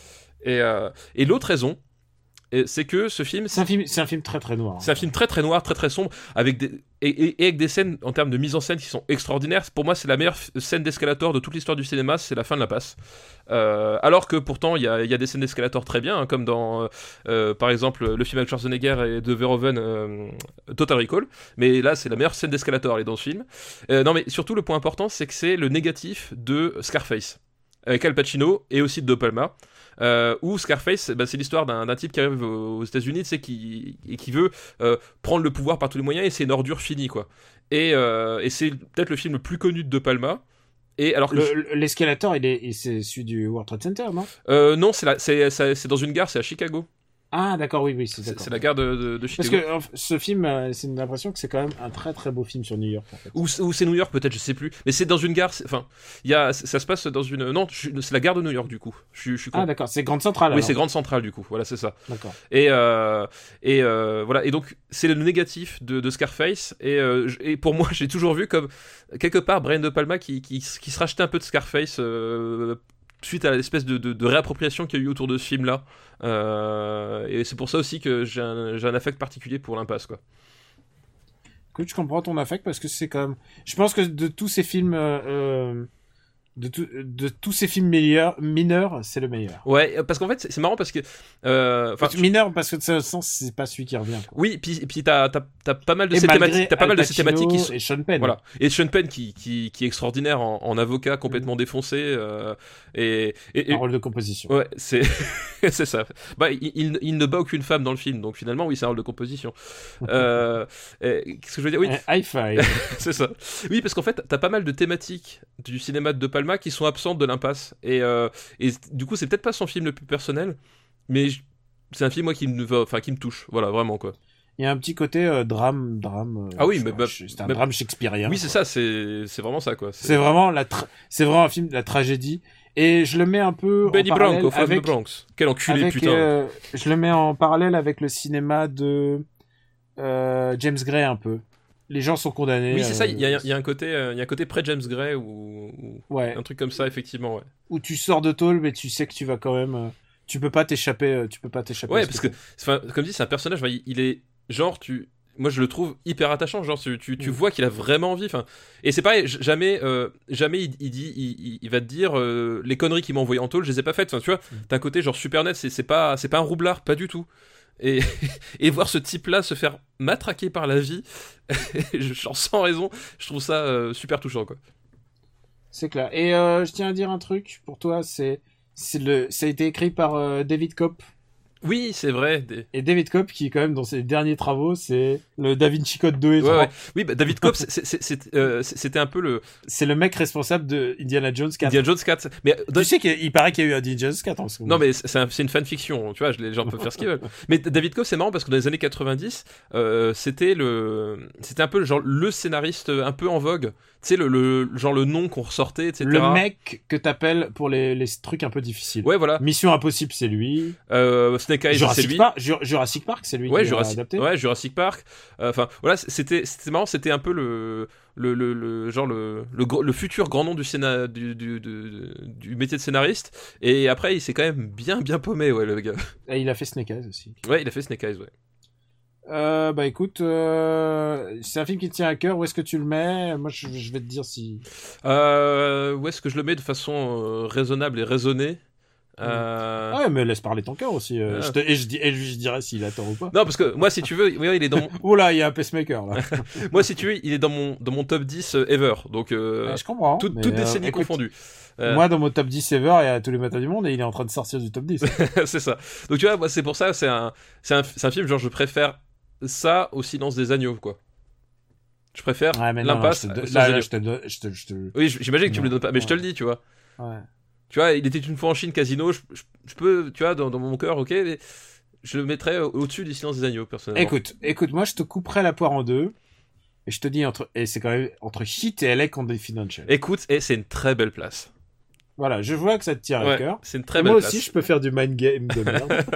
Et l'autre raison, c'est que ce film, c'est un film très très noir. C'est un film très très noir, très très sombre, avec avec des scènes en termes de mise en scène qui sont extraordinaires. Pour moi, c'est la meilleure scène d'escalator de toute l'histoire du cinéma, c'est la fin de l'impasse. Alors que pourtant, il y a des scènes d'escalator très bien, hein, comme dans, par exemple, le film avec Schwarzenegger et de Verhoeven, Total Recall. Mais là, c'est la meilleure scène d'escalator, elle est dans ce film. Non, mais surtout, le point important, c'est que c'est le négatif de Scarface, avec Al Pacino et aussi de De Palma. Où Scarface, c'est l'histoire d'un type qui arrive aux États-Unis, tu sais, qui veut prendre le pouvoir par tous les moyens, et c'est une ordure finie, quoi. Et c'est peut-être le film le plus connu de De Palma. Et alors que l'escalator, c'est celui du World Trade Center, non? Non, c'est dans une gare, c'est à Chicago. Ah, d'accord, oui, c'est la gare de Chicago. Parce que ce film, c'est une impression que c'est quand même un très très beau film sur New York, en fait. Ou c'est New York, peut-être, je sais plus. Mais c'est dans une gare, ça se passe dans une... Non, c'est la gare de New York, du coup. Je suis con. Ah, d'accord, c'est Grande Centrale, Oui, alors. c'est Grande Centrale, du coup, voilà, c'est ça. D'accord. Et voilà, et donc, c'est le négatif de Scarface, et pour moi, j'ai toujours vu comme, quelque part, Brian De Palma qui se rachetait un peu de Scarface, suite à l'espèce de réappropriation qu'il y a eu autour de ce film-là. Et c'est pour ça aussi que j'ai un affect particulier pour l'impasse, quoi. Écoute, je comprends ton affect parce que c'est quand même... Je pense que de tous ces films... De tous ces films mineurs, c'est le meilleur. Ouais, parce qu'en fait, c'est marrant parce que... mineur, parce que de ce sens, c'est pas celui qui revient, quoi. Oui, puis t'as pas mal de ces thématiques. T'as pas mal de ces thématiques qui sont... Et Sean Penn. Voilà. Et Sean Penn qui est extraordinaire en avocat complètement défoncé. Un rôle de composition. Ouais, c'est ça. Bah, il ne bat aucune femme dans le film, donc finalement, oui, c'est un rôle de composition. Qu'est-ce que je veux dire? Oui. High five. C'est ça. Oui, parce qu'en fait, t'as pas mal de thématiques du cinéma de Palma qui sont absentes de l'impasse. Et du coup, c'est peut-être pas son film le plus personnel, mais c'est un film, moi, qui me touche. Voilà, vraiment, quoi. Il y a un petit côté drame. Ah oui, c'est un drame shakespearien. Oui, c'est ça, c'est vraiment ça, quoi. C'est vraiment un film de la tragédie. Et je le mets un peu Benny en parallèle Blanco, avec... Bronx. Quel enculé, putain. Je le mets en parallèle avec le cinéma de James Gray, un peu. Les gens sont condamnés. Oui, c'est ça. Il y a un côté près James Gray ou ouais. Un truc comme ça, effectivement. Ouais. Où tu sors de tôle, mais tu sais que tu vas quand même. Tu peux pas t'échapper. Ouais, parce que, comme dit, c'est un personnage. Il est genre Moi, je le trouve hyper attachant. Genre, tu vois qu'il a vraiment envie. Et c'est pareil. Jamais il va te dire les conneries qu'il m'a envoyées en tôle, je les ai pas faites. Tu vois, t'as un côté genre super net. C'est pas un roublard, pas du tout. Et voir ce type-là se faire matraquer par la vie, genre sans raison, je trouve ça super touchant, quoi. C'est clair. Et je tiens à dire un truc pour toi, ça a été écrit par David Koepp. Oui, c'est vrai. Et David Koepp, qui quand même dans ses derniers travaux, c'est le Da Vinci Code 2 et 3. Ouais. Oui, David Koepp, c'était un peu le... C'est le mec responsable de Indiana Jones 4. Indiana Jones 4. Mais tu sais qu'il paraît qu'il y a eu un Indiana Jones 4 en ce moment. Non, mais c'est une fanfiction, tu vois, les gens peuvent faire ce qu'ils veulent. Mais David Koepp, c'est marrant parce que dans les années 90, c'était un peu le scénariste un peu en vogue. Tu sais, le nom qu'on ressortait, etc. Le mec que t'appelles pour les trucs un peu difficiles. Ouais, voilà. Mission Impossible, c'est lui. Snake Eyes, c'est lui. Jurassic Park, c'est lui qui a adapté. Ouais, Jurassic Park. Enfin, voilà, c'était marrant, c'était un peu le futur grand nom du métier de scénariste. Et après, il s'est quand même bien paumé, ouais, le gars. Et il a fait Snake Eyes aussi. Ouais, il a fait Snake Eyes, ouais. Bah écoute, c'est un film qui te tient à cœur. Où est-ce que tu le mets? Moi, je vais te dire si. Où est-ce que je le mets de façon raisonnable et raisonnée? Ouais, mais laisse parler ton cœur aussi. Je dirais s'il a tort ou pas. Non, parce que moi, si tu veux, il est dans mon... Oula, il y a un pacemaker là. Moi, si tu veux, il est dans mon top 10 ever. Donc, je comprends. Toutes décennies confondues. Moi, dans mon top 10 ever, il y a tous les matins du monde et il est en train de sortir du top 10. C'est ça. Donc, tu vois, moi, c'est pour ça, c'est un film, genre, je préfère ça au Silence des agneaux, quoi. Je préfère l'impasse. Oui, j'imagine que tu me le donnes pas, mais je te le dis, tu vois. Ouais. Tu vois, il était une fois en Chine, Casino, je peux, tu vois, dans mon cœur, ok, mais je le mettrais au-dessus du Silence des agneaux, personnellement. Écoute, moi, je te couperais la poire en deux, et je te dis et c'est quand même entre Heat et LA Confidential. Écoute, c'est une très belle place. Voilà, je vois que ça te tire à cœur. C'est une très belle place. Moi aussi, je peux faire du mind game de merde.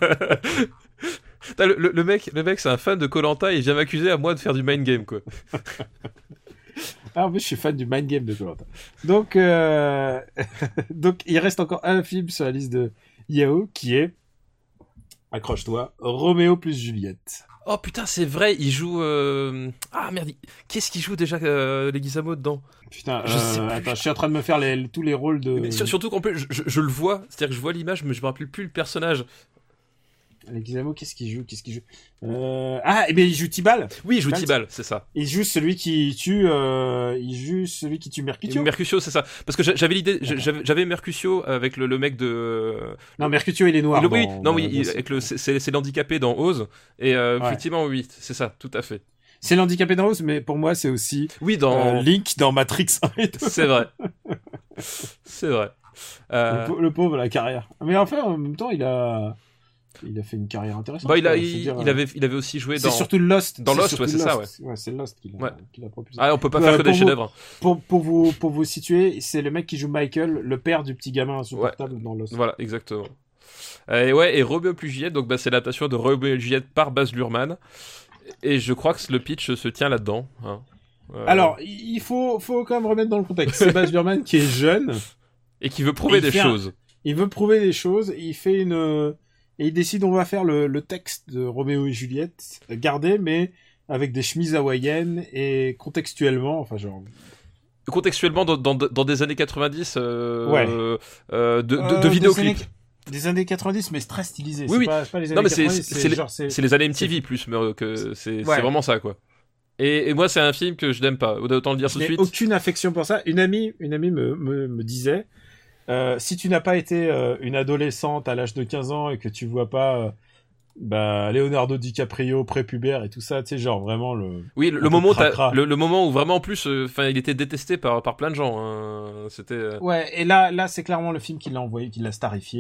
le mec, c'est un fan de Koh-Lanta, il vient m'accuser à moi de faire du mind game, quoi. Ah, mais je suis fan du mind game de Koh-Lanta. Donc, il reste encore un film sur la liste de Yao, qui est, accroche-toi, Roméo plus Juliette. Oh putain, c'est vrai, il joue... Ah merde, qu'est-ce qu'il joue déjà, Leguizamo, dedans? Putain, attends, je suis en train de me faire tous les rôles de... Mais surtout qu'en plus, je le vois, c'est-à-dire que je vois l'image, mais je me rappelle plus le personnage. Leguizamo, qu'est-ce qu'il joue Ah, il joue Tibal. Oui, il joue Tibal, c'est ça. Il joue celui qui tue Mercutio. Mercutio, c'est ça. Parce que j'avais l'idée, j'avais Mercutio avec le mec de... Non, Mercutio, il est noir. C'est l'handicapé dans Oz. Et effectivement, oui, c'est ça, tout à fait. C'est l'handicapé dans Oz, mais pour moi, c'est aussi dans Link dans Matrix 1 et 2. C'est vrai. C'est vrai. Le pauvre, la carrière. Mais enfin, en même temps, il a fait une carrière intéressante. Bah, il avait aussi joué dans... C'est surtout Lost. Dans Lost, ouais, c'est ça, ouais. Ouais, c'est Lost qu'il a propulsé. Ah, on peut pas faire que des chefs-d'œuvre. Pour vous situer, c'est le mec qui joue Michael, le père du petit gamin insupportable dans Lost. Voilà, exactement. Et Roméo plus Juliette, donc c'est l'adaptation de Roméo et Juliette par Baz Luhrmann. Et je crois que le pitch se tient là-dedans. Hein. Alors, il faut quand même remettre dans le contexte. C'est Baz Luhrmann qui est jeune. Et qui veut prouver des choses. Il veut prouver des choses, et il fait et il décide, on va faire le texte de Roméo et Juliette, gardé, mais avec des chemises hawaïennes, et contextuellement, dans des années 90, de vidéoclips. Des années 90, mais très stylisé. Oui, c'est pas les années 90, c'est les années MTV plus, mais c'est vraiment ça, quoi. Et moi, c'est un film que je n'aime pas. Autant le dire tout de suite. Aucune affection pour ça. Une amie me disait, si tu n'as pas été une adolescente à l'âge de 15 ans et que tu vois pas Leonardo DiCaprio prépubère et tout ça, tu sais, genre vraiment le moment où vraiment en plus il était détesté par plein de gens, hein. C'était ouais, et là c'est clairement le film qui l'a envoyé, qui l'a starifié.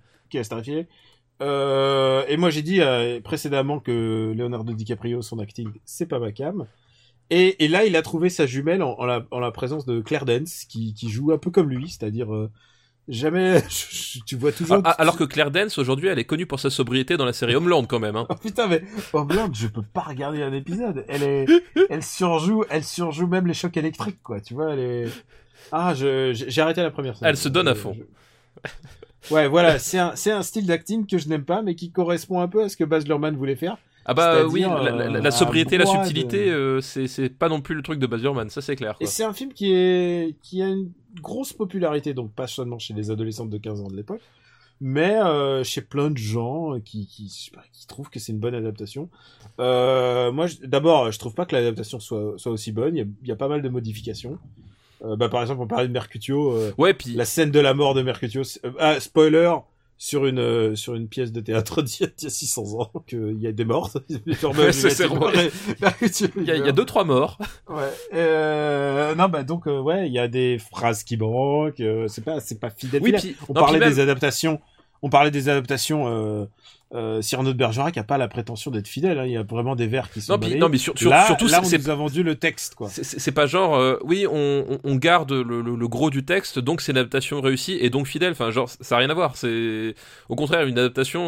Et moi j'ai dit précédemment que Leonardo DiCaprio, son acting, c'est pas ma cam. Et là il a trouvé sa jumelle en la présence de Claire Danes qui joue un peu comme lui, c'est-à-dire jamais tu vois toujours alors que Claire Danes aujourd'hui elle est connue pour sa sobriété dans la série Homeland quand même, hein. Oh putain, mais Homeland, je peux pas regarder un épisode, elle surjoue même les chocs électriques, quoi, tu vois, j'ai arrêté la première saison. Elle se donne à fond. Ouais, voilà, c'est un style d'acting que je n'aime pas, mais qui correspond un peu à ce que Baz Luhrmann voulait faire. Ah bah oui, la sobriété, la subtilité, c'est pas non plus le truc de Baz Luhrmann, ça c'est clair, quoi. Et c'est un film qui a une grosse popularité, donc pas seulement chez les adolescents de 15 ans de l'époque, mais chez plein de gens qui trouvent que c'est une bonne adaptation. Moi, d'abord, je trouve pas que l'adaptation soit aussi bonne. Il y a pas mal de modifications. Par exemple, on parlait de Mercutio. Puis la scène de la mort de Mercutio. Spoiler. Sur une pièce de théâtre d'il y a 600 ans, qu'il y a des morts. Il y a 2-3 morts. Ouais. Donc, il y a des phrases qui manquent, c'est pas fidèle. Oui, on parlait des adaptations. Cyrano de Bergerac a pas la prétention d'être fidèle, hein. Il y a vraiment des vers qui sont balayés. Surtout, on nous a vendu le texte, quoi. C'est pas genre, on garde le gros du texte, donc c'est une adaptation réussie et donc fidèle. Enfin, genre, ça a rien à voir. Au contraire, une adaptation,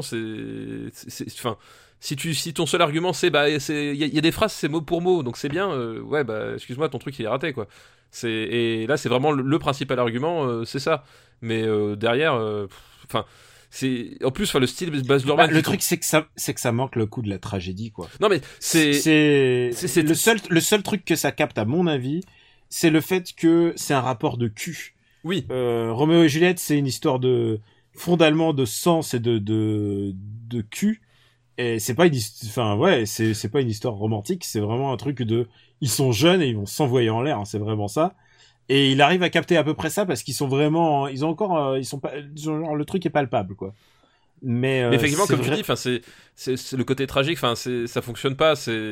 si ton seul argument c'est il y a des phrases, c'est mot pour mot, donc c'est bien. Excuse-moi, ton truc il est raté, quoi. Et là, c'est vraiment le principal argument, c'est ça. Mais derrière, en plus le style Baz Luhrmann, le truc c'est que ça manque le coup de la tragédie, quoi. Non mais c'est le seul truc que ça capte, à mon avis, c'est le fait que c'est un rapport de cul. Oui. Roméo et Juliette, c'est une histoire fondamentalement de sens et de cul, et c'est pas c'est pas une histoire romantique, c'est vraiment un truc ils sont jeunes et ils vont s'envoyer en l'air, hein, c'est vraiment ça. Et il arrive à capter à peu près ça parce qu'ils sont vraiment, le truc est palpable, quoi. Mais effectivement, comme tu dis, c'est le côté tragique, ça fonctionne pas,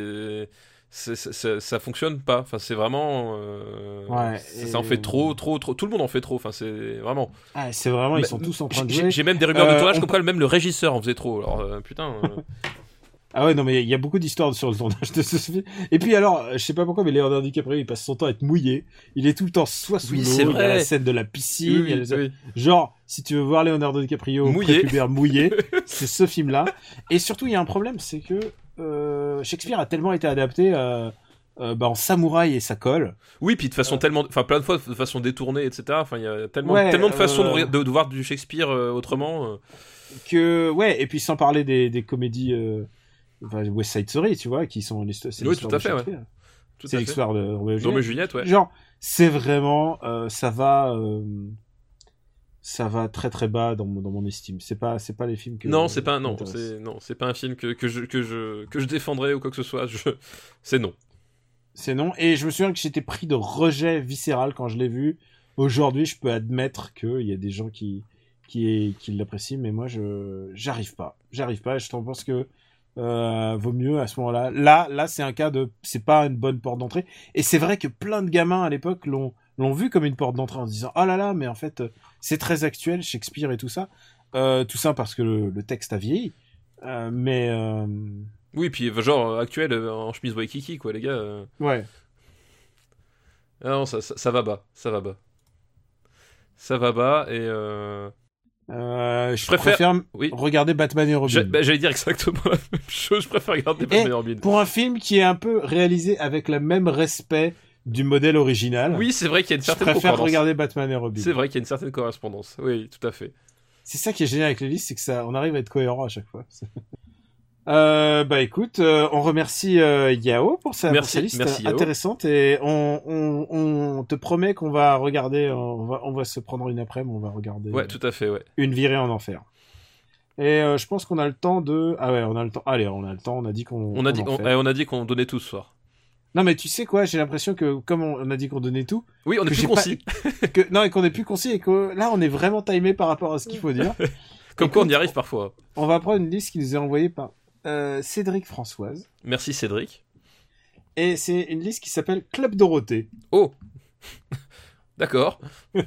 ça fonctionne pas, c'est vraiment, ça en fait trop, tout le monde en fait trop, c'est vraiment. Ah, c'est vraiment, ils sont tous en train de jouer. J'ai même des rumeurs de tournage comme quoi même le régisseur en faisait trop, alors putain. Ah ouais, non, mais il y a beaucoup d'histoires sur le tournage de ce film. Et puis alors, je sais pas pourquoi, mais Leonardo DiCaprio, il passe son temps à être mouillé. Il est tout le temps soit sous l'eau, il y a la scène de la piscine, genre, si tu veux voir Leonardo DiCaprio prépubère mouillé, c'est ce film-là. Et surtout, il y a un problème, c'est que Shakespeare a tellement été adapté en samouraï et ça colle. Oui, puis de façon plein de fois de façon détournée, etc. Il y a tellement de façons de voir du Shakespeare autrement. ouais, et puis sans parler des comédies, West Side Story, tu vois, qui sont l'histoire. Oui, tout à fait, ouais. C'est l'histoire de Roméo et Juliette, ouais. Genre, c'est vraiment, ça va très très bas dans mon estime. C'est pas les films que. Non, c'est pas un film que je défendrais ou quoi que ce soit. C'est non. C'est non. Et je me souviens que j'étais pris de rejet viscéral quand je l'ai vu. Aujourd'hui, je peux admettre qu'il y a des gens qui l'apprécient, mais moi, j'arrive pas. Je pense que vaut mieux à ce moment-là. Là, c'est un cas de, c'est pas une bonne porte d'entrée. Et c'est vrai que plein de gamins à l'époque l'ont vu comme une porte d'entrée en se disant oh là là, mais en fait, c'est très actuel, Shakespeare et tout ça. Tout ça parce que le texte a vieilli. Oui, puis genre actuel en chemise Waikiki, quoi, les gars. Ouais. Ah non, ça va bas. Ça va bas et. Je préfère regarder Batman et Robin. J'allais dire exactement la même chose. Je préfère regarder Batman et Robin. Pour un film qui est un peu réalisé avec le même respect du modèle original. Oui, c'est vrai qu'il y a une certaine correspondance. Je préfère regarder Batman et Robin. C'est vrai qu'il y a une certaine correspondance. Oui, tout à fait. C'est ça qui est génial avec les listes, c'est que on arrive à être cohérent à chaque fois. Écoute, on remercie Yao pour sa liste intéressante et on te promet qu'on va regarder, on va se prendre une après-midi, on va regarder. Ouais, tout à fait, ouais. Une virée en enfer. Et je pense qu'on a le temps de. Ah ouais, on a le temps. Allez, on a le temps. On a dit qu'on. On a dit qu'on donnait tout ce soir. Non mais tu sais quoi, j'ai l'impression que comme on a dit qu'on donnait tout. Oui, on est plus concis. Et qu'on est plus concis et que là on est vraiment timé par rapport à ce qu'il faut dire. Comme quoi on y arrive parfois. On va prendre une liste qui nous est envoyée par Cédric Françoise. Merci Cédric. Et c'est une liste qui s'appelle Club Dorothée. Oh. D'accord.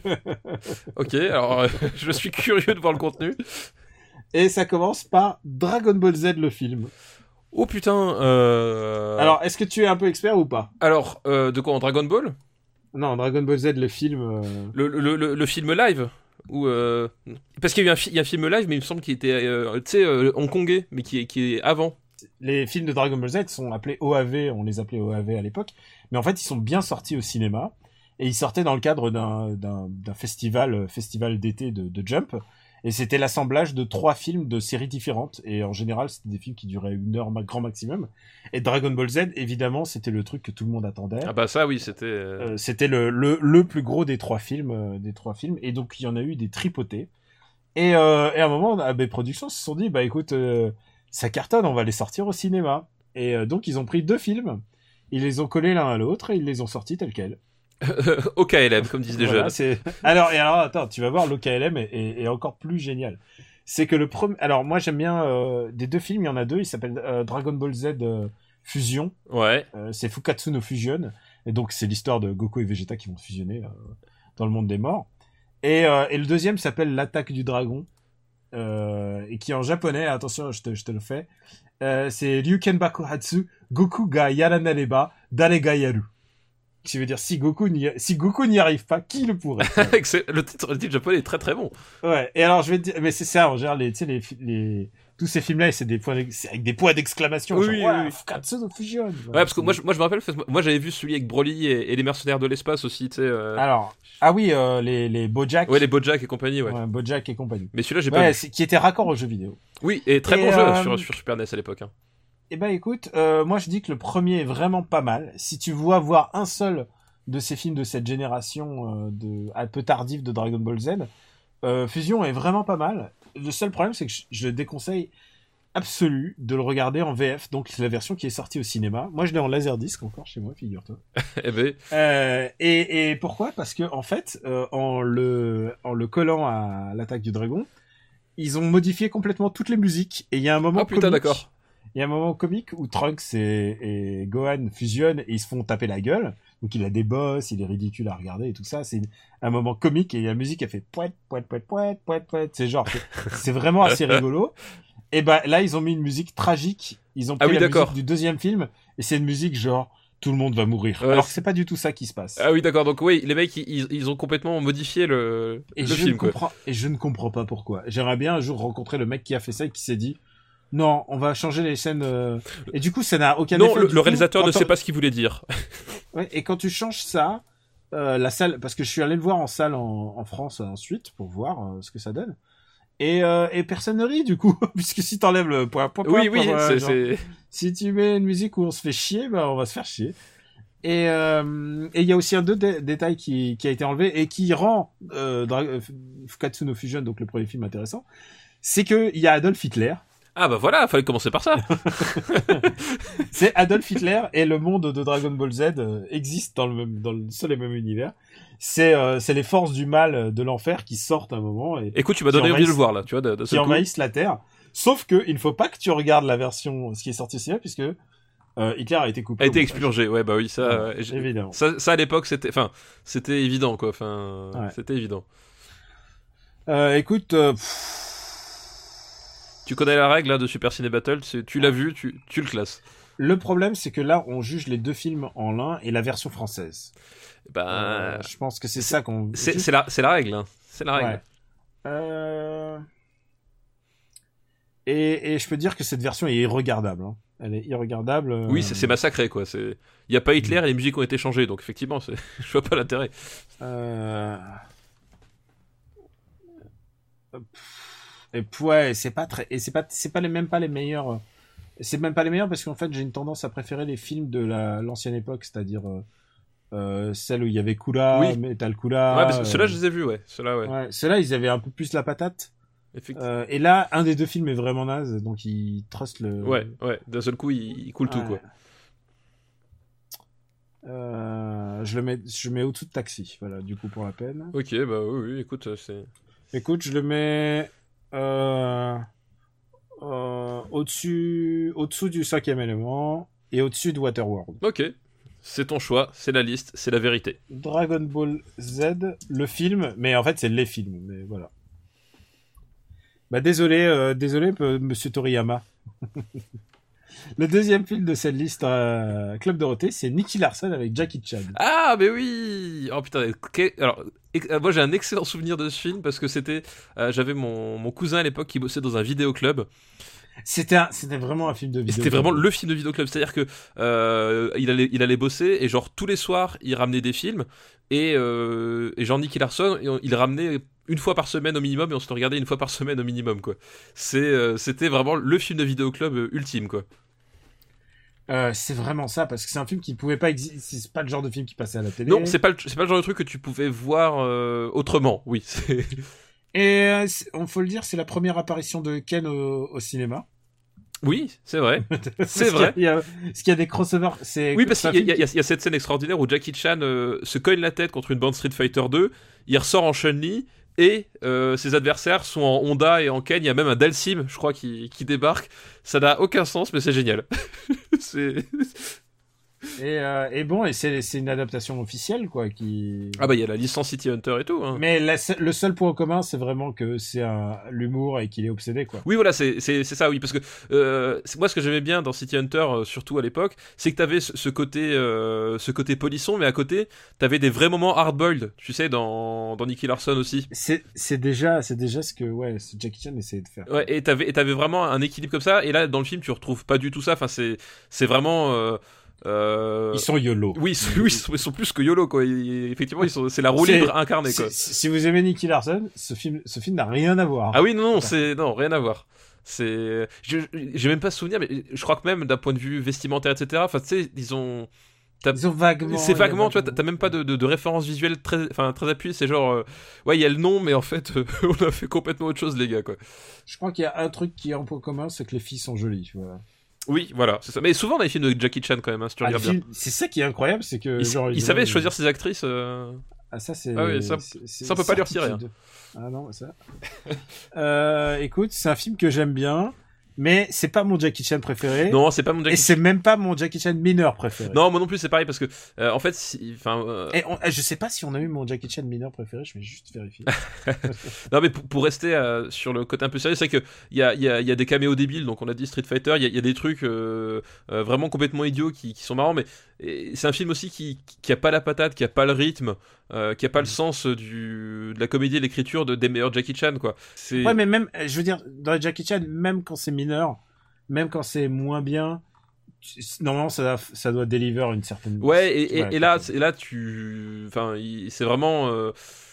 Ok, alors je suis curieux de voir le contenu. Et ça commence par Dragon Ball Z le film. Oh putain. Alors, est-ce que tu es un peu expert ou pas ? Alors, de quoi, en Dragon Ball ? Non, Dragon Ball Z le film. Le film live ou parce qu'il y a eu un film live, mais il me semble qu'il était, hongkongais, mais qui est avant. Les films de Dragon Ball Z sont appelés OAV, on les appelait OAV à l'époque, mais en fait ils sont bien sortis au cinéma et ils sortaient dans le cadre d'un festival d'été de Jump. Et c'était l'assemblage de 3 films de séries différentes. Et en général, c'était des films qui duraient 1 heure grand maximum. Et Dragon Ball Z, évidemment, c'était le truc que tout le monde attendait. Ah bah ça, oui, c'était... C'était le plus gros des 3 films. Et donc, il y en a eu des tripotés. Et à un moment, AB Productions se sont dit, bah écoute, ça cartonne, on va les sortir au cinéma. Et donc, ils ont pris 2 films. Ils les ont collés l'un à l'autre et ils les ont sortis tels quels. Au KLM, comme disent les jeunes. Alors, attends, tu vas voir, le KLM est encore plus génial. C'est que le premier, alors moi j'aime bien des 2 films, il y en a 2, ils s'appellent Dragon Ball Z Fusion. Ouais. C'est Fukatsu no Fusion, et donc c'est l'histoire de Goku et Vegeta qui vont fusionner dans le monde des morts. Et le deuxième s'appelle L'attaque du dragon, et qui en japonais, attention, je te le fais, c'est Ryuken Bakuhatsu Goku ga yaranareba dare ga yaru. Qui veut dire si Goku n'y arrive pas, qui le pourrait? le titre japonais est très très bon. Ouais. Et alors je vais te dire, mais c'est ça en général, tous ces films-là, c'est avec des points d'exclamation. Oui, genre, oui. Fukatsu no Fusion. Ouais, parce que moi je me rappelle, moi j'avais vu celui avec Broly et les mercenaires de l'espace aussi, tu sais. Alors, les Bojack. Ouais, les Bojack et compagnie, ouais. Bojack et compagnie. Mais celui-là j'ai pas vu. Qui était raccord aux jeux vidéo. Oui, et très bon jeu sur Super NES à l'époque. Hein. Eh ben écoute, moi je dis que le premier est vraiment pas mal. Si tu veux voir un seul de ces films de cette génération un peu tardive de Dragon Ball Z, Fusion est vraiment pas mal. Le seul problème c'est que je déconseille absolu de le regarder en VF, donc c'est la version qui est sortie au cinéma. Moi je l'ai en laserdisc encore chez moi, figure-toi. Eh ben. Et pourquoi ? Parce que en fait, en le collant à l'attaque du dragon, ils ont modifié complètement toutes les musiques et il y a un moment d'accord. Il y a un moment comique où Trunks et Gohan fusionnent et ils se font taper la gueule. Donc il a des bosses, il est ridicule à regarder et tout ça. C'est un moment comique et la musique elle fait poète, poète, poète, poète, poète, poète. C'est genre, c'est vraiment assez rigolo. Et bah là ils ont mis une musique tragique. Ils ont pris la musique du deuxième film et c'est une musique genre tout le monde va mourir. Alors que c'est pas du tout ça qui se passe. Ah oui d'accord, donc oui, les mecs ils ont complètement modifié le film. Et je ne comprends pas pourquoi. J'aimerais bien un jour rencontrer le mec qui a fait ça et qui s'est dit non, on va changer les scènes. Et du coup, ça n'a aucun effet. Non, le réalisateur ne sait pas ce qu'il voulait dire. Ouais, et quand tu changes ça, la salle, parce que je suis allé le voir en salle en France ensuite pour voir ce que ça donne. Et personne ne rit du coup, puisque si t'enlèves le point, Oui, genre, si tu mets une musique où on se fait chier, on va se faire chier. Et il y a aussi un détail qui a été enlevé et qui rend Fukatsu no Fusion, donc le premier film, intéressant, c'est que il y a Adolf Hitler. Ah bah voilà, fallait commencer par ça. C'est Adolf Hitler et le monde de Dragon Ball Z existe dans le seul et même univers. C'est les forces du mal de l'enfer qui sortent à un moment. Écoute, tu m'as donné envie de le voir là, tu vois, qui envahissent la Terre. Sauf que il ne faut pas que tu regardes la version ce qui est sorti au cinéma, puisque Hitler a été coupé. A été expurgé, ouais, bah oui, ça, évidemment. Ça à l'époque, c'était évident, quoi. Ouais. C'était évident. Écoute, tu connais la règle là de Super Ciné Battle, tu l'as vu, tu le classes. Le problème, c'est que là, on juge les deux films en l'un et la version française. Je pense que c'est ça qu'on. C'est la règle, hein. C'est la règle. Ouais. Et je peux dire que cette version est irregardable. Hein. Elle est irregardable. Oui, c'est massacré, quoi. Il y a pas Hitler et les musiques ont été changées, donc effectivement, je vois pas l'intérêt. Et ouais, c'est pas très, et c'est même pas les meilleurs. C'est même pas les meilleurs parce qu'en fait, j'ai une tendance à préférer les films de l'ancienne époque, c'est-à-dire celle où il y avait Kula, oui. Metal Kula. Ouais, parce que ceux-là, je les ai vus, ouais. Ceux-là, ils avaient un peu plus la patate. Et là, un des deux films est vraiment naze, donc ils trustent le. Ouais. D'un seul coup, il coule tout, quoi. Je mets au-dessous de Taxi, voilà, du coup, pour la peine. Ok, bah oui, écoute, c'est. Écoute, je le mets au-dessous du 5e élément et au-dessus de Waterworld. Ok, c'est ton choix, c'est la liste, c'est la vérité. Dragon Ball Z, le film, mais en fait c'est les films, mais voilà. Bah désolé Monsieur Toriyama. Le deuxième film de cette liste Club Dorothée, c'est Nicky Larson avec Jackie Chan. Ah, mais oui. Oh putain. Alors, moi j'ai un excellent souvenir de ce film parce que c'était, j'avais mon cousin à l'époque qui bossait dans un vidéoclub. C'était vraiment un film de vidéoclub. C'était vraiment le film de vidéoclub, c'est-à-dire que il allait bosser et genre tous les soirs il ramenait des films et genre Nicky Larson il ramenait une fois par semaine au minimum et on se le regardait une fois par semaine au minimum, quoi. C'était vraiment le film de vidéoclub ultime, quoi. C'est vraiment ça, parce que c'est un film qui pouvait pas exister. C'est pas le genre de film qui passait à la télé. Non, c'est pas le genre de truc que tu pouvais voir autrement. Oui. Et on faut le dire, c'est la première apparition de Ken au cinéma. Oui, c'est vrai. C'est vrai. Parce qu'il y a des crossovers. Oui, parce qu'il y a cette scène extraordinaire où Jackie Chan se cogne la tête contre une bande Street Fighter 2. Il ressort en Chun-Li. Et ses adversaires sont en Honda et en Ken. Il y a même un Dalsim, je crois, qui débarque. Ça n'a aucun sens, mais c'est génial. Et bon, et c'est une adaptation officielle, quoi, qui. Ah bah il y a la licence City Hunter et tout. Hein. Mais le seul point commun, c'est vraiment que c'est l'humour et qu'il est obsédé, quoi. Oui, voilà, c'est ça, oui, parce que moi ce que j'aimais bien dans City Hunter, surtout à l'époque, c'est que t'avais ce côté polisson, mais à côté t'avais des vrais moments hard-boiled, tu sais, dans Nicky Larson aussi. C'est déjà ce que Jackie Chan essayait de faire. Ouais, et t'avais vraiment un équilibre comme ça, et là dans le film tu retrouves pas du tout ça. Enfin c'est vraiment. Ils sont YOLO. Oui, ils sont plus que YOLO, quoi. Effectivement, c'est la roue libre incarnée, quoi. Si vous aimez Nicky Larson, ce film n'a rien à voir. Ah oui, non, rien à voir. J'ai même pas souvenir, mais je crois que même d'un point de vue vestimentaire, etc. Enfin, tu sais, ils ont vaguement. C'est vaguement, tu vois, t'as même pas de référence visuelle très appuyée. C'est genre, ouais, il y a le nom, mais en fait, on a fait complètement autre chose, les gars, quoi. Je crois qu'il y a un truc qui est en point commun, c'est que les filles sont jolies, voilà. Oui, voilà, c'est ça. Mais souvent dans les films de Jackie Chan, quand même, hein, si tu regardes bien. C'est ça qui est incroyable, c'est que il savait choisir ses actrices. Ah, ça c'est. Ah oui, ça on peut pas lui retirer. Hein. Ah non, ça. Écoute, c'est un film que j'aime bien. Mais c'est pas mon Jackie Chan préféré. Non, c'est pas mon Jackie Chan. Et c'est même pas mon Jackie Chan mineur préféré. Non, moi non plus, c'est pareil parce que, en fait, je sais pas si on a eu mon Jackie Chan mineur préféré, je vais juste vérifier. Non, mais pour rester sur le côté un peu sérieux, c'est que il y a des caméos débiles, donc on a dit Street Fighter, il y a des trucs vraiment complètement idiots qui sont marrants, mais c'est un film aussi qui a pas la patate, qui a pas le rythme, qui a pas le sens de la comédie et l'écriture des meilleurs Jackie Chan, quoi. Ouais, mais même, je veux dire, dans les Jackie Chan, même quand c'est mineur, même quand c'est moins bien, normalement ça doit deliver une certaine. Ouais, et là c'est vraiment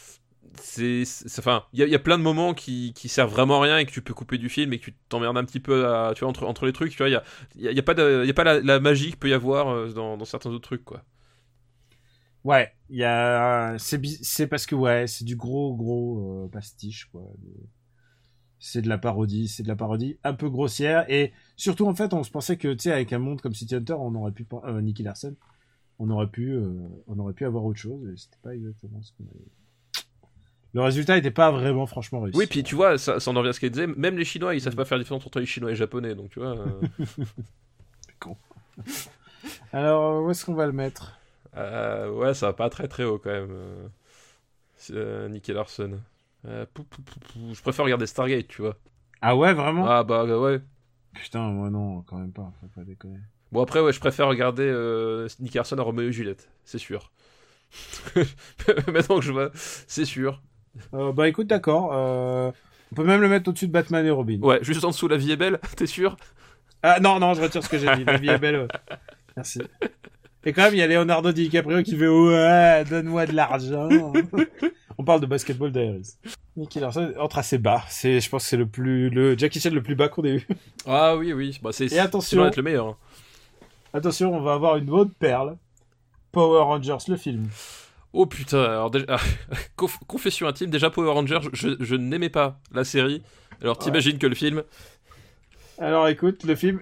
enfin, il y a plein de moments qui servent vraiment à rien et que tu peux couper du film et que tu t'emmerdes un petit peu tu vois, entre les trucs, tu vois, il y a pas la magie qu'il peut y avoir dans certains autres trucs, quoi. Ouais, c'est parce que c'est du gros pastiche, quoi. C'est de la parodie un peu grossière, et surtout, en fait, on se pensait que, tu sais, avec un monde comme City Hunter, on aurait pu Nicky Larson, on aurait pu avoir autre chose, et c'était pas exactement ce qu'on avait. Le résultat était pas vraiment franchement réussi. Oui, puis tu vois, ça en revient à ce qu'elle disait, même les Chinois, ils savent pas faire la différence entre les Chinois et les Japonais, donc tu vois. C'est con. Alors, où est-ce qu'on va le mettre? Ouais, ça va pas très très haut quand même. Nicky Larson. Je préfère regarder Stargate, tu vois. Ah ouais, vraiment? Ah bah ouais. Putain, moi non, quand même pas, faut pas déconner. Bon, après, ouais, je préfère regarder Nicky Larson à Roméo et Juliette, c'est sûr. Maintenant que je vois, c'est sûr. Bah écoute, d'accord. On peut même le mettre au-dessus de Batman et Robin. Ouais, juste en dessous, La vie est belle, t'es sûr? Ah non, je retire ce que j'ai dit. La vie est belle. Merci. Et quand même, il y a Leonardo DiCaprio qui fait ouais, donne-moi de l'argent. On parle de Basketball Diaries. Nicky Larson entre assez bas. Je pense que c'est le Jackie Chan le plus bas qu'on ait eu. Ah oui. Bah, et attention, loin d'être le meilleur. Hein. Attention, on va avoir une autre perle. Power Rangers, le film. Oh putain, alors déjà, confession intime, déjà Power Rangers, je n'aimais pas la série. Alors t'imagines que le film... Alors écoute, le film...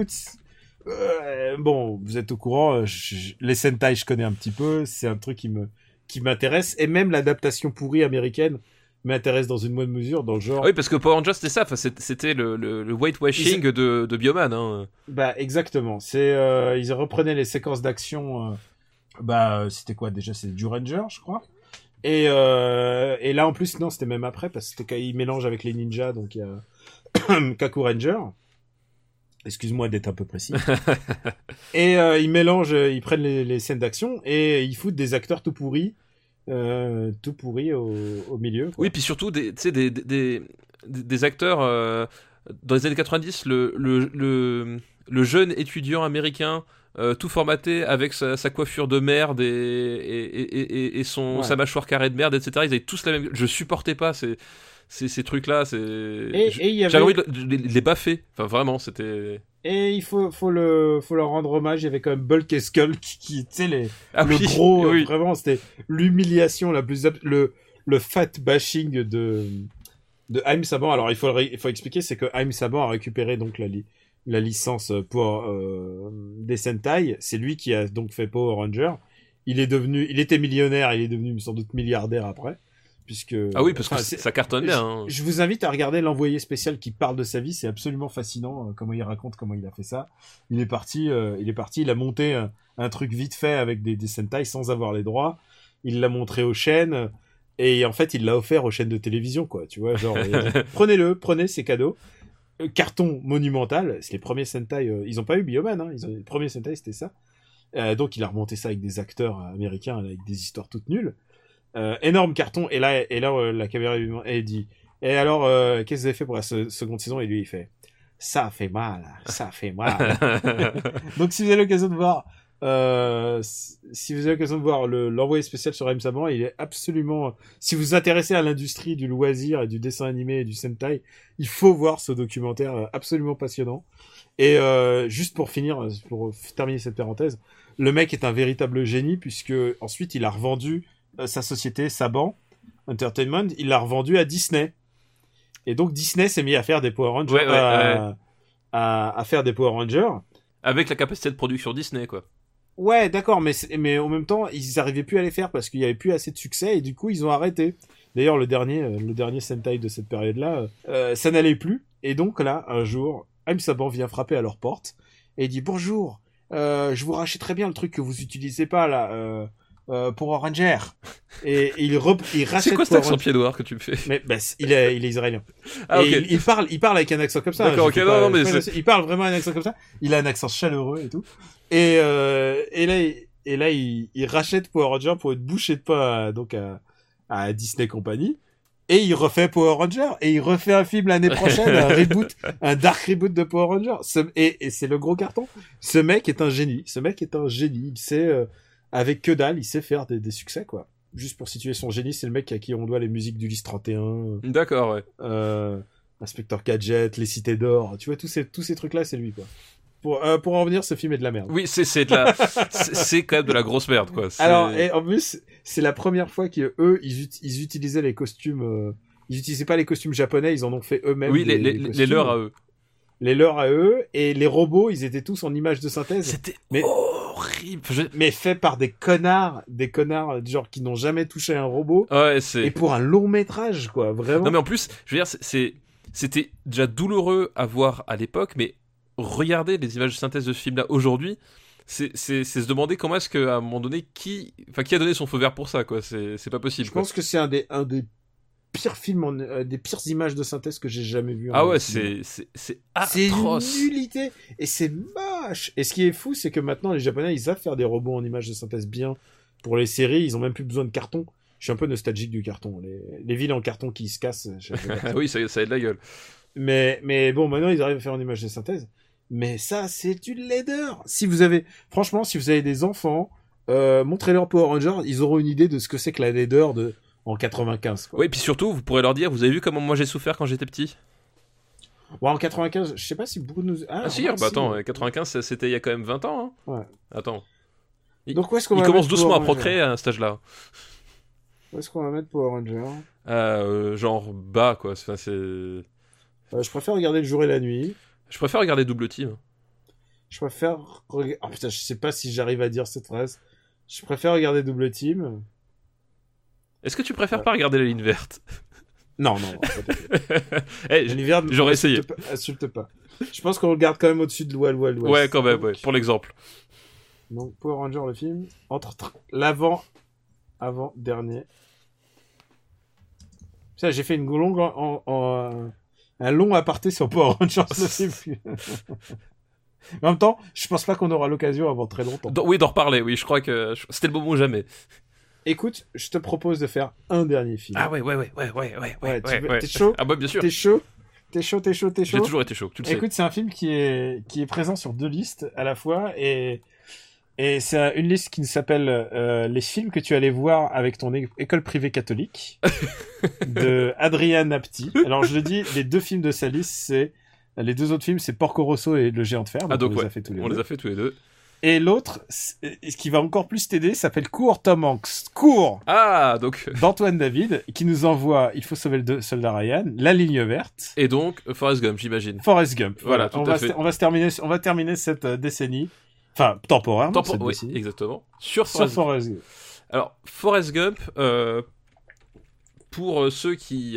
bon, vous êtes au courant, les Sentai je connais un petit peu, c'est un truc qui m'intéresse, et même l'adaptation pourrie américaine m'intéresse dans une moindre mesure, dans le genre... Oui, parce que Power Rangers c'était ça, c'était le whitewashing de Bioman. Hein. Bah exactement, ils reprenaient les séquences d'action... c'était quoi déjà? C'est du Ranger, je crois. Et là en plus, non, c'était même après, parce que c'était quand ils mélangent avec les ninjas, donc il y a Kaku Ranger. Excuse-moi d'être un peu précis. Et ils mélangent, ils prennent les scènes d'action et ils foutent des acteurs tout pourris au milieu. Quoi. Oui, puis surtout des acteurs dans les années 90, le jeune étudiant américain tout formaté avec sa coiffure de merde et sa mâchoire carrée de merde, etc. Ils avaient tous la même. Je supportais pas ces trucs-là. J'avais envie de les baffer. Enfin, vraiment, c'était. Et il faut leur rendre hommage. Il y avait quand même Bulk et Skull qui tu sais, gros, oui. Vraiment, c'était l'humiliation la plus, le fat bashing de Haim Saban. Alors, il faut expliquer, c'est que Haim Saban a récupéré donc la licence pour des Sentai. C'est lui qui a donc fait Power Ranger. Il était millionnaire, il est devenu sans doute milliardaire après. Ah oui, parce que ça cartonne bien. Hein. Je vous invite à regarder l'envoyé spécial qui parle de sa vie. C'est absolument fascinant comment il raconte comment il a fait ça. Il est parti, il a monté un truc vite fait avec des Sentai sans avoir les droits. Il l'a montré aux chaînes et en fait il l'a offert aux chaînes de télévision, quoi. Tu vois, genre prenez, c'est cadeau. Carton monumental. C'est les premiers Sentai. Ils ont pas eu Bioman. Hein. Les premiers Sentai c'était ça. Donc il a remonté ça avec des acteurs américains avec des histoires toutes nulles. Énorme carton, et là la caméra lui dit et alors qu'est-ce que vous avez fait pour la seconde saison? Et lui il fait ça fait mal. Donc si vous avez l'occasion de voir l'envoyé spécial sur Haim Saban, il est absolument, si vous vous intéressez à l'industrie du loisir et du dessin animé et du Sentai, il faut voir ce documentaire absolument passionnant. Et juste pour terminer cette parenthèse, le mec est un véritable génie puisque ensuite il a revendu sa société Saban Entertainment, il l'a revendu à Disney. Et donc Disney s'est mis à faire des Power Rangers, à faire des Power Rangers avec la capacité de production Disney, quoi. Ouais, d'accord, mais en même temps, ils n'arrivaient plus à les faire parce qu'il y avait plus assez de succès et du coup ils ont arrêté. D'ailleurs, le dernier Sentai de cette période-là, ça n'allait plus. Et donc là, un jour, Haim Saban vient frapper à leur porte et dit bonjour, je vous rachèterais bien le truc que vous utilisez pas là. Power Ranger. Et il rachète. C'est quoi cet accent pied-noir que tu me fais? Mais il est israélien. Ah, et okay. il parle avec un accent comme ça. D'accord, ok, non, mais il parle vraiment un accent comme ça. Il a un accent chaleureux et tout. Et là, il rachète Power Ranger pour une bouchée de pain à Disney Company. Et il refait Power Ranger. Et il refait un film l'année prochaine, un dark reboot de Power Ranger. Et c'est le gros carton. Ce mec est un génie. Il sait, avec que dalle, il sait faire des succès, quoi. juste pour situer son génie, c'est le mec à qui on doit les musiques d'Ulysse 31. D'accord, ouais. Inspecteur Gadget, Les Cités d'Or, tu vois, tous ces trucs-là, c'est lui, quoi. Pour en revenir, ce film est de la merde. Oui, c'est quand même de la grosse merde, quoi. Alors, et en plus, c'est la première fois qu'eux, ils utilisaient les costumes, ils utilisaient pas les costumes japonais, ils en ont fait eux-mêmes. Oui, les leurs à eux. Les leurs à eux, et les robots, ils étaient tous en images de synthèse. C'était mais, horrible. Mais fait par des connards, genre qui n'ont jamais touché un robot. Ouais, et pour un long métrage, quoi, vraiment. Non, mais en plus, je veux dire, c'était déjà douloureux à voir à l'époque, mais regarder les images de synthèse de ce film-là aujourd'hui, c'est se demander comment est-ce qu'à un moment donné, qui a donné son feu vert pour ça, quoi. C'est pas possible. Je pense que c'est un des pires films, des pires images de synthèse que j'ai jamais vu. Ah ouais, c'est atroce. C'est une nullité et c'est moche. Et ce qui est fou, c'est que maintenant les Japonais, ils savent faire des robots en images de synthèse bien pour les séries. Ils ont même plus besoin de carton. Je suis un peu nostalgique du carton. Les villes en carton qui se cassent. Oui, ça a de la gueule. Mais bon, maintenant ils arrivent à faire une image de synthèse. Mais ça, c'est une laideur. Franchement, si vous avez des enfants, montrez-leur Power Rangers, ils auront une idée de ce que c'est que la laideur en 95. Quoi. Oui, puis surtout, vous pourrez leur dire, vous avez vu comment moi j'ai souffert quand j'étais petit? Ouais, en 95, je sais pas si beaucoup de nous... si, attends, 95, c'était il y a quand même 20 ans. Hein. Ouais. Attends. Donc où est-ce qu'on va commence doucement à procréer à cet âge-là. Où est-ce qu'on va mettre Power Rangers genre bas, quoi. Enfin, je préfère regarder le jour et la nuit. Je préfère regarder Double Team. Je préfère... Oh putain, je sais pas si j'arrive à dire cette phrase. Je préfère regarder Double Team. Est-ce que tu préfères pas regarder la ligne verte? Non. Hey, j'aurais essayé. Insulte pas. Je pense qu'on regarde quand même au-dessus de l'Ouest. Ouais, quand même, ouais, pour l'exemple. Donc, Power Ranger, le film, entre avant-dernier. Ça, j'ai fait une longue un long aparté sur Power Rangers, le film. En même temps, je pense pas qu'on aura l'occasion avant très longtemps. Oui, d'en reparler, oui, je crois que c'était le moment ou jamais. Écoute, je te propose de faire un dernier film. Ah ouais. T'es chaud? Ah bah bien sûr. T'es chaud? J'ai toujours été chaud, tu le sais. Écoute, c'est un film qui est présent sur 2 listes à la fois et c'est une liste qui s'appelle les films que tu allais voir avec ton école privée catholique de Adrian Apti. Alors je le dis, les 2 films de sa liste, les 2 autres films, c'est Porco Rosso et Le Géant de Fer. Donc on les a fait tous les deux. Et l'autre, ce qui va encore plus t'aider, s'appelle Cours Tom Hanks. Cours. Ah, donc. D'Antoine David, qui nous envoie Il faut sauver le soldat Ryan, La ligne verte. Et donc, Forrest Gump, j'imagine. Forrest Gump. Voilà, tout à fait. On va terminer cette décennie. Enfin, temporairement. Oui, exactement. Sur Forrest Gump. Alors, Forrest Gump, pour ceux qui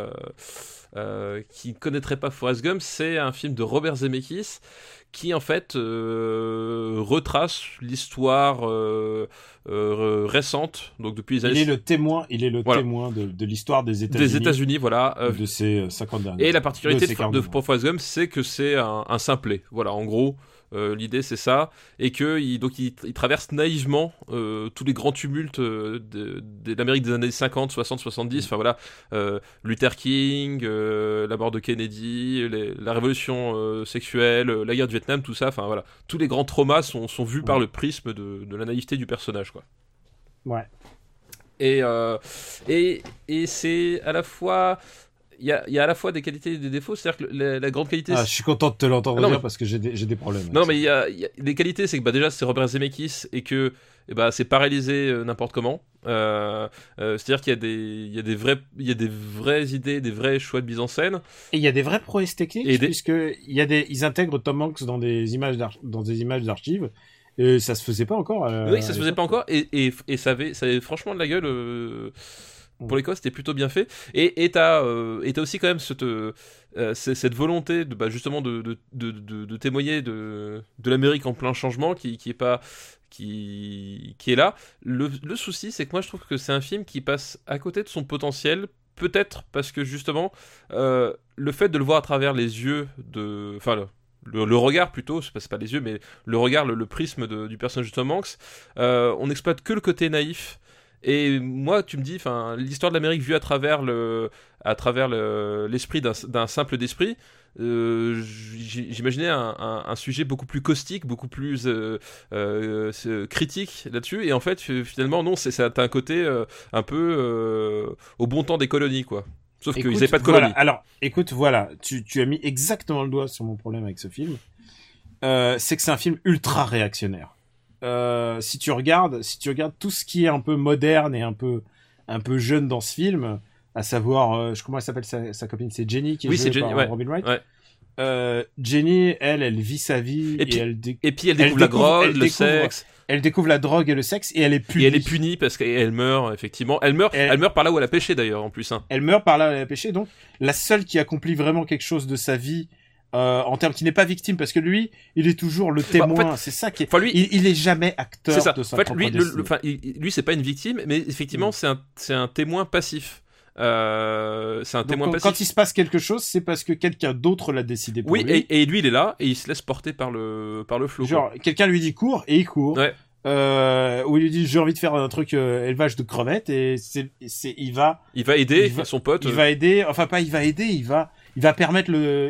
ne connaîtraient pas Forrest Gump, c'est un film de Robert Zemeckis qui en fait retrace l'histoire récente, donc depuis les années... Il est le témoin de l'histoire des États-Unis. Des États-Unis, voilà. De ces 50 dernières. Et la particularité de Forrest Gump, c'est que c'est un simplet. Voilà, en gros... l'idée c'est ça, et que il traverse naïvement tous les grands tumultes de l'Amérique des années 50, 60, 70, enfin voilà, Luther King, la mort de Kennedy, la révolution sexuelle, la guerre du Vietnam, tout ça, enfin voilà, tous les grands traumas sont vus par le prisme de la naïveté du personnage, quoi. Ouais. Et c'est à la fois... Il y a à la fois des qualités et des défauts, c'est-à-dire que la grande qualité... je suis content de te l'entendre dire parce que j'ai des problèmes. Non, mais il y a des qualités, c'est que déjà c'est Robert Zemeckis et que c'est pas réalisé n'importe comment. C'est-à-dire qu'il y a des vraies idées, des vrais choix de mise en scène. Et il y a des vraies prouesses techniques, puisque ils intègrent Tom Hanks dans des images d'archives. Et ça se faisait pas encore. Oui, ça se faisait pas encore, et ça avait franchement de la gueule. Pour les cas, c'était plutôt bien fait. Et t'as aussi quand même cette volonté de justement de témoigner de l'Amérique en plein changement qui est là. Le souci, c'est que moi je trouve que c'est un film qui passe à côté de son potentiel, peut-être parce que justement le fait de le voir à travers les yeux le regard plutôt, c'est pas les yeux, mais le regard, le prisme du personnage de Tom Hanks, on n'exploite que le côté naïf. Et moi, tu me dis, l'histoire de l'Amérique vue à travers l'esprit d'un simple d'esprit, j'imaginais un sujet beaucoup plus caustique, beaucoup plus critique là-dessus, et en fait finalement non, t'as un côté un peu au bon temps des colonies, quoi. Sauf qu'ils n'avaient pas de colonies. Voilà. Alors, écoute, voilà, tu as mis exactement le doigt sur mon problème avec ce film. C'est que c'est un film ultra réactionnaire. Si tu regardes tout ce qui est un peu moderne et un peu jeune dans ce film, à savoir, comment elle s'appelle sa copine, c'est Jenny qui est jouée par Robin Wright. Ouais. Jenny, elle vit sa vie et puis elle découvre la drogue, le sexe. Elle découvre la drogue et le sexe et elle est punie. Et elle est punie parce qu'elle meurt, effectivement. Elle meurt par là où elle a péché, d'ailleurs, en plus. Hein. Elle meurt par là où elle a péché. Donc, la seule qui accomplit vraiment quelque chose de sa vie, en termes qui n'est pas victime, parce que lui, il est toujours le témoin. En fait, c'est ça qui est. Lui, il est jamais acteur de sa propre destinée. Lui, c'est pas une victime, mais effectivement, c'est un témoin passif. C'est un témoin passif. Quand il se passe quelque chose, c'est parce que quelqu'un d'autre l'a décidé pour lui. Oui, et lui, il est là et il se laisse porter par le flot. Genre, quelqu'un lui dit cours et il court. Ouais. Où il lui dit j'ai envie de faire un truc élevage de crevettes et il va aider son pote. Il va aider, enfin pas il va aider, il va permettre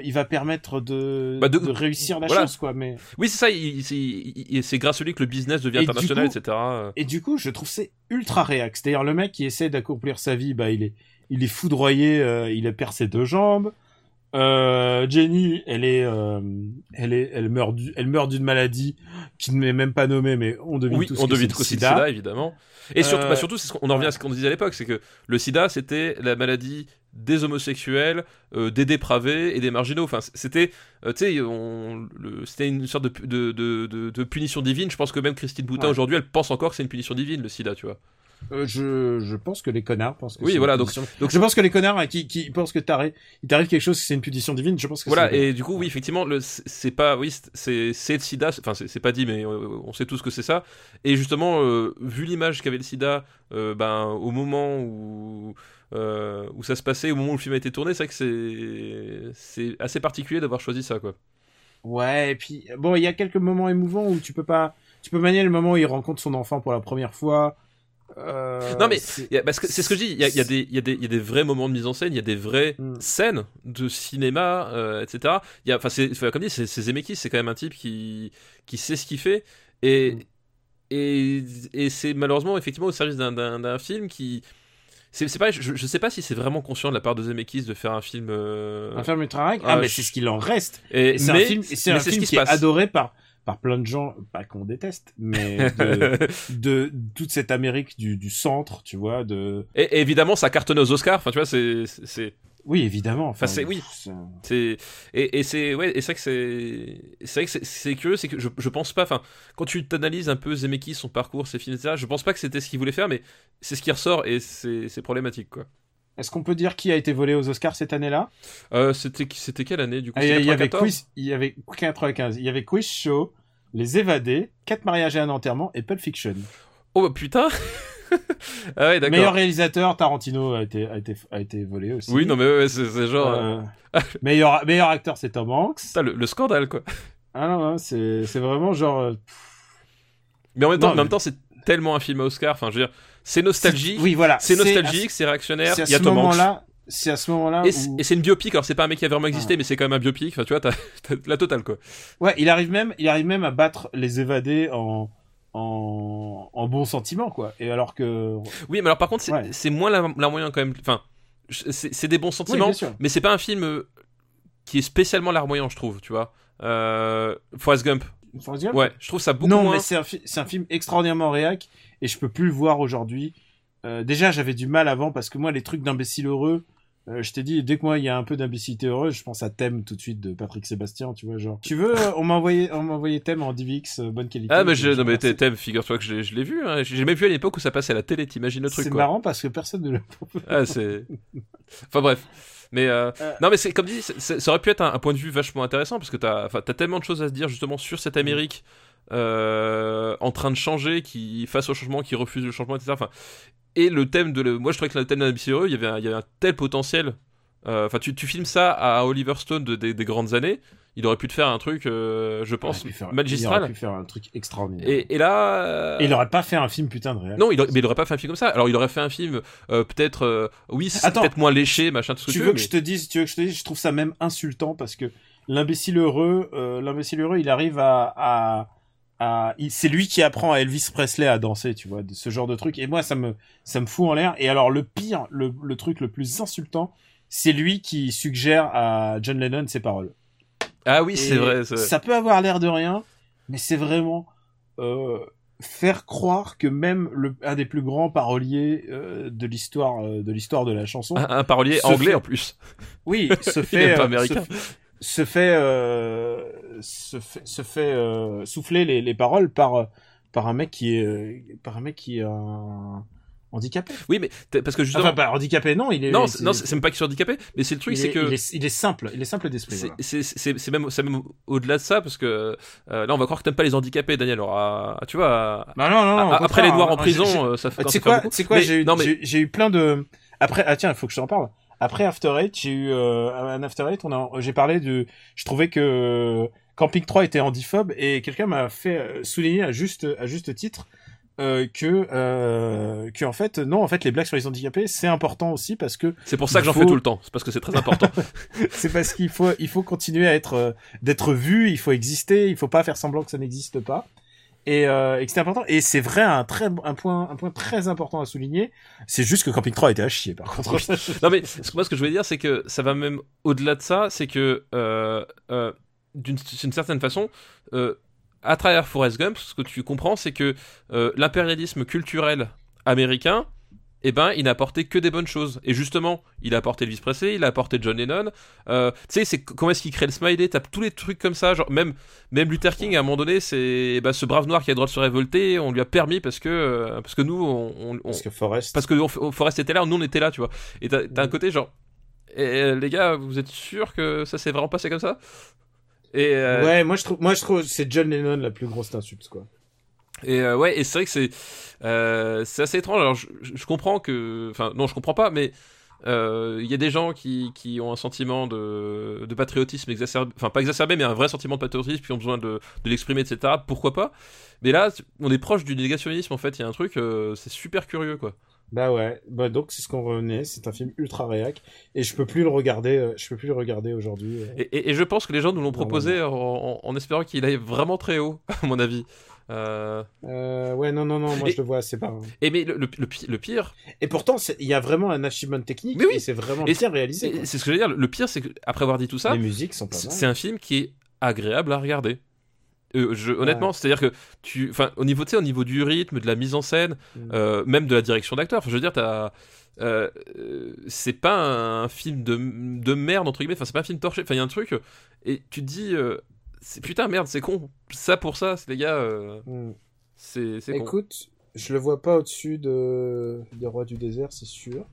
de réussir la chose, quoi. Mais oui, c'est ça. C'est grâce à lui que le business devient international, etc. Et du coup, je trouve c'est ultra réac. C'est-à-dire le mec qui essaie d'accomplir sa vie, il est foudroyé, il a perdu ses 2 jambes. Jenny, elle meurt d'une maladie qui ne m'est même pas nommée, mais on devine tous que c'est le sida, évidemment. Et surtout, on en revient à ce qu'on disait à l'époque, c'est que le sida, c'était la maladie des homosexuels, des dépravés et des marginaux. Enfin, c'était, c'était une sorte de punition divine. Je pense que même Christine Boutin aujourd'hui, elle pense encore que c'est une punition divine, le sida, tu vois. Je pense que les connards pensent que oui, voilà, donc je pense que les connards qui pensent que il t'arrive quelque chose que c'est une punition divine, je pense que voilà, et du coup oui, effectivement, c'est le sida, enfin c'est pas dit, mais on sait tous que c'est ça. Et justement, vu l'image qu'avait le sida au moment où ça se passait, au moment où le film a été tourné, c'est vrai que c'est assez particulier d'avoir choisi ça, quoi. Ouais, et puis bon, il y a quelques moments émouvants où tu peux manier le moment où il rencontre son enfant pour la première fois. Non mais parce que c'est ce que je dis, il y a des vrais moments de mise en scène, il y a des vraies scènes de cinéma, etc. Comme dit, c'est Zemeckis, c'est quand même un type qui sait ce qu'il fait et c'est malheureusement effectivement au service d'un film qui c'est pareil, je sais pas si c'est vraiment conscient de la part de Zemeckis de faire un film ultra réac. Mais c'est ce qu'il en reste. C'est un film qui est adoré par plein de gens, pas qu'on déteste, mais de toute cette Amérique du centre, tu vois, et évidemment, ça cartonne aux Oscars, enfin, tu vois, c'est... Oui, évidemment. Enfin, c'est curieux, c'est que je pense pas, enfin, quand tu t'analyses un peu Zemeckis, son parcours, ses films, etc., je pense pas que c'était ce qu'il voulait faire, mais c'est ce qui ressort et c'est problématique, quoi. Est-ce qu'on peut dire qui a été volé aux Oscars cette année-là ? C'était quelle année, du coup ? Il y avait 95. Il y avait Quiz Show, Les Évadés, 4 mariages et un enterrement et Pulp Fiction. Oh bah putain. Ah ouais, d'accord. Meilleur réalisateur, Tarantino a été volé aussi. Oui, non mais ouais, c'est genre... meilleur acteur, c'est Tom Hanks. Putain, le scandale, quoi. Ah non, c'est vraiment genre... Mais en même temps, c'est tellement un film à Oscar, enfin, je veux dire, c'est nostalgique. Oui, voilà. C'est nostalgique, c'est réactionnaire, il y a Tom Hanks. C'est à ce moment-là et c'est une biopic, alors c'est pas un mec qui a vraiment existé, mais c'est quand même un biopic, enfin, tu vois, t'as la totale, quoi. Ouais, il arrive même à battre Les Évadés en bon sentiment, quoi. Et alors que... Oui, mais alors par contre, c'est moins larmoyant quand même. Enfin, c'est des bons sentiments, mais c'est pas un film qui est spécialement larmoyant, je trouve, tu vois. Forrest Gump. Ouais, je trouve ça beaucoup moins... Non, mais c'est un film extraordinairement réac, et je peux plus le voir aujourd'hui. Déjà, j'avais du mal avant, parce que moi, les trucs d'imbéciles heureux, je t'ai dit, dès que moi, il y a un peu d'imbécilité heureuse, je pense à Thème tout de suite de Patrick Sébastien, tu vois, genre. Tu veux, on m'a envoyé Thème en DivX, bonne qualité. Ah, mais Thème, figure-toi que je l'ai vu, hein. J'ai même vu à l'époque où ça passait à la télé, t'imagines le truc, quoi. C'est marrant parce que personne ne l'a... Ah, c'est... Enfin, bref. Mais non, mais c'est comme dit, ça aurait pu être un point de vue vachement intéressant, parce que t'as tellement de choses à se dire justement sur cette Amérique en train de changer, qui face au changement, qui refuse le changement, etc. Enfin, et le thème moi je trouvais que le thème d'un MC heureux, il y avait un tel potentiel. Enfin, tu filmes ça à Oliver Stone des grandes années, il aurait pu te faire un truc, je pense, magistral. Il aurait pu faire un truc extraordinaire. Et là... Et il aurait pas fait un film putain de réel. Non, mais il aurait pas fait un film comme ça. Alors, il aurait fait un film, peut-être, c'est peut-être moins léché, machin, tout ce que tu veux. Je te trouve ça même insultant parce que l'imbécile heureux, il arrive c'est lui qui apprend à Elvis Presley à danser, tu vois, de ce genre de truc. Et moi, ça me fout en l'air. Et alors, le pire, le truc le plus insultant, c'est lui qui suggère à John Lennon ses paroles. Ah oui, c'est vrai. Ça peut avoir l'air de rien, mais c'est vraiment faire croire que même un des plus grands paroliers de l'histoire de la chanson, un parolier anglais en plus. Oui, se fait pas américain. Se fait souffler les paroles par un mec qui est handicapé. Oui, mais parce que justement, enfin, pas handicapé, non, il est. Non, c'est même pas qu'il soit handicapé, mais c'est le truc, c'est que il est simple d'esprit. C'est même au-delà de ça, parce que là, on va croire que t'aimes pas les handicapés, Daniel. Alors, tu vois, non, après les Noirs en prison, ça fait. C'est quoi, j'ai eu plein de. Après, tiens, il faut que je t'en parle. Après After Eight, j'ai eu un After Eight, j'ai parlé je trouvais que Camping 3 était handiphobe et quelqu'un m'a fait souligner à juste titre que en fait non, en fait les blagues sur les handicapés c'est important aussi parce que c'est pour ça que j'en fais tout le temps, c'est parce que c'est très important. C'est parce qu'il faut continuer à d'être vu, il faut exister, il faut pas faire semblant que ça n'existe pas. Et que c'était important, et c'est vrai, un point très important à souligner, c'est juste que Camping 3 était à chier par contre. Non mais moi ce que je voulais dire, c'est que ça va même au-delà de ça, c'est que d'une certaine façon, à travers Forrest Gump, ce que tu comprends, c'est que l'impérialisme culturel américain, eh ben, il n'a apporté que des bonnes choses. Et justement, il a apporté Elvis Presley, il a apporté John Lennon. Tu sais, c'est comment est-ce qu'il crée le smiley, t'as tous les trucs comme ça. Genre, même Luther King, à un moment donné, c'est ce brave noir qui a le droit de se révolter, on lui a permis parce que nous, parce que Forrest. Parce que Forrest était là, nous on était là, tu vois. Et t'as un côté genre, les gars, vous êtes sûrs que ça s'est vraiment passé comme ça? Et ouais, moi je trouve c'est John Lennon la plus grosse insulte, quoi. Et ouais, et c'est vrai que c'est assez étrange. Alors je comprends que, enfin non, je comprends pas, mais il y a des gens qui ont un sentiment de patriotisme exacerbé, enfin pas exacerbé, mais un vrai sentiment de patriotisme, qui ont besoin de l'exprimer, etc. Pourquoi pas? Mais là, on est proche du négationnisme en fait. Il y a un truc, c'est super curieux, quoi. Bah ouais, donc c'est ce qu'on revenait, c'est un film ultra réac et je peux plus le regarder aujourd'hui. Et je pense que les gens nous l'ont proposé en espérant qu'il aille vraiment très haut, à mon avis. Ouais, non, moi je le vois assez pas. Et mais le pire. Et pourtant, il y a vraiment un achievement technique, mais oui, et c'est vraiment bien réalisé. C'est ce que je veux dire. Le pire, c'est qu'après avoir dit tout ça, les musiques sont pas mal. C'est un film qui est agréable à regarder. Honnêtement, c'est-à-dire que au niveau du rythme, de la mise en scène, même de la direction d'acteur. Enfin, je veux dire, c'est pas un film de merde entre guillemets. Enfin, c'est pas un film torché. Enfin, il y a un truc et tu te dis, putain merde, c'est con. Ça pour ça, les gars, c'est con. Écoute, je le vois pas au-dessus de Roi du désert, c'est sûr.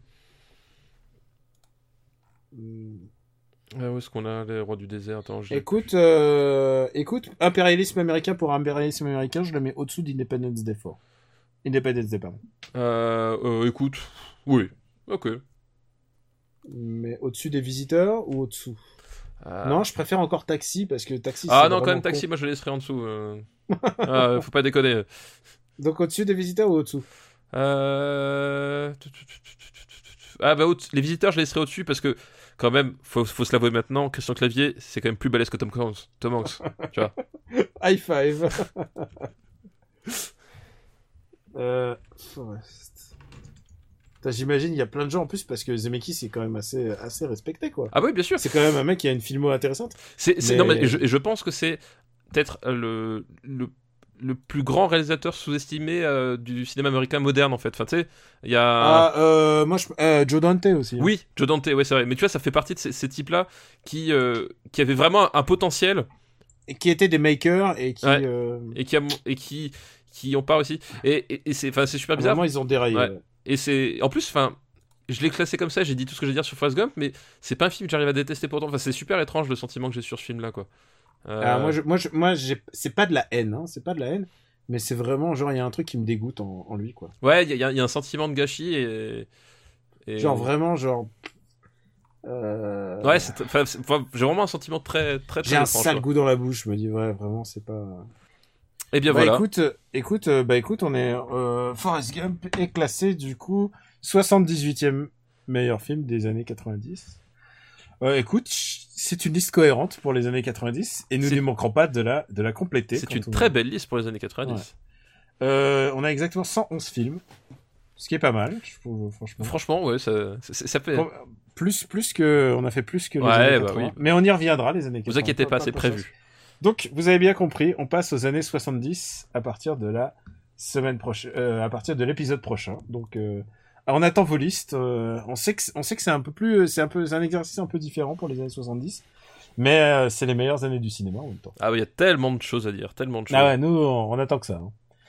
Où est-ce qu'on a les rois du désert? Attends, écoute, impérialisme américain pour impérialisme américain, je le mets au-dessous d'Independence Day 4. Independence Day, pardon. Écoute, oui, ok. Mais au-dessus des visiteurs ou au-dessous? Non, je préfère encore Taxi parce que Taxi. Ah non, quand même Taxi, moi je le laisserai en dessous. Faut pas déconner. Donc au-dessus des visiteurs ou au-dessous? Les visiteurs, je les laisserai au-dessus parce que quand même, faut se l'avouer maintenant, Christian Clavier, c'est quand même plus balèze que Tom Hanks, tu vois. High five. Forrest. J'imagine il y a plein de gens en plus parce que Zemeckis c'est quand même assez respecté, quoi. Ah oui, bien sûr. C'est quand même un mec qui a une filmo intéressante. Non, mais je pense que c'est peut-être le plus grand réalisateur sous-estimé du cinéma américain moderne, en fait. Enfin, tu sais, il y a... Joe Dante aussi. Hein. Oui, Joe Dante, ouais, c'est vrai. Mais tu vois, ça fait partie de ces types-là qui avaient vraiment un potentiel. Et qui étaient des makers et qui... Ouais. Et qui ont pas aussi. Et c'est super bizarre. Vraiment, ils ont déraillé. Ouais. Et c'est... En plus, je l'ai classé comme ça, j'ai dit tout ce que j'ai à dire sur Forrest Gump, mais c'est pas un film que j'arrive à détester pourtant. Enfin, c'est super étrange le sentiment que j'ai sur ce film-là, quoi. Alors c'est pas de la haine, hein, c'est pas de la haine, mais c'est vraiment genre il y a un truc qui me dégoûte en lui, quoi. Ouais, il y a un sentiment de gâchis et genre vraiment genre Ouais, j'ai vraiment un sentiment très très J'ai un étrange, sale quoi. goût dans la bouche, je me dis, ouais, vraiment, c'est pas... Eh bien Bah voilà. écoute, on est... Forrest Gump est classé, du coup, 78e meilleur film des années 90. Écoute, c'est une liste cohérente pour les années 90, et nous ne manquerons pas de la compléter. C'est une très belle liste pour les années 90. Ouais. On a exactement 111 films, ce qui est pas mal, je trouve, franchement. Franchement, ouais, ça fait... Plus que... On a fait plus que les Ouais, années bah 80. oui. Mais on y reviendra, les années 80. Vous inquiétez pas, c'est prévu. Donc, vous avez bien compris, on passe aux années 70 à partir de la semaine prochaine, à partir de l'épisode prochain. Donc, on attend vos listes. On sait que c'est un peu plus, c'est un exercice un peu différent pour les années 70, mais c'est les meilleures années du cinéma en même temps. Ah oui, il y a tellement de choses à dire, tellement de choses. Ah ouais, nous, on attend que ça.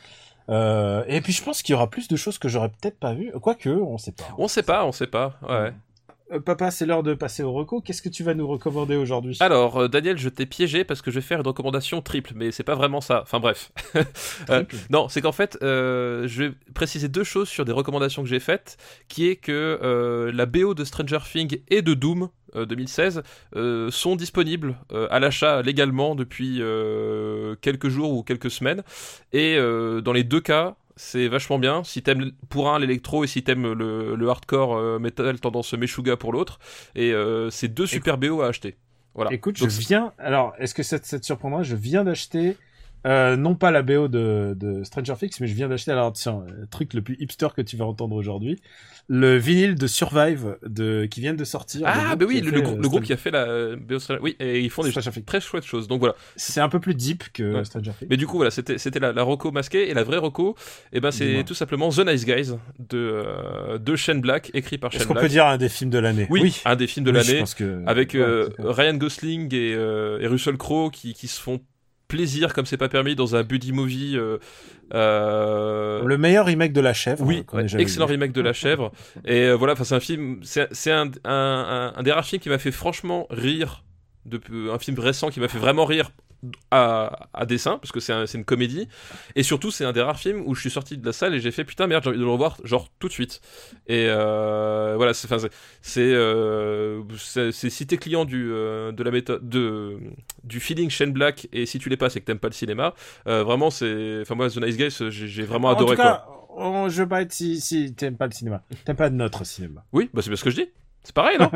Hein. Et puis, je pense qu'il y aura plus de choses que j'aurais peut-être pas vues. Quoique, on sait pas. On sait pas, ouais. Papa, c'est l'heure de passer au reco. Qu'est-ce que tu vas nous recommander aujourd'hui ? Alors, Daniel, je t'ai piégé parce que je vais faire une recommandation triple, mais c'est pas vraiment ça. Enfin bref. Non, c'est qu'en fait, je vais préciser deux choses sur des recommandations que j'ai faites, qui est que la BO de Stranger Things et de Doom 2016 sont disponibles à l'achat légalement depuis quelques jours ou quelques semaines. Et dans les deux cas, c'est vachement bien. Si t'aimes pour un l'électro et si t'aimes le hardcore metal tendance Meshuggah pour l'autre. Et c'est deux super BO à acheter. Voilà. Écoute, donc, alors, est-ce que ça te surprendra ? Je viens d'acheter, non pas la BO de Stranger Things, mais je viens d'acheter, alors tiens, le truc le plus hipster que tu vas entendre aujourd'hui, le vinyle de Survive qui vient de sortir. Ah, bah oui, le groupe qui a fait la BO. Oui, et ils font des très chouettes choses. Donc voilà. C'est un peu plus deep que Stranger Things. Mais du coup, voilà, c'était la reco masquée, et la vraie reco, et ben c'est tout simplement The Nice Guys de Shane Black, écrit par Shane Black. Est-ce qu'on peut dire un des films de l'année ? Oui, un des films de l'année, avec ouais, Ryan Gosling et Russell Crowe qui se font plaisir comme c'est pas permis dans un buddy movie. Le meilleur remake de La Chèvre. Oui, excellent remake de La Chèvre. Et voilà, c'est un film, c'est un des rares films qui m'a fait franchement rire, un film récent qui m'a fait vraiment rire à dessein, parce que c'est une comédie, et surtout c'est un des rares films où je suis sorti de la salle et j'ai fait putain merde, j'ai envie de le revoir genre tout de suite. Et voilà, c'est si t'es client de la méthode du feeling Shane Black, et si tu l'es pas, c'est que t'aimes pas le cinéma, vraiment moi The Nice Guys j'ai vraiment adoré. En tout cas, quoi. Je veux pas être si t'aimes pas le cinéma, t'aimes pas notre cinéma. Oui, bah c'est bien ce que je dis. C'est pareil, non?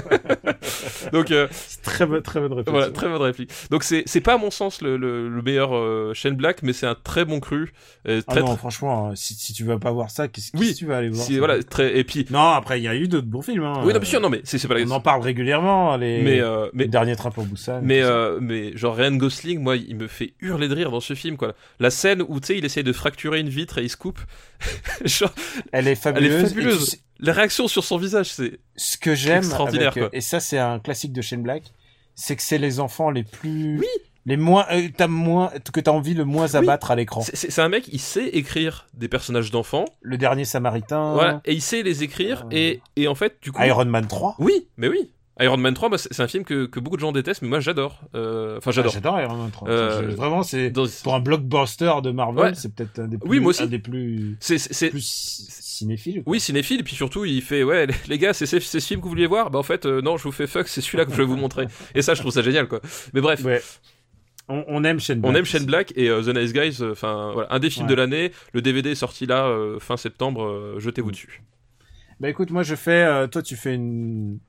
Donc, c'est très bonne réplique. Voilà, très bonne réplique. Donc c'est pas à mon sens le meilleur Shane Black, mais c'est un très bon cru. Franchement, si tu veux pas voir ça, qu'est-ce que tu vas aller voir? Voilà, et puis. Non, après il y a eu d'autres bons films. Hein, oui, non, bien sûr, non, mais c'est pas. On en parle régulièrement, les derniers trains pour Busan. Mais genre Ryan Gosling, moi, il me fait hurler de rire dans ce film, quoi. La scène où tu sais, il essaye de fracturer une vitre et il se coupe. Genre, elle est fabuleuse. La réaction sur son visage, c'est ce que j'aime extraordinaire, quoi. Et ça, c'est un classique de Shane Black, c'est que c'est les enfants les plus, les moins, que t'as envie le moins abattre à l'écran. C'est un mec, il sait écrire des personnages d'enfants. Le Dernier Samaritain. Voilà, et il sait les écrire, et en fait, du coup. Iron Man 3. Oui, mais oui. Iron Man 3, c'est un film que beaucoup de gens détestent, mais moi j'adore. J'adore. J'adore Iron Man 3. Vraiment, c'est pour un blockbuster de Marvel, c'est peut-être un des plus. Oui, moi aussi. Un des plus. C'est plus cinéphile. Oui, cinéphile. Et puis surtout, il fait les gars, c'est ce film que vous vouliez voir. Bah en fait, non, je vous fais fuck. C'est celui-là que je vais vous montrer. Et ça, je trouve ça génial, quoi. Mais bref. Ouais. On aime Shane Black. On aime Shane Black et The Nice Guys. Voilà, un des films de l'année. Le DVD est sorti là fin septembre. Jetez-vous dessus. Bah écoute, moi je fais. Toi, tu fais une.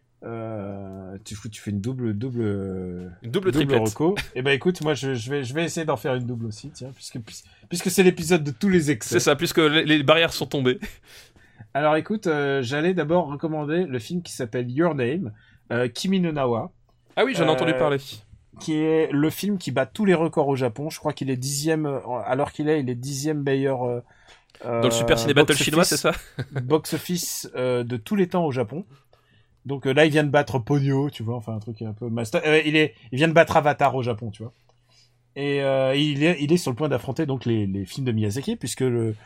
Tu fais une double triplette. reco. Et bah écoute, moi je vais essayer d'en faire une double aussi, tiens, puisque c'est l'épisode de tous les excès. C'est ça, puisque les barrières sont tombées. Alors écoute, j'allais d'abord recommander le film qui s'appelle Your Name, Kimi no Na wa. Ah oui, j'en ai entendu parler. Qui est le film qui bat tous les records au Japon. Je crois qu'il est 10e, alors il est 10e meilleur dans le Super Ciné Battle chinois, c'est ça? Box-office de tous les temps au Japon. Donc là, il vient de battre Ponyo, tu vois, enfin un truc un peu master. Il vient de battre Avatar au Japon, tu vois. Et il est sur le point d'affronter donc les films de Miyazaki, puisque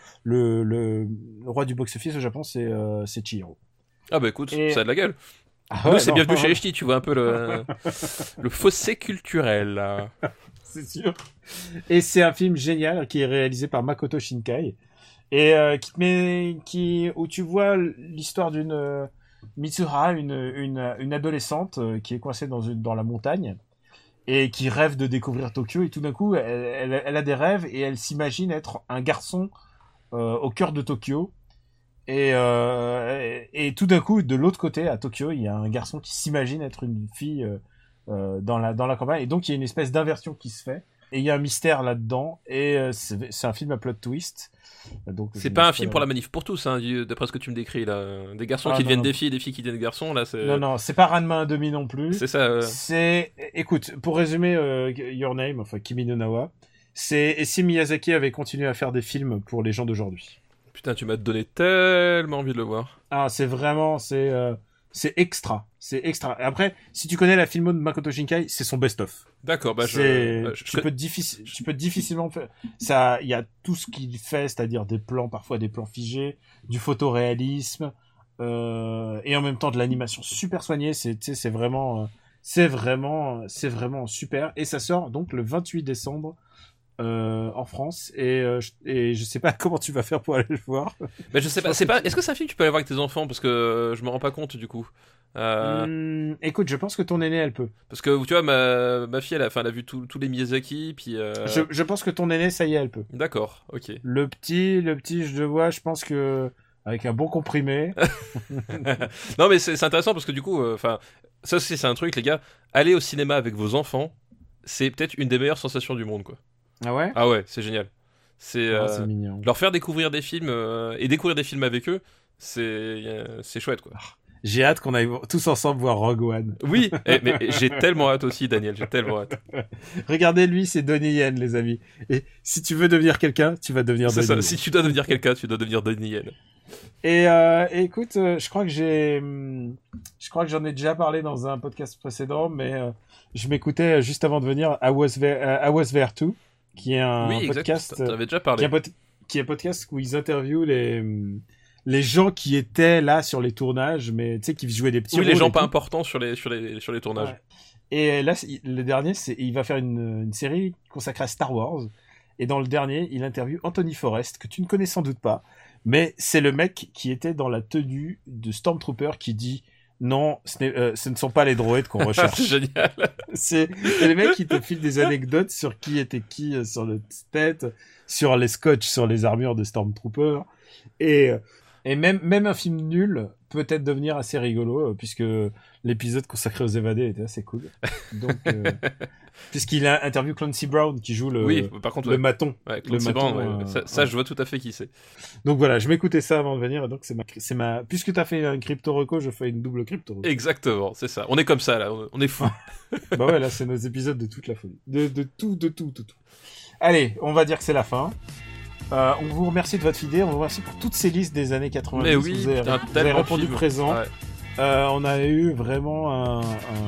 le roi du box-office au Japon, c'est Chihiro. Ah bah écoute, ça a de la gueule. Nous, c'est bienvenu chez les ch'tis, tu vois un peu le fossé culturel. Là. C'est sûr. Et c'est un film génial qui est réalisé par Makoto Shinkai et où tu vois l'histoire Mitsuha, une adolescente qui est coincée dans la montagne et qui rêve de découvrir Tokyo, et tout d'un coup elle a des rêves et elle s'imagine être un garçon au cœur de Tokyo, et tout d'un coup de l'autre côté à Tokyo il y a un garçon qui s'imagine être une fille dans la campagne, et donc il y a une espèce d'inversion qui se fait et il y a un mystère là-dedans, et c'est un film à plot twist. Donc, c'est pas un film pour la manif pour tous, hein, d'après ce que tu me décris là. Des garçons qui deviennent des filles et des filles qui deviennent garçons, là. Non, c'est pas Ranma 1/2 non plus. C'est ça. Écoute, pour résumer Your Name, enfin Kimi no Na wa, et si Miyazaki avait continué à faire des films pour les gens d'aujourd'hui. Putain, tu m'as donné tellement envie de le voir. Ah, c'est vraiment, c'est extra. C'est extra. Et après, si tu connais la filmo de Makoto Shinkai, c'est son best-of. D'accord, bah tu peux difficilement faire. Ça, il y a tout ce qu'il fait, c'est-à-dire des plans, parfois des plans figés, du photoréalisme, et en même temps de l'animation super soignée. C'est vraiment super. Et ça sort donc le 28 décembre. En France, et je sais pas comment tu vas faire pour aller le voir. Mais je sais pas. Est-ce que c'est un film que tu peux aller voir avec tes enfants, parce que je me rends pas compte du coup. Écoute, je pense que ton aîné elle peut. Parce que tu vois, ma fille elle a vu tous les Miyazaki, puis. Je pense que ton aîné, ça y est, elle peut. D'accord, ok. Le petit, je le vois. Je pense que avec un bon comprimé. Non, mais c'est intéressant parce que du coup, ça aussi c'est un truc, les gars. Aller au cinéma avec vos enfants, c'est peut-être une des meilleures sensations du monde, quoi. Ah ouais ? Ah ouais, c'est génial. C'est mignon. Leur faire découvrir des films et découvrir des films avec eux, c'est chouette, quoi. J'ai hâte qu'on aille tous ensemble voir Rogue One. Oui, mais j'ai tellement hâte aussi, Daniel, j'ai tellement hâte. Regardez, lui, c'est Donnie Yen, les amis. Et si tu veux devenir quelqu'un, tu vas devenir Donnie Yen. Si tu dois devenir quelqu'un, tu dois devenir Donnie Yen. Et écoute, je crois que j'en ai déjà parlé dans un podcast précédent, mais je m'écoutais juste avant de venir I Was There Too, qui est un podcast. T'en avais déjà parlé. Qui est un podcast où ils interviewent les gens qui étaient là sur les tournages, mais tu sais, qui jouaient des petits rôles. Oui, les gens pas importants sur les tournages. Ouais. Et là, le dernier, il va faire une série consacrée à Star Wars. Et dans le dernier, il interviewe Anthony Forrest, que tu ne connais sans doute pas, mais c'est le mec qui était dans la tenue de Stormtrooper qui dit non, ce ne sont pas les droïdes qu'on recherche. C'est génial. C'est les mecs qui te filent des anecdotes sur qui était qui sur le tête, sur les scotch, sur les armures de Stormtrooper. Et même un film nul peut être devenir assez rigolo, puisque l'épisode consacré aux évadés était assez cool. Donc, puisqu'il a interviewé Clancy Brown qui joue le maton. Ouais, Clancy Brown, ça je vois tout à fait qui c'est. Donc voilà, je m'écoutais ça avant de venir, et donc c'est ma puisque t'as fait un crypto reco, je fais une double crypto reco. Exactement, c'est ça. On est comme ça là, on est fous. Bah ouais, là c'est nos épisodes de toute la folie, de tout. Allez, on va dire que c'est la fin. On vous remercie de votre fidélité, on vous remercie pour toutes ces listes des années 90. Mais oui, vous avez répondu présent. Ouais. On a eu vraiment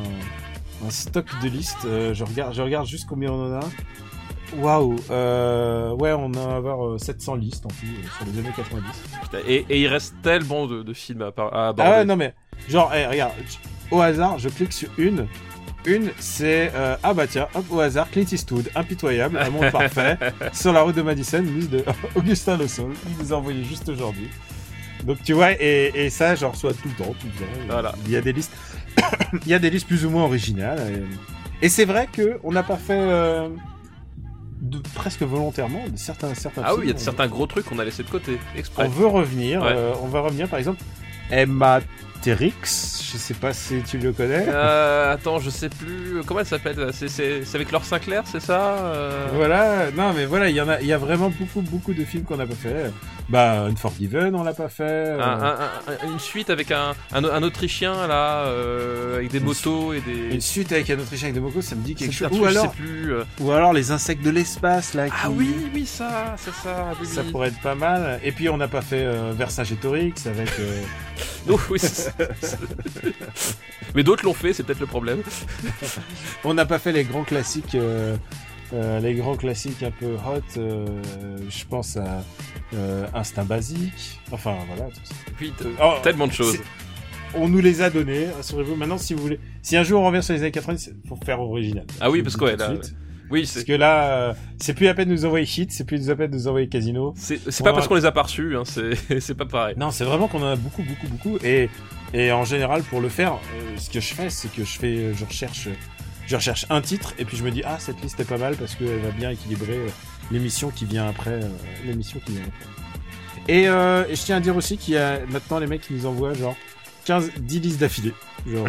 un stock de listes. Je regarde juste combien on en a. Waouh. Ouais, on va avoir 700 listes en tout sur les années 90. Putain, et il reste tellement de films à aborder. Ah ouais, non mais genre, regarde, au hasard, je clique sur une. C'est ah bah tiens, hop, au hasard, Clint Eastwood, impitoyable, un monde parfait, sur la route de Madison, liste de Augustin Le Saul, il nous a envoyé juste aujourd'hui. Donc tu vois, et ça, j'en reçois tout le temps. Voilà. Il y a des listes, il y a des listes plus ou moins originales. Et c'est vrai que on n'a pas fait presque volontairement de certains. Ah oui, il y a certains gros trucs qu'on a laissé de côté, exprès. On veut revenir. On va revenir, par exemple, Emma Terix, je sais pas si tu le connais. Attends, je sais plus. Comment elle s'appelle ? C'est avec Laure Sinclair, c'est ça Voilà, non mais voilà, il y a vraiment beaucoup de films qu'on n'a pas fait. Bah, Unforgiven, on l'a pas fait. Une suite avec un Autrichien là, avec des motos et des. Une suite avec un Autrichien avec des motos, ça me dit quelque chose. Ou alors les insectes de l'espace là. Ah oui, ça, c'est ça. Oui. Ça pourrait être pas mal. Et puis on n'a pas fait Vercingétorix avec. Oui, mais d'autres l'ont fait, c'est peut-être le problème. On n'a pas fait les grands classiques, un peu hot. Je pense à Instinct Basique. Enfin voilà. Tout ça. Oui, tellement de choses. On nous les a donnés. Rassurez-vous. Maintenant, si vous voulez, si un jour on revient sur les années 90, faut faire original. Ah oui, parce que là. Oui, parce que là, c'est plus la peine de nous envoyer Shit, c'est plus la peine de nous envoyer Casino. C'est pas parce qu'on les a pas reçus, hein, c'est pas pareil. Non, c'est vraiment qu'on en a beaucoup, et en général, pour le faire, ce que je fais, c'est que je recherche un titre, et puis je me dis, cette liste est pas mal, parce qu'elle va bien équilibrer l'émission qui vient après. Et je tiens à dire aussi qu'il y a maintenant les mecs qui nous envoient genre 10 listes d'affilée. Genre.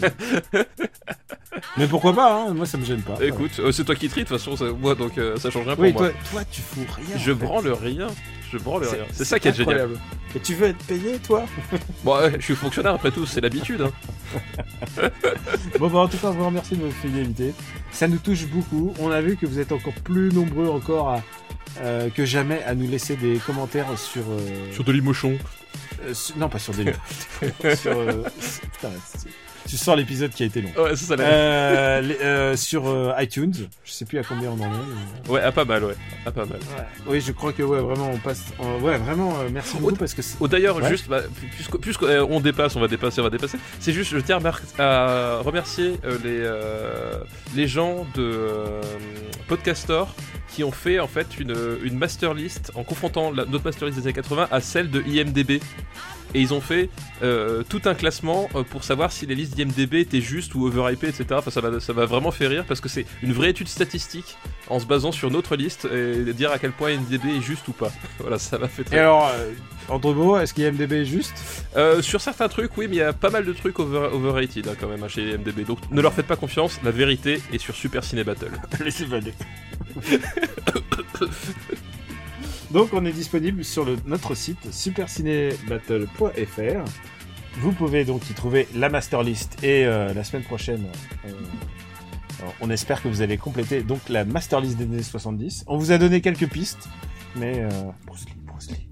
Mais pourquoi pas, hein, moi ça me gêne pas. Écoute, c'est toi qui trie de toute façon, moi donc ça change rien pour moi. Toi tu fous rien. Je branle rien. C'est ça qui est génial. Et tu veux être payé, toi? Bon, je suis fonctionnaire après tout, c'est l'habitude. Hein. Bon, en tout cas, on vous remercie de votre fidélité. Ça nous touche beaucoup. On a vu que vous êtes encore plus nombreux que jamais à nous laisser des commentaires sur Dailymotion. Non, pas sur Dailymotion. Putain, tu sors l'épisode qui a été long. Ouais, c'est ça. Sur iTunes, je sais plus à combien on en est. Mais... Ouais, à pas mal. Oui, je crois que vraiment on passe. Vraiment, merci beaucoup parce que. D'ailleurs, juste, puisqu'on dépasse, on va dépasser. C'est juste, je tiens à remercier les gens de Podcastor qui ont fait en fait une master list en confrontant notre master list des années 80 à celle de IMDb. Et ils ont fait tout un classement pour savoir si les listes d'IMDb étaient justes ou overhypées, etc. Enfin, ça m'a vraiment fait rire parce que c'est une vraie étude statistique en se basant sur notre liste et dire à quel point IMDb est juste ou pas. Voilà, ça m'a fait très. Et alors, entre mots, est-ce qu'IMDb est juste? Sur certains trucs, oui, mais il y a pas mal de trucs overrated quand même chez IMDb. Donc ne leur faites pas confiance, la vérité est sur Super Ciné Battle. Laissez-moi aller. Donc on est disponible sur notre site supercinébattle.fr. Vous pouvez donc y trouver la master list et la semaine prochaine, on espère que vous allez compléter donc la master list des années 70. On vous a donné quelques pistes, mais Bruce Lee.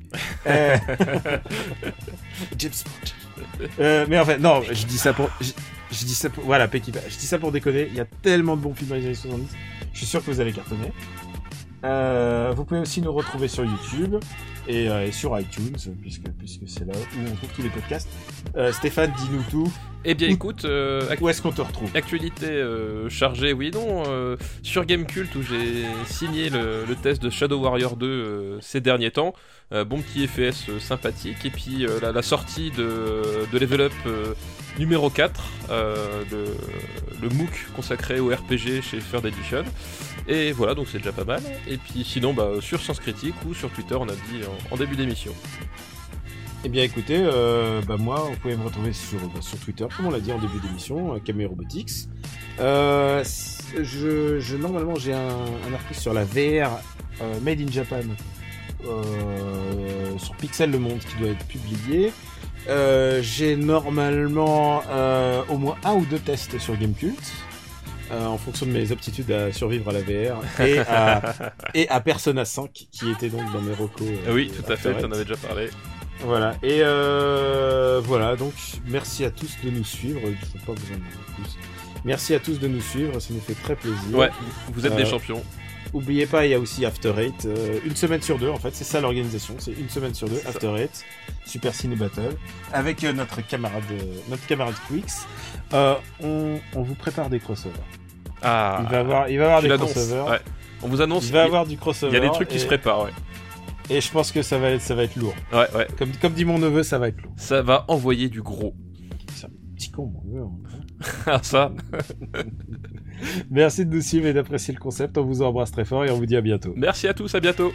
James Bond. Mais en fait, non, je dis ça pour voilà, Pekipa. Je dis ça pour déconner. Il y a tellement de bons films dans les années 70. Je suis sûr que vous allez cartonner. Vous pouvez aussi nous retrouver sur YouTube et sur iTunes, puisque c'est là où on trouve tous les podcasts. Stéphane, dis-nous tout. Eh bien, écoute, où est-ce qu'on te retrouve? Actualité chargée, oui, non, sur Gamecult où j'ai signé le test de Shadow Warrior 2 ces derniers temps. Bon petit FS sympathique, et puis la sortie de Level Up numéro 4, le MOOC consacré au RPG chez Third Edition. Et voilà, donc c'est déjà pas mal. Et puis sinon, sur Sens Critique ou sur Twitter, on a dit en début d'émission. Eh bien écoutez, moi, vous pouvez me retrouver sur Twitter, comme on l'a dit en début d'émission, Camé Robotics. Normalement, j'ai un article sur la VR Made in Japan sur Pixel Le Monde qui doit être publié. J'ai normalement au moins 1 ou 2 tests sur Gamecult. En fonction de mes aptitudes à survivre à la VR et à Persona 5 qui était donc dans mes recos. Oui, tout à fait, t'en avais déjà parlé. Voilà, et voilà, donc merci à tous de nous suivre. Il ne faut pas besoin de plus. Merci à tous de nous suivre, ça nous fait très plaisir. Ouais, vous êtes des champions. Oubliez pas, il y a aussi After 8, une semaine sur 2 en fait, c'est ça l'organisation, c'est une semaine sur 2, After 8, Super Ciné Battle, avec notre camarade Quix. On vous prépare des crossovers. Ah, il va y avoir des crossovers. Ouais. On vous annonce. Il va y avoir du crossover. Il y a des trucs qui se préparent, ouais. Et je pense que ça va être lourd. Ouais. Comme dit mon neveu, ça va être lourd. Ça va envoyer du gros. C'est un petit con, mon neveu. Ah, ça. Merci de nous suivre et d'apprécier le concept. On vous embrasse très fort et on vous dit à bientôt. Merci à tous, à bientôt.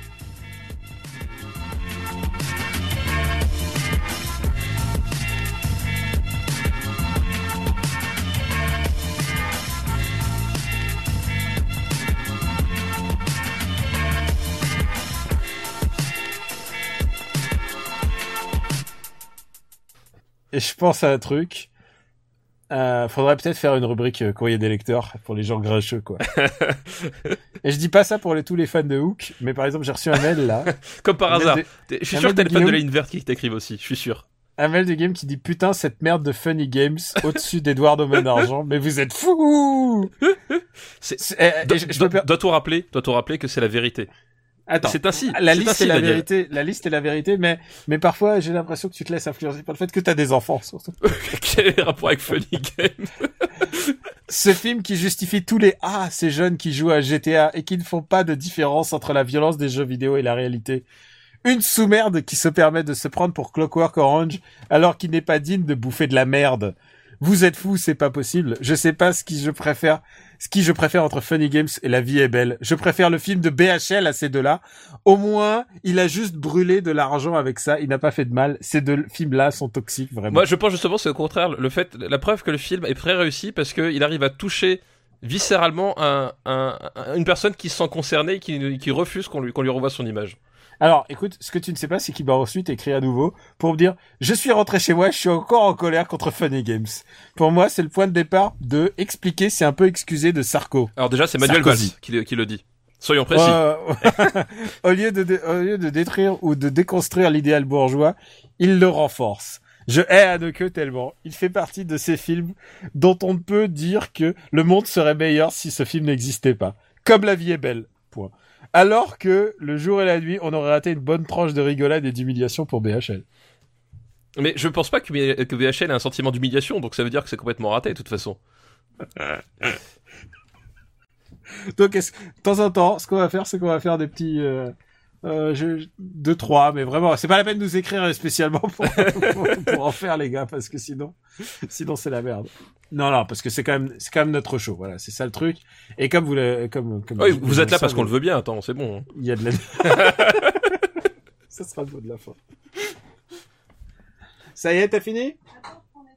Et je pense à un truc. Faudrait peut-être faire une rubrique courrier des lecteurs pour les gens grincheux, quoi. Et je dis pas ça pour tous les fans de Hook, mais par exemple, j'ai reçu un mail là. Comme par hasard. Je suis sûr que t'as les fans de la ligne verte qui t'écrivent aussi, je suis sûr. Un mail de Game qui dit putain, cette merde de Funny Games au-dessus d'Edouard Domaine d'Argent, mais vous êtes fous! Doit-on rappeler que c'est la vérité? Attends, c'est ainsi. La liste est la vérité. La liste est la vérité, mais parfois j'ai l'impression que tu te laisses influencer par le fait que t'as des enfants, surtout. Quel est le rapport avec Funny Game? Ce film qui justifie tous les ces jeunes qui jouent à GTA et qui ne font pas de différence entre la violence des jeux vidéo et la réalité. Une sous-merde qui se permet de se prendre pour Clockwork Orange alors qu'il n'est pas digne de bouffer de la merde. Vous êtes fous, c'est pas possible. Je sais pas ce qui je préfère entre Funny Games et La Vie est belle. Je préfère le film de BHL à ces deux-là. Au moins, il a juste brûlé de l'argent avec ça. Il n'a pas fait de mal. Ces deux films-là sont toxiques, vraiment. Moi, je pense justement c'est au contraire. La preuve que le film est très réussi parce qu'il arrive à toucher viscéralement une personne qui se sent concernée et qui refuse qu'on lui renvoie son image. Alors, écoute, ce que tu ne sais pas, c'est qu'il m'a ensuite écrit à nouveau pour me dire « Je suis rentré chez moi, je suis encore en colère contre Funny Games. » Pour moi, c'est le point de départ de expliquer, c'est un peu excusé de Sarko. Alors déjà, c'est Manuel Valls qui le dit. Soyons précis. Au lieu de détruire ou de déconstruire l'idéal bourgeois, il le renforce. Je hais Haneke tellement. Il fait partie de ces films dont on ne peut dire que le monde serait meilleur si ce film n'existait pas. Comme La Vie est belle. Point. Alors que le jour et la nuit, on aurait raté une bonne tranche de rigolade et d'humiliation pour BHL. Mais je pense pas que BHL ait un sentiment d'humiliation, donc ça veut dire que c'est complètement raté de toute façon. Donc, de temps en temps, ce qu'on va faire, c'est qu'on va faire des petits 2-3, mais vraiment, c'est pas la peine de nous écrire spécialement pour en faire, les gars, parce que sinon c'est la merde. Non, parce que c'est quand même notre show, voilà, c'est ça le truc. Et comme vous oui, vous êtes là parce qu'on le veut bien, attends, c'est bon. Il y a de la... Ça sera le mot de la fin. Ça y est, t'as fini?